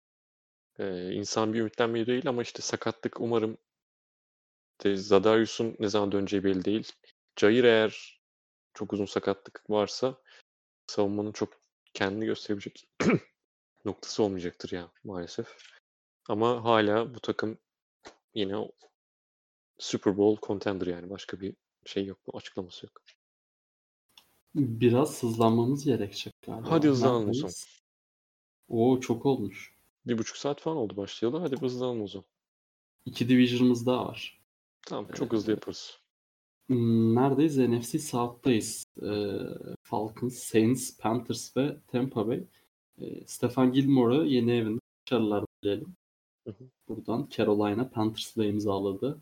e, insan bir ümitlenmeyi değil ama işte sakatlık umarım de Zadarius'un ne zaman döneceği belli değil. Jair eğer çok uzun sakatlık varsa savunmanın çok kendini gösterebilecek noktası olmayacaktır ya maalesef. Ama hala bu takım yine o Super Bowl contender yani başka bir şey yok, bu açıklaması yok. Biraz hızlanmamız gerekecek Hadi galiba. hızlanalım o zaman. Neredeyiz? Oo, çok olmuş. Bir buçuk saat falan oldu başlayalı. Hadi hızlanalım o zaman. İki division'ımız daha var. Tamam, Ee, çok hızlı yaparız. Neredeyiz? N F C South'tayız. Ee, Falcons, Saints, Panthers ve Tampa Bay. Ee, Stefan Gilmore'u yeni evinde başarılar dileyelim. Hı hı. Buradan Carolina Panthers'la imzaladı.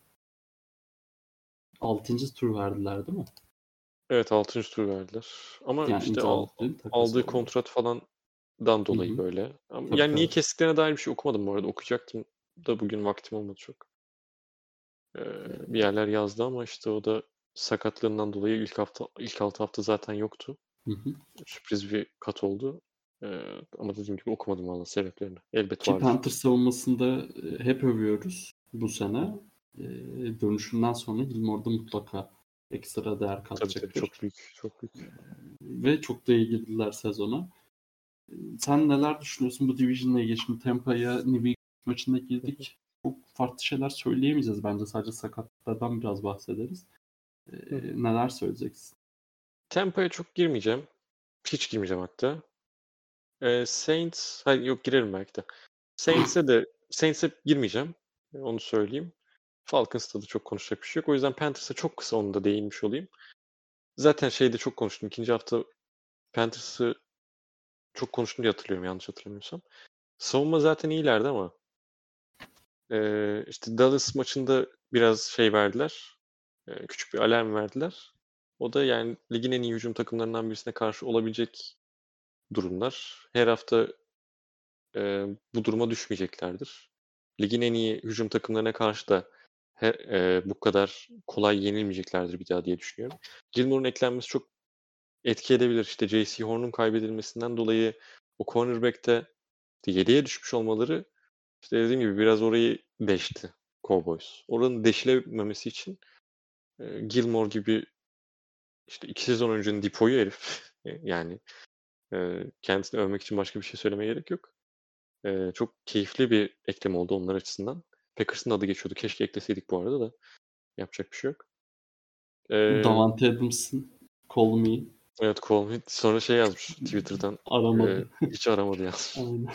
Altıncı tur verdiler değil mi? Evet, altıncı tur verdiler. Ama Yani işte al- imzaladı değil mi? Takas aldığı oldu. kontrat falandan Hı dolayı hı. böyle. Ama Tabii yani niye tabii. kestiklerine dair bir şey okumadım bu arada. Okuyacaktım da bugün vaktim olmadı çok. Ee, bir yerler yazdı ama işte o da sakatlığından dolayı ilk hafta ilk altı hafta zaten yoktu. Hı hı. Sürpriz bir kat oldu. Ee, ama dediğim gibi okumadım valla sebeplerini. Elbet Ki vardır. Panthers savunmasında e, hep övüyoruz bu sene. E, Dönüşünden sonra Gilmore'da mutlaka ekstra değer Tabii tabii katacaktır. çok büyük. Çok büyük. Ve çok da iyi girdiler sezona. E, Sen neler düşünüyorsun bu division'la ilgili? Şimdi Tampa'ya New England maçında girdik. Çok farklı şeyler söyleyemeyeceğiz bence. Sadece sakatlardan biraz bahsederiz. E, Hı hı. Neler söyleyeceksin? Tampa'ya çok girmeyeceğim. Hiç girmeyeceğim hatta. Ee, Saints, hayır yok girerim belki de. Saints'e de Saints'e girmeyeceğim. Onu söyleyeyim. Falcons'ta da çok konuşacak bir şey yok. O yüzden Panthers'a çok kısa onu da değinmiş olayım. Zaten şeyde çok konuştum. İkinci hafta Panthers'ı çok konuştum diye hatırlıyorum yanlış hatırlamıyorsam. Savunma zaten iyilerdi ama e, işte Dallas maçında biraz şey verdiler. E, küçük bir alarm verdiler. O da yani ligin en iyi hücum takımlarından birisine karşı olabilecek durumlar. Her hafta e, bu duruma düşmeyeceklerdir. Ligin en iyi hücum takımlarına karşı da he, e, bu kadar kolay yenilmeyeceklerdir bir daha diye düşünüyorum. Gilmore'un eklenmesi çok etki edebilir. İşte J C Horn'un kaybedilmesinden dolayı o cornerback'te yediye düşmüş olmaları işte dediğim gibi biraz orayı deşti Cowboys. Oranın deşilememesi için e, Gilmore gibi işte iki sezon öncenin Dipo'yu herif yani e, kendisini övmek için başka bir şey söylemeye gerek yok. E, çok keyifli bir ekleme oldu onlar açısından. Packers'ın adı geçiyordu. Keşke ekleseydik bu arada da. Yapacak bir şey yok. E, Davante Adams'ın Call Me evet Cole sonra şey yazmış Twitter'dan. E, aramadı. hiç aramadı yazmış. Aynen.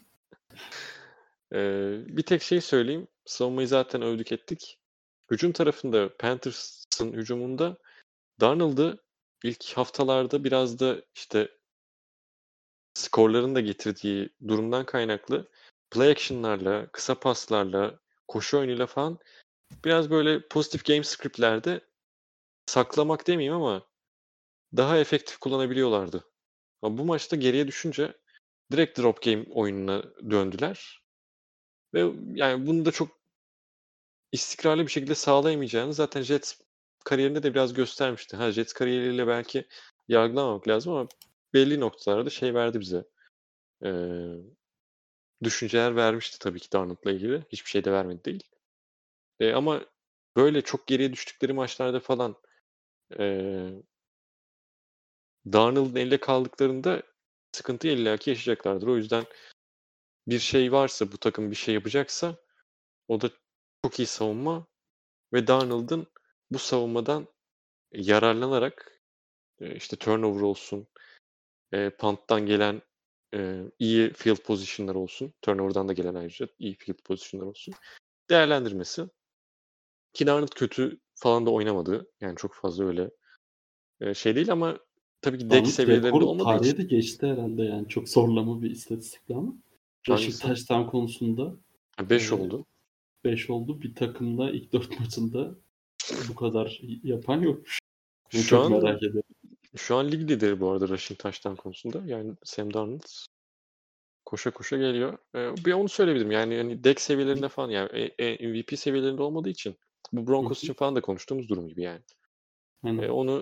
E, bir tek şey söyleyeyim. Savunmayı zaten övdük ettik. Hücum tarafında Panthers'ın hücumunda Darnold'u ilk haftalarda biraz da işte skorların da getirdiği durumdan kaynaklı play action'larla, kısa paslarla, koşu oyunuyla falan biraz böyle pozitif game script'lerde saklamak demeyeyim ama daha efektif kullanabiliyorlardı. Ama bu maçta geriye düşünce direkt drop game oyununa döndüler. Ve yani bunu da çok istikrarlı bir şekilde sağlayamayacağını zaten Jets kariyerinde de biraz göstermişti. Ha, Jets kariyeriyle belki yargılamamak lazım ama belli noktalarda şey verdi bize. Ee, düşünceler vermişti tabii ki Darnold'la ilgili. Hiçbir şey de vermedi değil. Ee, ama böyle çok geriye düştükleri maçlarda falan ee, Darnold'un elinde kaldıklarında sıkıntı illaki yaşayacaklardır. O yüzden bir şey varsa bu takım bir şey yapacaksa o da çok iyi savunma ve Darnold'un bu savunmadan yararlanarak e, işte turnover olsun, e, punt'tan gelen e, iyi field position'lar olsun, turnover'dan da gelen ayrıca iyi field position'lar olsun değerlendirmesi. Ki Darnold kötü falan da oynamadı. Yani çok fazla öyle e, şey değil ama tabii ki deck Arnold seviyelerinde rekoru olmadığı için tarihe de geçti herhalde yani. Çok zorlama bir istatistikle ama. Rushing hangisi? touchdown konusunda beş oldu. beş oldu. Bir takımda ilk dört maçında bu kadar yapan yokmuş. Bunu Şu çok an merak ediyorum. şu an lig lideri bu arada rushing touchdown konusunda. Yani Sam Darnold koşa koşa geliyor. Ee, bir onu söyleyebilirim. Yani hani deck seviyelerinde falan yani e, e, M V P seviyelerinde olmadığı için bu Hı Broncos hı. için falan da konuştuğumuz durum gibi yani. Ee, Aynen. onu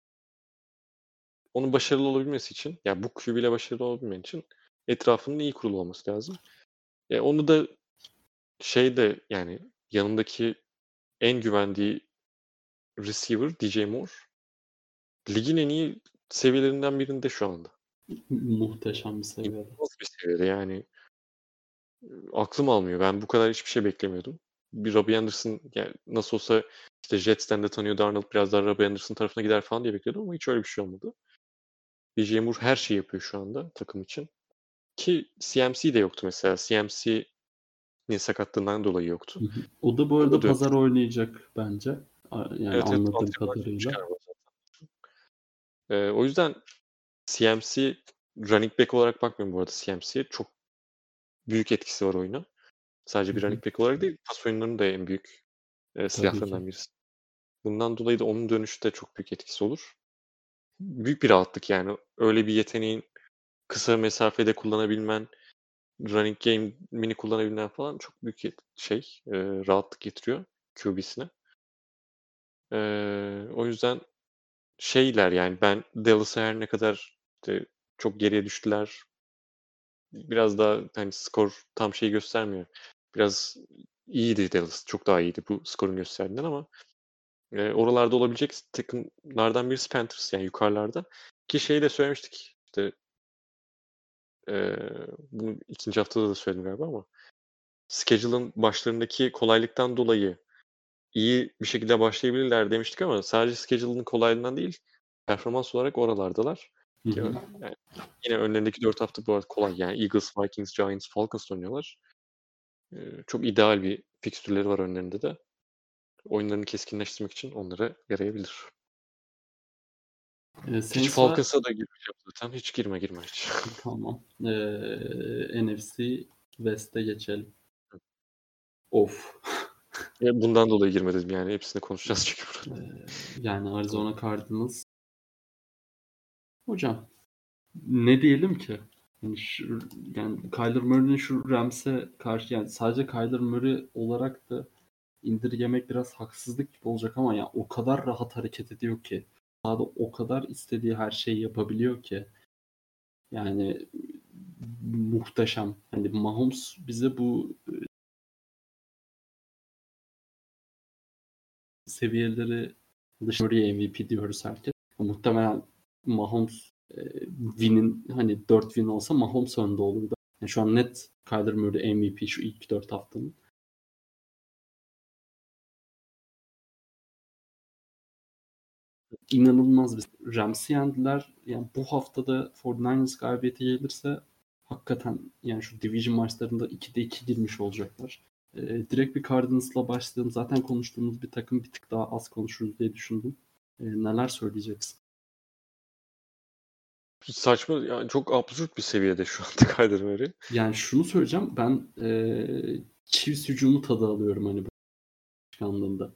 onun başarılı olabilmesi için yani bu Q B ile başarılı olabilmen için etrafının iyi kurulu olması lazım. E, onu da şey de yani yanındaki en güvendiği receiver D J Moore ligin en iyi seviyelerinden birinde şu anda. Muhteşem bir seviyede. İnanılmaz bir seviyede yani. Aklım almıyor. Ben bu kadar hiçbir şey beklemiyordum. Bir Robbie Anderson yani nasıl olsa işte Jets'ten de tanıyor Darnold biraz daha Robbie Anderson tarafına gider falan diye bekliyordum ama hiç öyle bir şey olmadı. D J Moore her şeyi yapıyor şu anda takım için. Ki C M C de yoktu mesela. C M C'nin sakatlığından dolayı yoktu. Hı hı. O da bu O da arada dönmüş. pazar oynayacak bence. A- Yani Evet evet anladığım antrenman çıkmış kadarıyla. galiba zaten. Ee, o yüzden C M C running back olarak bakmıyorum bu arada C M C'ye. Çok büyük etkisi var oyuna. Sadece Hı bir hı. running back olarak değil, pas oyunlarının da en büyük e, Tabii ki. silahlarından birisi. Bundan dolayı da onun dönüşü de çok büyük etkisi olur. Büyük bir rahatlık yani. Öyle bir yeteneğin kısa mesafede kullanabilmen, running game'ini kullanabilmen falan çok büyük et- şey, e, rahatlık getiriyor Q B'sine. E, o yüzden şeyler yani ben Dallas'a her ne kadar işte çok geriye düştüler. Biraz daha hani skor tam şey göstermiyor. Biraz iyiydi Dallas. Çok daha iyiydi bu skorun gösterdiğinden ama e, oralarda olabilecek takımlardan birisi Panthers yani yukarılarda. Ki şeyi de söylemiştik. İşte e, bunu ikinci haftada da söyledim galiba ama schedule'ın başlarındaki kolaylıktan dolayı iyi bir şekilde başlayabilirler demiştik ama sadece schedule'ın kolaylığından değil performans olarak oralardalar. Hı Ki, hı. yani yine önlerindeki dört hafta bu arada kolay. Yani Eagles, Vikings, Giants, Falcons oynuyorlar. E, çok ideal bir fikstürleri var önlerinde de. Oyunlarını keskinleştirmek için onlara yarayabilir. E, Hiç Saints var. Falcons'a da girmeyeceğim zaten. Hiç girme girme hiç. Tamam. E, N F C West'e geçelim. Of. Ya bundan dolayı girmedim yani. Hepsini konuşacağız çünkü E, burada. yani Arizona Cardinals. Hocam ne diyelim ki? Yani, şu, yani Kyler Murray'nin şu Rams'e karşı yani sadece Kyler Murray olarak da indirgemek biraz haksızlık gibi olacak ama ya o kadar rahat hareket ediyor ki. Sahada o kadar istediği her şeyi yapabiliyor ki. Yani muhteşem. Hani Mahomes bize bu seviyeleri dışarı M V P diyoruz herkes. Muhtemelen Mahomes e, win'in hani dört win olsa Mahomes önde olurdu. Yani şu an net Kyler Murray M V P şu ilk dört haftanın. İnanılmaz bir Rams'i yendiler. Yani bu haftada kırk dokuzers galibiyeti gelirse hakikaten yani şu division maçlarında ikide iki girmiş olacaklar. Ee, direkt bir Cardinals'la başlayalım. Zaten konuştuğumuz bir takım bir tık daha az konuşuruz diye düşündüm. Ee, neler söyleyeceksin? Saçma yani çok absürt bir seviyede şu anda Kyler Murray. Yani şunu söyleyeceğim. Ben e, Chiefs hücumu tadı alıyorum hani bu çıkandığında.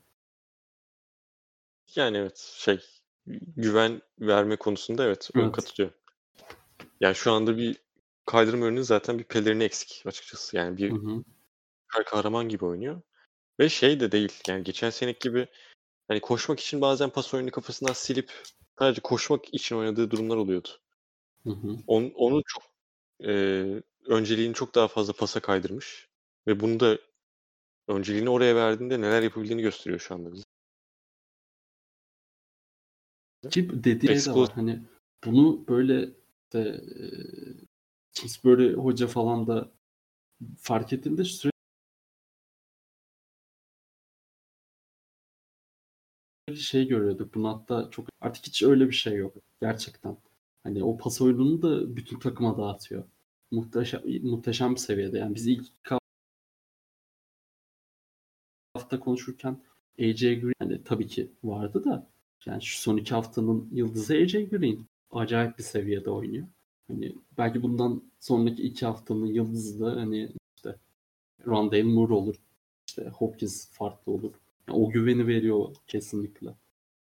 Yani evet şey güven verme konusunda evet o Evet. katılıyor. Yani şu anda bir Kyler Murray'nin zaten bir pelerini eksik açıkçası. Yani Hı bir hı. süper kahraman gibi oynuyor. Ve şey de değil yani geçen seneki gibi hani koşmak için bazen pas oyunu kafasından silip sadece koşmak için oynadığı durumlar oluyordu. Hı hı. On, onu çok e, önceliğini çok daha fazla pasa kaydırmış. Ve bunu da önceliğini oraya verdiğinde neler yapabildiğini gösteriyor şu anda bize. Ki dediği şey de var. Explosive Hani bunu böyle de, e, Chiefs böyle hoca falan da fark ettiğinde sürekli şey görüyorduk. Bunu hatta çok artık hiç öyle bir şey yok. Gerçekten. Hani o pas oyununu da bütün takıma dağıtıyor. Muhteşem, muhteşem bir seviyede. Yani biz ilk hafta konuşurken A J Green hani tabii ki vardı da yani şu son iki haftanın yıldızı A J Green. Acayip bir seviyede oynuyor. Hani belki bundan sonraki iki haftanın yıldızı da hani işte Rondale Moore olur. İşte Hopkins farklı olur. Yani o güveni veriyor kesinlikle.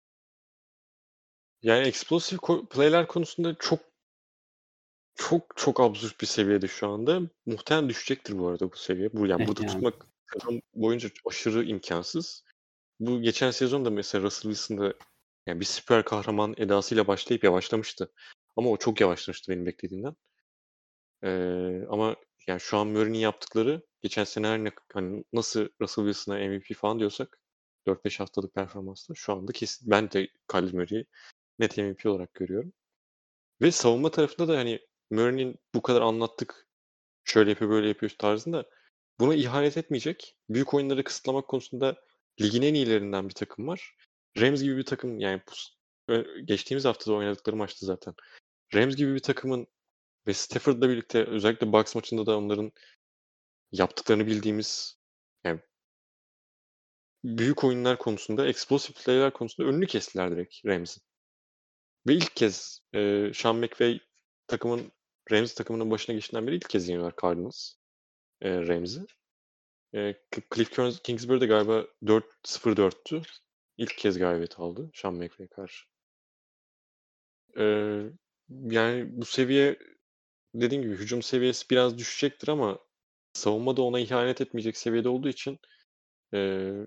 yani explosive ko- play'ler konusunda çok çok çok absürt bir seviyede şu anda. Muhtemelen düşecektir bu arada bu seviye. Bu yani Eh burada yani. tutmak sezon boyunca aşırı imkansız. Bu geçen sezon da mesela Russell Wilson'da yani bir süper kahraman edasıyla başlayıp yavaşlamıştı. Ama o çok yavaşlamıştı benim beklediğimden. Ee, ama yani şu an Murray'nin yaptıkları geçen sene her ne hani nasıl Russell Wilson'a M V P falan diyorsak dört beş haftalık performansla şu anda kesin ben de Kyler Murray'i net M V P olarak görüyorum. Ve savunma tarafında da hani Murray'nin bu kadar anlattık şöyle yapıyor böyle yapıyor tarzında buna ihanet etmeyecek. Büyük oyunları kısıtlamak konusunda ligin en iyilerinden bir takım var. Rams gibi bir takım yani bu, ö- geçtiğimiz haftada oynadıkları maçtı zaten. Rams gibi bir takımın ve Stafford'la birlikte özellikle Bucks maçında da onların yaptıklarını bildiğimiz yani büyük oyunlar konusunda, explosive play'ler konusunda önünü kestiler direkt Rams'in. Ve ilk kez e, Sean McVay takımın Rams takımının başına geçtiğinden beri ilk kez yeniyorlar Cardinals e, Rams'i. E, Cliff Kingsbury de galiba dört sıfır dörttü. İlk kez galibiyet aldı Sean McVay'e karşı. E, yani bu seviye dediğim gibi hücum seviyesi biraz düşecektir ama savunma da ona ihanet etmeyecek seviyede olduğu için e,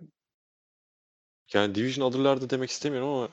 yani division alırlardı demek istemiyorum ama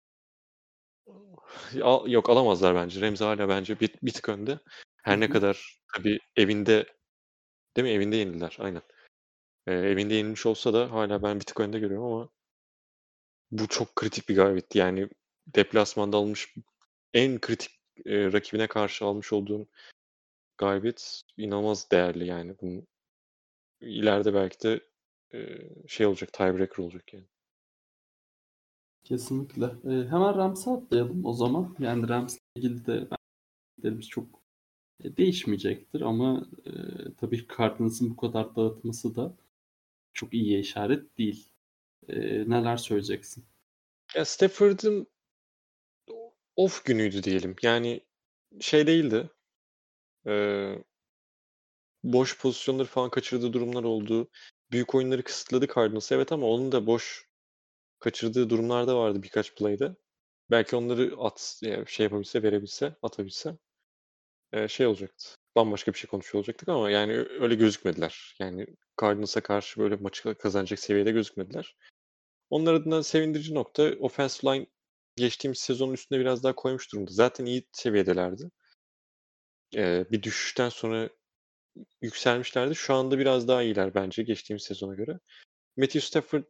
al- yok alamazlar bence. Remzi hala bence bir, bir tık önde. Hı Her ne hı. kadar tabii evinde değil mi? Evinde yenildiler. Aynen. E, evinde yenilmiş olsa da hala ben bir tık önde görüyorum ama bu çok kritik bir galibiyetti. Yani deplasmanda almış en kritik e, rakibine karşı almış olduğun galibiyet inanılmaz değerli yani. Bunun ileride belki de e, şey olacak, tiebreaker olacak yani. Kesinlikle. Ee, hemen Rams'e atlayalım o zaman. Yani Rams'le ilgili de beklentilerimiz çok e, değişmeyecektir ama e, tabii Cardinals'ın bu kadar dağıtması da çok iyiye işaret değil. E, neler söyleyeceksin? Ya Stafford'ın off günüydü diyelim. Yani şey değildi. E, boş pozisyonları falan kaçırdığı durumlar oldu. Büyük oyunları kısıtladı Cardinals. Evet ama onun da boş kaçırdığı durumlar da vardı birkaç play'de. Belki onları at, yani şey yapabilse, verebilse, atabilse e, şey olacaktı. bambaşka bir şey konuşuyor olacaktık ama yani öyle gözükmediler. Yani Cardinals'a karşı böyle maçı kazanacak seviyede gözükmediler. Onlar adına sevindirici nokta offensive line geçtiğimiz sezonun üstüne biraz daha koymuş durumda. Zaten iyi seviyedelerdi. Eee, bir düşüşten sonra yükselmişlerdi. Şu anda biraz daha iyiler bence geçtiğimiz sezona göre. Matthew Stafford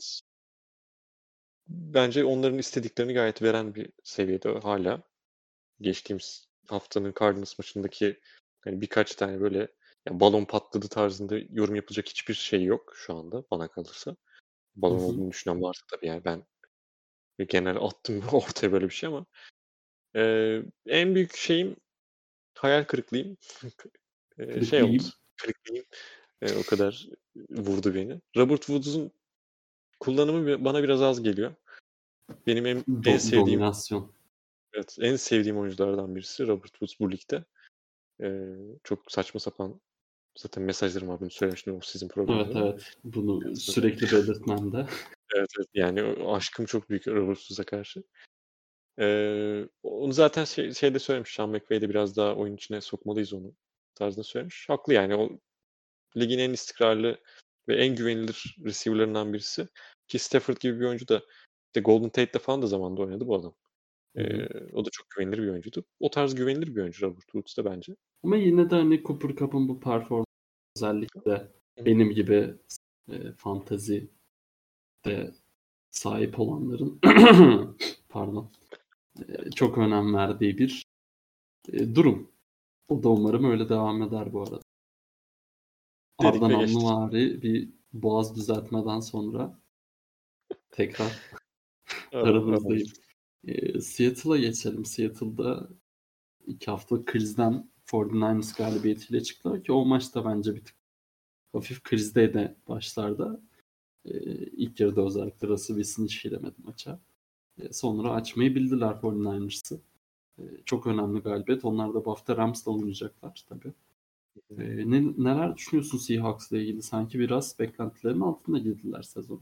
bence onların istediklerini gayet veren bir seviyede hala. Geçtiğimiz haftanın Cardinals maçındaki hani birkaç tane böyle ya balon patladı tarzında yorum yapılacak hiçbir şey yok şu anda bana kalırsa. Hı Balon hı. olduğunu düşünen varsa tabii yani ben genel attım ortaya böyle bir şey ama eee, en büyük şeyim hayal kırıklığım eee, şey oldu. Kırıklayayım. Kırıklığım eee, o kadar vurdu beni. Robert Woods'un kullanımı bi- bana biraz az geliyor. Benim en, en Do- sevdiğim dominasyon. evet, en sevdiğim oyunculardan birisi Robert Woods bu ligde. Eee, çok saçma sapan zaten mesajlarım var bunu söylemiştim o sizin Evet programında da. evet. Bunu Evet, sürekli belirtmem de. evet, evet. Yani o aşkım çok büyük Robert Woods'a karşı. Eee, onu zaten şey, şeyde söylemiş. Sean McVay de biraz daha oyun içine sokmalıyız onu tarzında söylemiş. Haklı yani. O ligin en istikrarlı ve en güvenilir receiver'larından birisi. Ki Stafford gibi bir oyuncu da işte Golden Tate'de falan da zamanında oynadı bu adam. Hı hı. Eee, o da çok güvenilir bir oyuncuydu. O tarz güvenilir bir oyuncu Robert Woods da bence. Ama yine de hani Cooper Cup'ın bu performans özellikle Hı. benim gibi e, fantezi de sahip olanların pardon e, çok önem verdiği bir e, durum. O da umarım öyle devam eder bu arada. Dedik Arda ve geçtik. Namlıvari bir boğaz düzeltmeden sonra tekrar Ara- aranızdayım. aramızda. E, Seattle'a geçelim. Seattle'da iki haftalık krizden kırk dokuzlar galibiyetiyle çıktılar ki o maçta bence bir tık hafif krizdeydi başlarda. E, ilk yarıda özellikle Russell Wilson hiç giremedi maça. E, sonra açmayı bildiler kırk dokuzars'ı. E, çok önemli galibiyet. Onlar da bu hafta Rams'la oynayacaklar tabii. E, ne, neler düşünüyorsun Seahawks'la ilgili? Sanki biraz beklentilerin altında girdiler sezonu.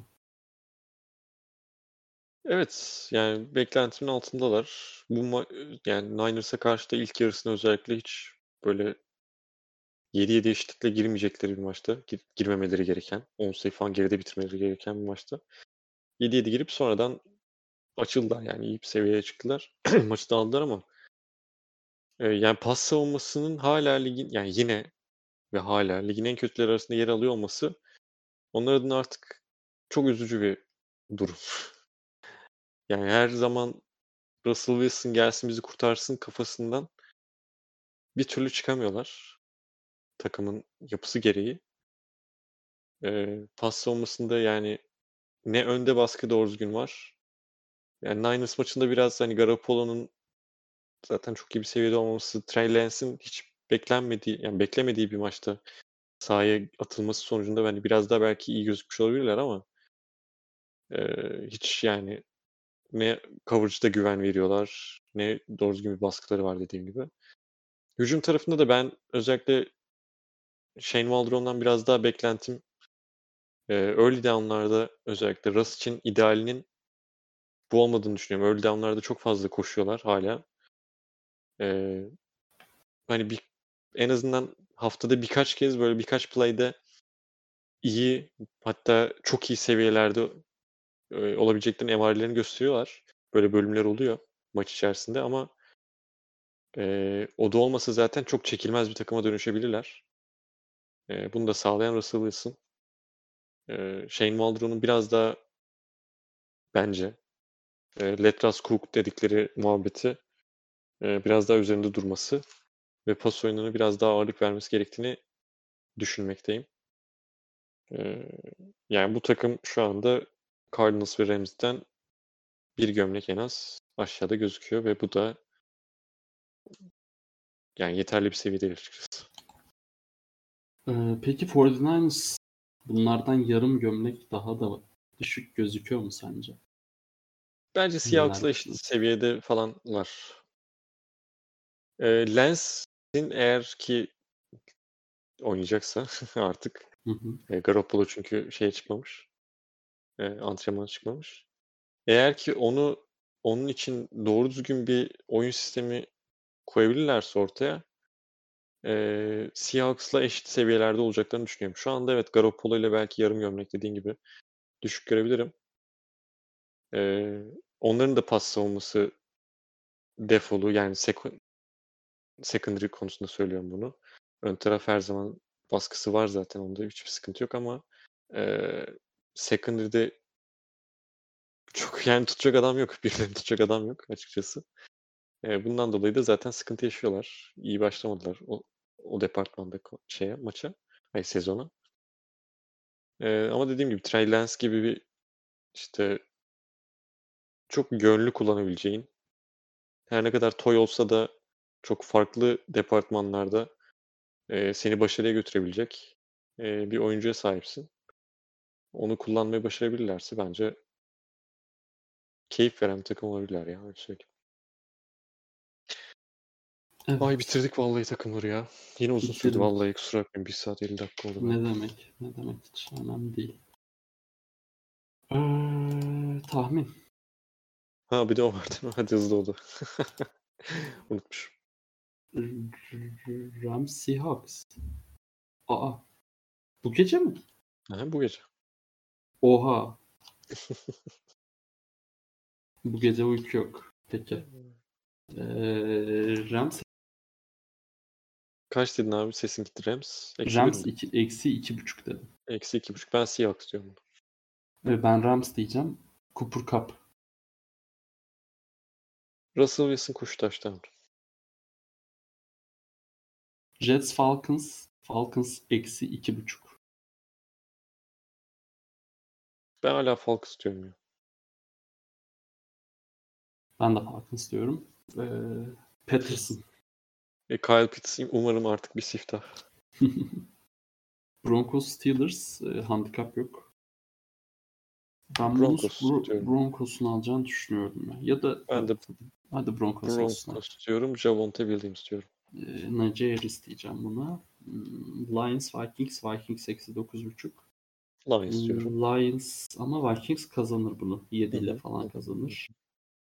Evet, yani beklentimin altındalar. Bu ma- yani Niners'a karşı da ilk yarısına özellikle hiç böyle yedi yedi eşitlikle girmeyecekleri bir maçta. Gir- girmemeleri gereken, on sayı falan geride bitirmeleri gereken bir maçta. yedi yedi girip sonradan açıldılar yani iyi bir seviyeye çıktılar. Maçı da aldılar ama e, yani pas savunmasının hala ligin yani yine ve hala ligin en kötüleri arasında yer alıyor olması onlar adına artık çok üzücü bir durum. Yani her zaman Russell Wilson gelsin bizi kurtarsın kafasından bir türlü çıkamıyorlar takımın yapısı gereği. Eee, pas savunmasında yani ne önde baskı doğru düzgün var. Yani Niners maçında biraz hani Garoppolo'nun zaten çok iyi bir seviyede olmaması, Trey Lance'in hiç beklenmediği yani beklemediği bir maçta sahaya atılması sonucunda hani biraz daha belki iyi gözükmüş olabilirler ama eee, hiç yani ne coverage'da güven veriyorlar ne doğru düzgün bir baskıları var dediğim gibi. Hücum tarafında da ben özellikle Shane Waldron'dan biraz daha beklentim eee, early down'larda özellikle Russ için idealinin bu olmadığını düşünüyorum. Early down'larda çok fazla koşuyorlar hala. Eee, hani bir en azından haftada birkaç kez böyle birkaç play'de iyi hatta çok iyi seviyelerde eee, olabileceklerinin emarelerini gösteriyorlar. Böyle bölümler oluyor maç içerisinde ama eee, o da olmasa zaten çok çekilmez bir takıma dönüşebilirler. Eee, bunu da sağlayan Russell Wilson. Eee, Shane Waldron'un biraz daha bence eee, let us cook dedikleri muhabbeti eee, biraz daha üzerinde durması ve pas oyununa biraz daha ağırlık vermesi gerektiğini düşünmekteyim. Eee, yani bu takım şu anda Cardinals ve Rams'den bir gömlek en az aşağıda gözüküyor ve bu da yani yeterli bir seviye değil açıkçası. Ee, peki kırk dokuzlar bunlardan yarım gömlek daha da düşük gözüküyor mu sence? Bence Neler Seahawks'la eşit düşünüyorsun? seviyede falanlar. Eee Lance'in eğer ki oynayacaksa artık Hı hı. e, Garoppolo çünkü şeye çıkmamış, e, antrenmana çıkmamış. Eğer ki onu onun için doğru düzgün bir oyun sistemi koyabilirlerse ortaya Ee, Seahawks'la eşit seviyelerde olacaklarını düşünüyorum. Şu anda evet Garoppolo ile belki yarım gömlek dediğin gibi düşük görebilirim. Ee, onların da pas savunması defolu yani sek- secondary konusunda söylüyorum bunu. Ön taraf her zaman baskısı var zaten. Onda hiçbir sıkıntı yok ama e, secondary'de çok yani tutacak adam yok. Birilerini tutacak adam yok açıkçası. E, bundan dolayı da zaten sıkıntı yaşıyorlar. İyi başlamadılar o, o departmanda ko- şeye maça. Hayır sezona. E, ama dediğim gibi Trey Lance gibi bir işte çok yönlü kullanabileceğin her ne kadar toy olsa da çok farklı departmanlarda e, seni başarıya götürebilecek e, bir oyuncuya sahipsin. Onu kullanmayı başarabilirlerse bence keyif veren bir takım olabilirler ya. Öyle söyleyeyim. Ay Evet. bitirdik vallahi takımları ya. Yine uzun sürdü Bitirdik. vallahi kusura bakmayın. bir saat elli dakika oldu Ne galiba. demek? Ne demek? Hiç önemli değil. Ee, tahmin. Ha bir de o var değil mi? Hadi hızlı oldu. Unutmuşum. Rams Seahawks. Aa, bu gece mi? Ha, bu gece. Oha. Bu gece uyku yok. Peki. Ee, Rams Kaç dedin abi? Sesin gitti. Rams. Eksi bir Rams mi? iki, eksi iki buçuk dedim. Eksi iki buçuk. Ben Seahawks diyorum. Ve ben Rams diyeceğim. Cooper Cup. Russell Wilson koşu taştan. Jets Falcons. Falcons eksi iki buçuk. Ben hala Falcons diyorum ya. Ben de Falcons diyorum. Ee, Patterson. E, Kyle Pitts umarım artık bir siftah. Broncos Steelers. E, handikap yok. Ben bunu Broncos Bro- diyorum. Broncos'un alacağını düşünüyorum ya. Ya da Ben de hadi, hadi Broncos olsun. Broncos diyorum. Javonte Williams diyorum. E, Najee Harris diyeceğim buna. Hmm, Lions Vikings. Vikings eksi dokuz buçuk. Lions diyorum. Lions ama Vikings kazanır bunu. yedi Hı ile hı, falan hı hı. kazanır.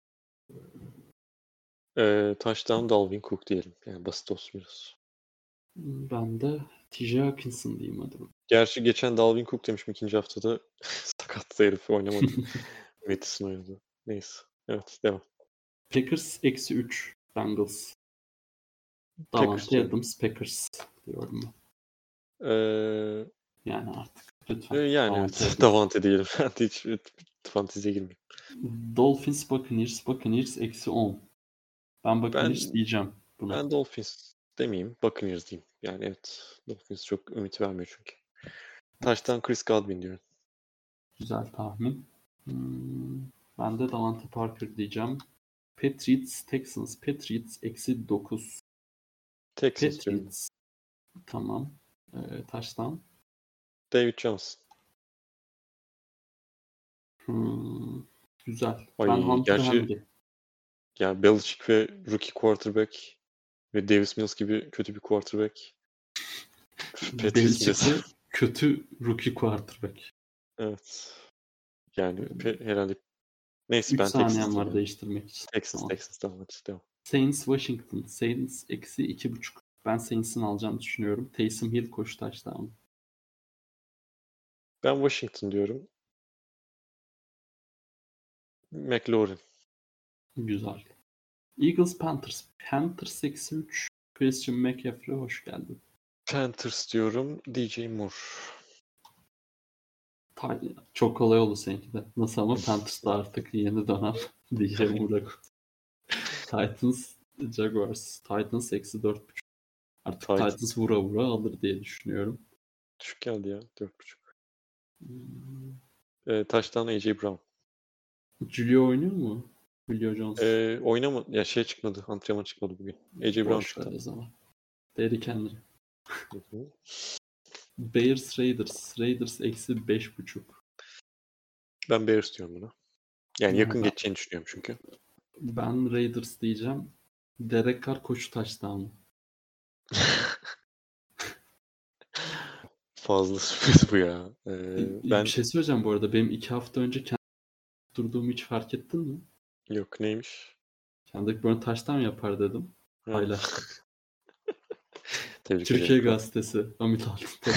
Ee, touchdown Dalvin Cook diyelim. Yani basit olsun biraz. Ben de T J Hawkinson diyeyim hadi. Gerçi geçen Dalvin Cook demişim ikinci haftada. Sakattı herif oynamadı. Mattis'in oynadı. Neyse. Evet devam. Packers eksi üç. Bengals. Packers Davante diyorum. Adams Packers diyorum ben. Ee, Yani artık e, lütfen. yani Davante evet. Adams. Davante diyelim. Ben de hiç fanteziye girmeyeyim. Dolphins Buccaneers. Buccaneers eksi on. Ben Buccaneers Ben diyeceğim buna. ben Dolphins demeyeyim. Buccaneers diyeyim. Yani evet. Dolphins çok ümit vermiyor çünkü. Evet. Taştan Chris Godwin diyorum. Güzel tahmin. Hmm, ben de Davante Parker diyeceğim. Patriots Texans. Patriots eksi dokuz. Texans diyorum. Patriots. Tamam. Ee, taştan. David Johnson. Hmm, güzel. Ben Ay Hunter gerçi Henry. yani Belichick ve rookie quarterback ve Davis Mills gibi kötü bir quarterback. Patriots mi Belichick desem? ve kötü rookie quarterback. Evet. Yani Ee, pe- herhalde neyse üç ben Texans saniyem diyeyim var ya. değiştirmek için. Texans, Tamam. Texans tamam hadi devam. Saints Washington. Saints eksi iki buçuk. Ben Saints'in alacağını düşünüyorum. Taysom Hill koşu taştan. Ben Washington diyorum. McLaurin. Güzel. Eagles Panthers. Panthers eksi üç. Christian McCaffrey hoş geldin. Panthers diyorum. D J Moore. Ta- Çok kolay oldu seninki de. Nasıl ama Panthers'da artık yeni dönem diyeceğim burada. Titans, Jaguars. Titans eksi dört buçuk. Artık Titans. Titans vura vura alır diye düşünüyorum. Düşük geldi ya. dört buçuk. Hmm, Ee, taştan A J Brown. Julio oynuyor mu? Julio Jones. Ee, oynama ya şey çıkmadı. Antrenman çıkmadı bugün. A J Brown Boş ver çıktı. o zaman. Derrick Henry. Hı hı. Bears Raiders. Raiders eksi beş buçuk. Ben Bears diyorum buna. Yani yakın Ben, geçeceğini düşünüyorum çünkü. ben Raiders diyeceğim. Derek Carr koşu taştan. Fazla sürpriz bu ya. Ee, Bir ben şey söyleyeceğim bu arada. Benim iki hafta önce kendi durduğumu hiç fark ettin mi? yok neymiş? Kendrick Bourne taştan yapar dedim. Ha. Paylaştım. Tebrik Türkiye ederim. Gazetesi. Hamit Altıntaş.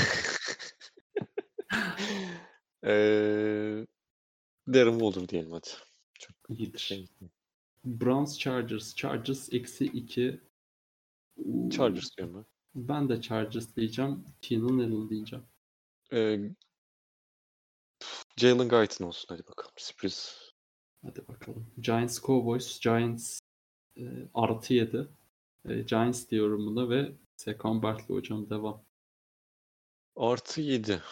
Eee Darren Waller diyelim hadi. Çok İyidir. şey. Browns Chargers. Chargers eksi iki. Uuu, Chargers diyorum ben. Ben de Chargers diyeceğim. Keenan Allen diyeceğim. Eee Jalen Guyton olsun hadi bakalım. Sürpriz. Hadi bakalım. Giants Cowboys. Giants e, artı yedi. E, Giants diyorum buna ve Sekon Barkley hocam devam. Artı yedi.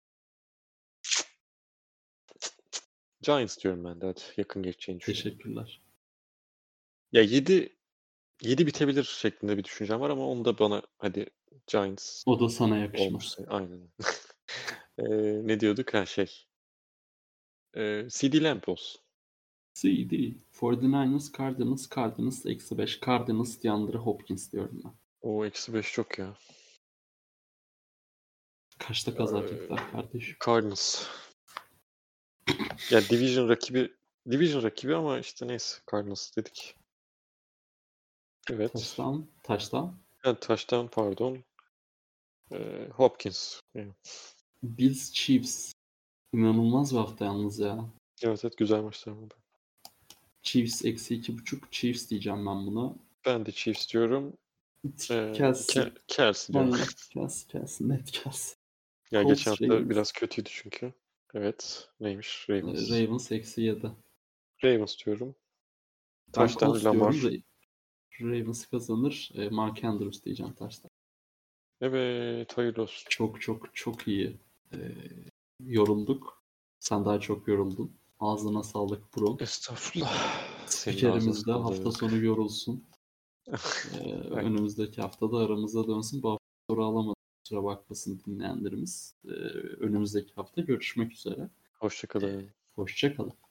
Giants diyorum ben de hadi. Yakın geçeceğini düşünüyorum. Teşekkürler. Ya yedi yedi bitebilir şeklinde bir düşüncem var ama onu da bana hadi Giants O da sana yakışmaz. olmuşsa aynen. Eee ne diyorduk? Ha şey. Eee C D Lamb olsun. C D. kırk dokuz Cardinals. Cardinals eksi beş. Cardinals DeAndre Hopkins diyorum ben. O eksi beş çok ya. Kaçta kazanacaklar kardeşim? Cardinals. Ya division rakibi division rakibi ama işte neyse Cardinals dedik. Evet. Taştan. Taştan. Ha, touchdown pardon. Ee, Hopkins. Yani. Bills Chiefs. İnanılmaz bir hafta yalnız ya. Evet evet güzel maçlar oldu. Chiefs eksi iki buçuk. Chiefs diyeceğim ben buna. Ben de Chiefs diyorum. Ee, Kelsey. Ke- Kelsey diyorum. Aynen. Kelsey. Kelsey. Net Kelsey. Ya Colts, geçen hafta Ravens. biraz kötüydü çünkü. Evet. Neymiş? Ee, Ravens. Ravens eksi yedi. Ravens diyorum. Ben Touchdown Colts Lamar. diyorum da Ravens kazanır. E, Mark Andrews diyeceğim taştan. Evet. Hayırlı olsun. Çok çok çok iyi. E, yorulduk. Sen daha çok yoruldun. Ağzına sağlık bro. Estağfurullah. Senin Spikerimiz ağzına de sağlık. hafta sonu yorulsun. Ee, önümüzdeki hafta da aramıza dönsün. Bu hafta soru alamadık. Kusura bakmasın dinleyenlerimiz. Ee, önümüzdeki hafta görüşmek üzere. Hoşça kalın. Ee, hoşça kalın.